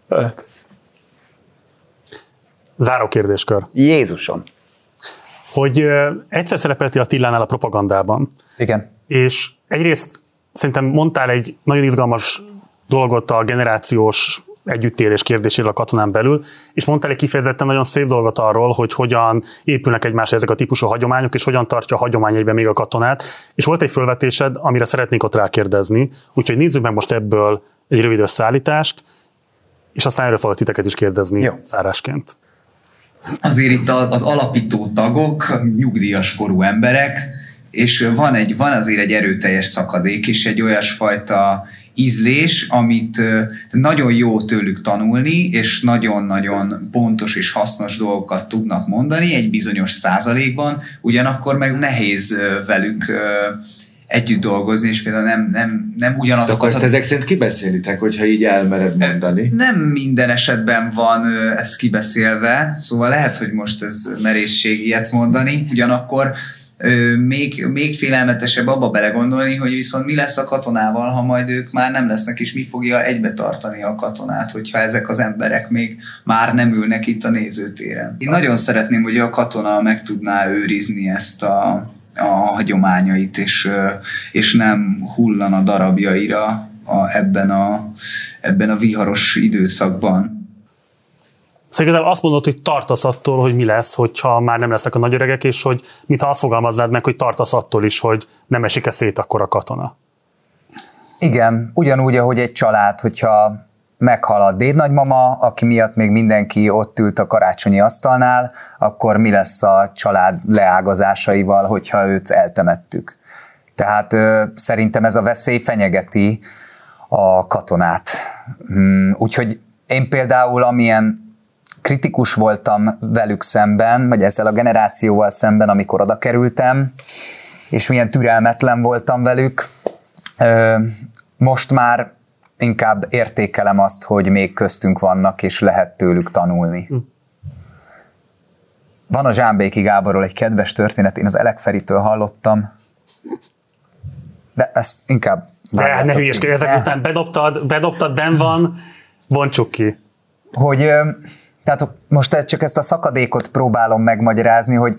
Záró kérdéskör. Jézusom. Hogy egyszer szerepeltél Attilánál a propagandában. Igen. És egyrészt szerintem mondtál egy nagyon izgalmas dolgot a generációs együttélés kérdéséről a katonán belül, és mondtál egy kifejezetten nagyon szép dolgot arról, hogy hogyan épülnek egymásra ezek a típusú hagyományok, és hogyan tartja a hagyomány egyben még a katonát. És volt egy fölvetésed, amire szeretnék ott rákérdezni, úgyhogy nézzük meg most ebből egy rövid összeállítást, és aztán erről fogok titeket is kérdezni zárásként. Azért itt az alapító tagok, nyugdíjas korú emberek, és van azért egy erőteljes szakadék, és egy olyasfajta ízlés, amit nagyon jó tőlük tanulni, és nagyon-nagyon pontos és hasznos dolgokat tudnak mondani egy bizonyos százalékban, ugyanakkor meg nehéz velük együtt dolgozni, és például nem ugyanazokat... Akkor ezt ezek szerint kibeszélitek, hogyha így elmered mondani? Nem minden esetben van ez kibeszélve, szóval lehet, hogy most ez merészség ilyet mondani, ugyanakkor még félelmetesebb abba belegondolni, hogy viszont mi lesz a katonával, ha majd ők már nem lesznek, és mi fogja egybe tartani a katonát, hogyha ezek az emberek még már nem ülnek itt a nézőtéren. Én nagyon szeretném, hogy a katona meg tudná őrizni ezt a hagyományait, és nem hullana darabjaira ebben a viharos időszakban. Szóval azt mondod, hogy tartasz attól, hogy mi lesz, hogyha már nem lesznek a nagyöregek, és hogy mintha azt fogalmaznád meg, hogy tartasz attól is, hogy nem esik-e szét akkor a katona. Igen, ugyanúgy, ahogy egy család, hogyha meghal a dédnagymama, aki miatt még mindenki ott ült a karácsonyi asztalnál, akkor mi lesz a család leágazásaival, hogyha őt eltemettük. Tehát szerintem ez a veszély fenyegeti a katonát. Úgyhogy én például amilyen kritikus voltam velük szemben, vagy ezzel a generációval szemben, amikor oda kerültem, és milyen türelmetlen voltam velük, most már inkább értékelem azt, hogy még köztünk vannak, és lehet tőlük tanulni. Van a Zsámbéki Gáborról egy kedves történet, én az Elek Feritől hallottam, de ezt inkább... De ne hülyeskedj, ezek után bedobtad, benn van, bontsuk ki. Hogy, tehát most csak ezt a szakadékot próbálom megmagyarázni, hogy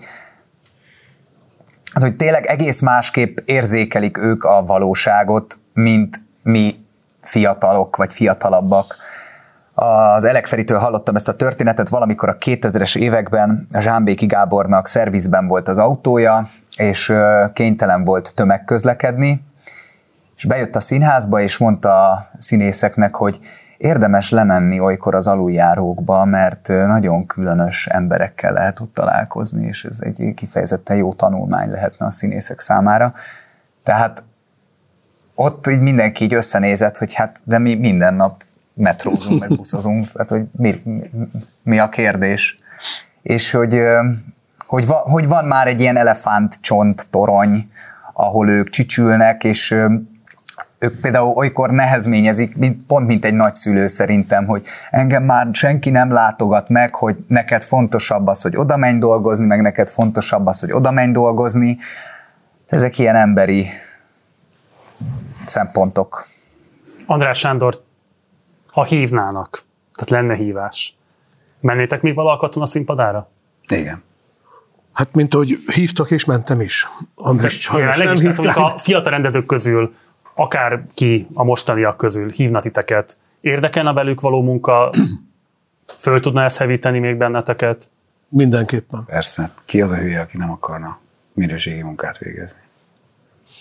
tényleg egész másképp érzékelik ők a valóságot, mint mi fiatalok, vagy fiatalabbak. Az Elek Feritől hallottam ezt a történetet, valamikor a 2000-es években a Zsámbéki Gábornak szervizben volt az autója, és kénytelen volt tömegközlekedni, és bejött a színházba, és mondta a színészeknek, hogy érdemes lemenni olykor az aluljárókba, mert nagyon különös emberekkel lehet ott találkozni, és ez egy kifejezetten jó tanulmány lehetne a színészek számára. Tehát ott így mindenki így összenézett, hogy hát, de mi minden nap metrózunk, meg buszozunk, tehát hogy mi a kérdés. És hogy van már egy ilyen elefántcsont torony, ahol ők csücsülnek, és ők például olykor nehezményezik, pont mint egy nagyszülő szerintem, hogy engem már senki nem látogat meg, hogy neked fontosabb az, hogy oda menj dolgozni, meg neked fontosabb az, hogy oda menj dolgozni. Ezek ilyen emberi szempontok. András Sándor, ha hívnának, tehát lenne hívás, mennétek még vala a katona színpadára? Igen. Hát, mint ahogy hívtak, és mentem is. András sajnos nem hívták. A fiatal rendezők közül, akár ki a mostaniak közül hívna titeket, érdekelne velük való munka, föl tudna ezt hevíteni még benneteket? Mindenképpen. Persze. Ki az a hülye, aki nem akarna minőségi munkát végezni?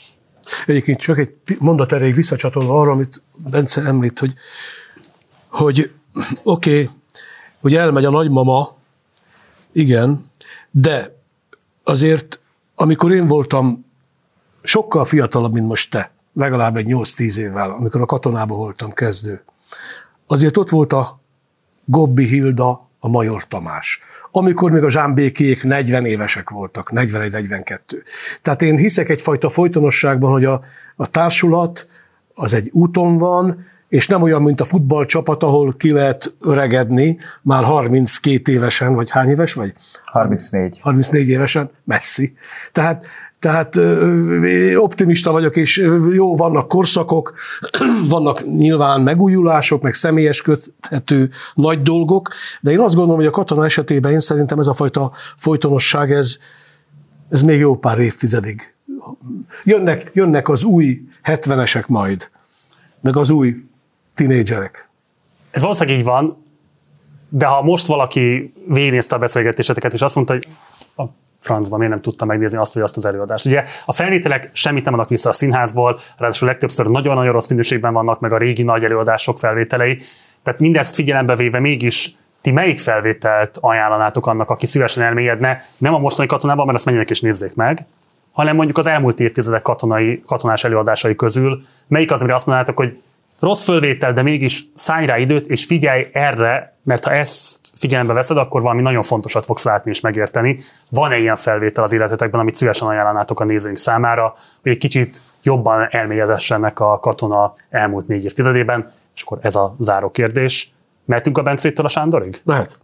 Egyébként csak egy mondat erejéig visszacsatolva arra, amit Bence említ, hogy oké, hogy elmegy a nagymama, igen, de azért, amikor én voltam sokkal fiatalabb, mint most te, legalább egy 8-10 évvel, amikor a katonában voltam kezdő, azért ott volt a Gobbi Hilda, a Major Tamás, amikor még a Zsámbékiék 40 évesek voltak, 41-42. Tehát én hiszek egyfajta folytonosságban, hogy a társulat az egy úton van, és nem olyan, mint a futballcsapat, ahol ki lehet öregedni, már 32 évesen, vagy hány éves vagy? 34. 34 évesen, messzi. Tehát optimista vagyok, és jó, vannak korszakok, vannak nyilván megújulások, meg személyes köthető nagy dolgok, de én azt gondolom, hogy a katona esetében én szerintem ez a fajta folytonosság, ez még jó pár évtizedig. Jönnek az új 70-esek majd, meg az új tinédzserek. Ez valószínűleg így van, de ha most valaki végignézte a beszélgetéseteket, és azt mondta, hogy a francban miért nem tudta megnézni azt vagy azt az előadást. Ugye a felvételek semmit nem adnak vissza a színházból, ráadásul legtöbbször nagyon-nagyon rossz minőségben vannak, meg a régi nagy előadások felvételei. Tehát mindezt figyelembe véve mégis ti melyik felvételt ajánlanátok annak, aki szívesen elmélyedne, nem a mostani katonában, mert azt menjenek és nézzék meg, hanem mondjuk az elmúlt évtizedek katonás előadásai közül, melyik az, amire azt mondanátok, hogy rossz fölvétel, de mégis szállj rá időt, és figyelj erre, mert ha ezt figyelembe veszed, akkor valami nagyon fontosat fogsz látni és megérteni. Van-e ilyen felvétel az életetekben, amit szívesen ajánlanátok a nézőink számára, hogy egy kicsit jobban elmélyedessenek a katona elmúlt 4 évtizedében? És akkor ez a záró kérdés. Mehetünk a Bencétől a Sándorig? Lehet.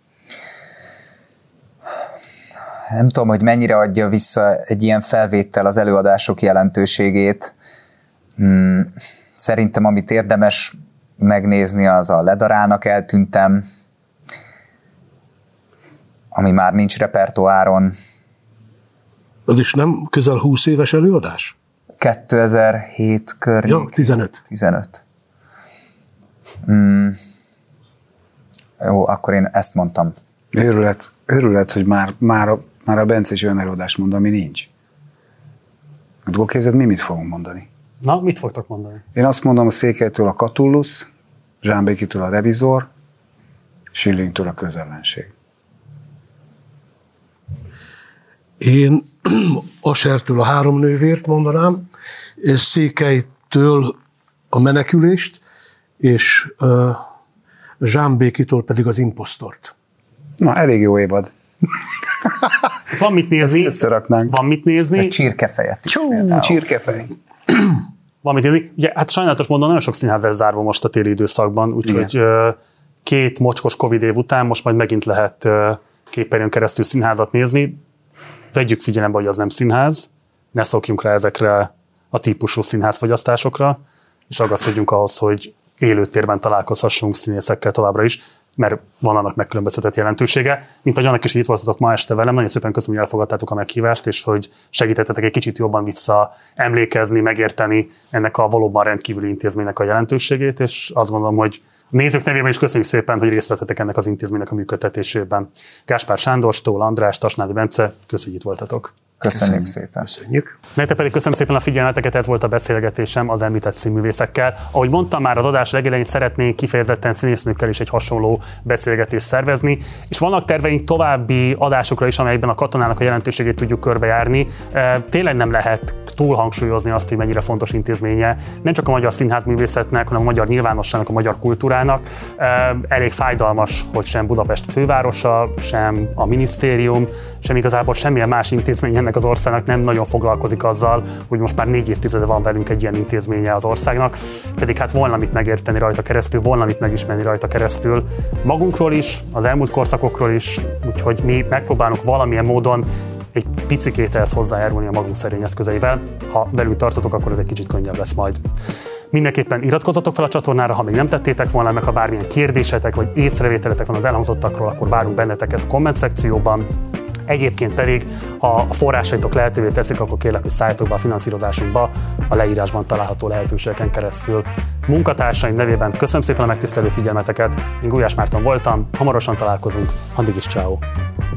Nem tudom, hogy mennyire adja vissza egy ilyen felvétel az előadások jelentőségét. Szerintem, amit érdemes megnézni, az a Ledarálnak eltűntem, ami már nincs repertoáron. Az is nem közel 20 éves előadás? 2007 környék. Jó, 15. 15. Jó, akkor én ezt mondtam. Őrület, hogy már a Bence is olyan előadást mond, ami nincs. Akkor képzeld, mi mit fogunk mondani? Na, mit fogtok mondani? Én azt mondom, a Székelytől a Catullus, Zsámbékitől a Revizor, Schillingtől a Közellenség. Én Asertől a 3 nővért mondanám, és Székelytől a Menekülést, és Zsámbékitől pedig az Imposztort. Na, elég jó évad. Van mit nézni. Összeraknánk. Van mit nézni. A Csirkefejet is. Csirkefej. Van mit nézni. Ugye, hát sajnálatos módon nagyon sok színház lesz zárva most a téli időszakban, úgyhogy 2 mocskos Covid év után most majd megint lehet képernyőn keresztül színházat nézni. Vegyük figyelembe, hogy az nem színház, ne szokjunk rá ezekre a típusú színházfogyasztásokra, és ragaszkodjunk ahhoz, hogy élőtérben találkozhassunk színészekkel továbbra is, mert van annak megkülönböztetett jelentősége. Mint ahogy annak is itt voltatok ma este velem, nagyon szépen köszönöm, hogy elfogadtátok a meghívást, és hogy segítettetek egy kicsit jobban vissza emlékezni, megérteni ennek a valóban rendkívüli intézménynek a jelentőségét, és azt gondolom, hogy a nézők nevében is köszönjük szépen, hogy részt vettetek ennek az intézménynek a működtetésében. Gáspár Sándor, Stól András, Tasnádi Bence, köszönjük, hogy itt voltatok. Köszönjük szépen. Köszönjük. Nektek pedig köszönöm szépen a figyelmeteket, ez volt a beszélgetésem az említett színművészekkel. Ahogy mondtam már az adás legelején, szeretnénk kifejezetten színésznőkkel is egy hasonló beszélgetést szervezni, és vannak terveink további adásokra is, amelyekben a katonának a jelentőségét tudjuk körbejárni. Tényleg nem lehet túl hangsúlyozni azt, hogy mennyire fontos intézménye nem csak a magyar színházművészetnek, hanem a magyar nyilvánosságnak, a magyar kultúrának. Elég fájdalmas, hogy sem Budapest fővárosa, sem a minisztérium, sem igazából semmilyen más intézmény ennek az országnak nem nagyon foglalkozik azzal, hogy most már 4 évtizede van velünk egy ilyen intézménye az országnak, pedig hát volna mit megérteni rajta keresztül, volna mit megismerni rajta keresztül magunkról is, az elmúlt korszakokról is, úgyhogy mi megpróbálunk valamilyen módon egy picikét ehhez hozzájárulni a magunk szerény eszközeivel. Ha velünk tartotok, akkor ez egy kicsit könnyebb lesz majd. Mindenképpen iratkozzatok fel a csatornára, ha még nem tettétek volna, meg ha bármilyen kérdésetek vagy észrevételetek van az elhangzottakról, akkor várunk benneteket a komment szekcióban. Egyébként pedig, ha a forrásaitok lehetővé teszik, akkor kérlek, hogy szálljatok be a finanszírozásunkba a leírásban található lehetőségeken keresztül. Munkatársaim nevében köszönöm szépen a megtisztelő figyelmeteket, én Gulyás Márton voltam, hamarosan találkozunk, addig is ciao.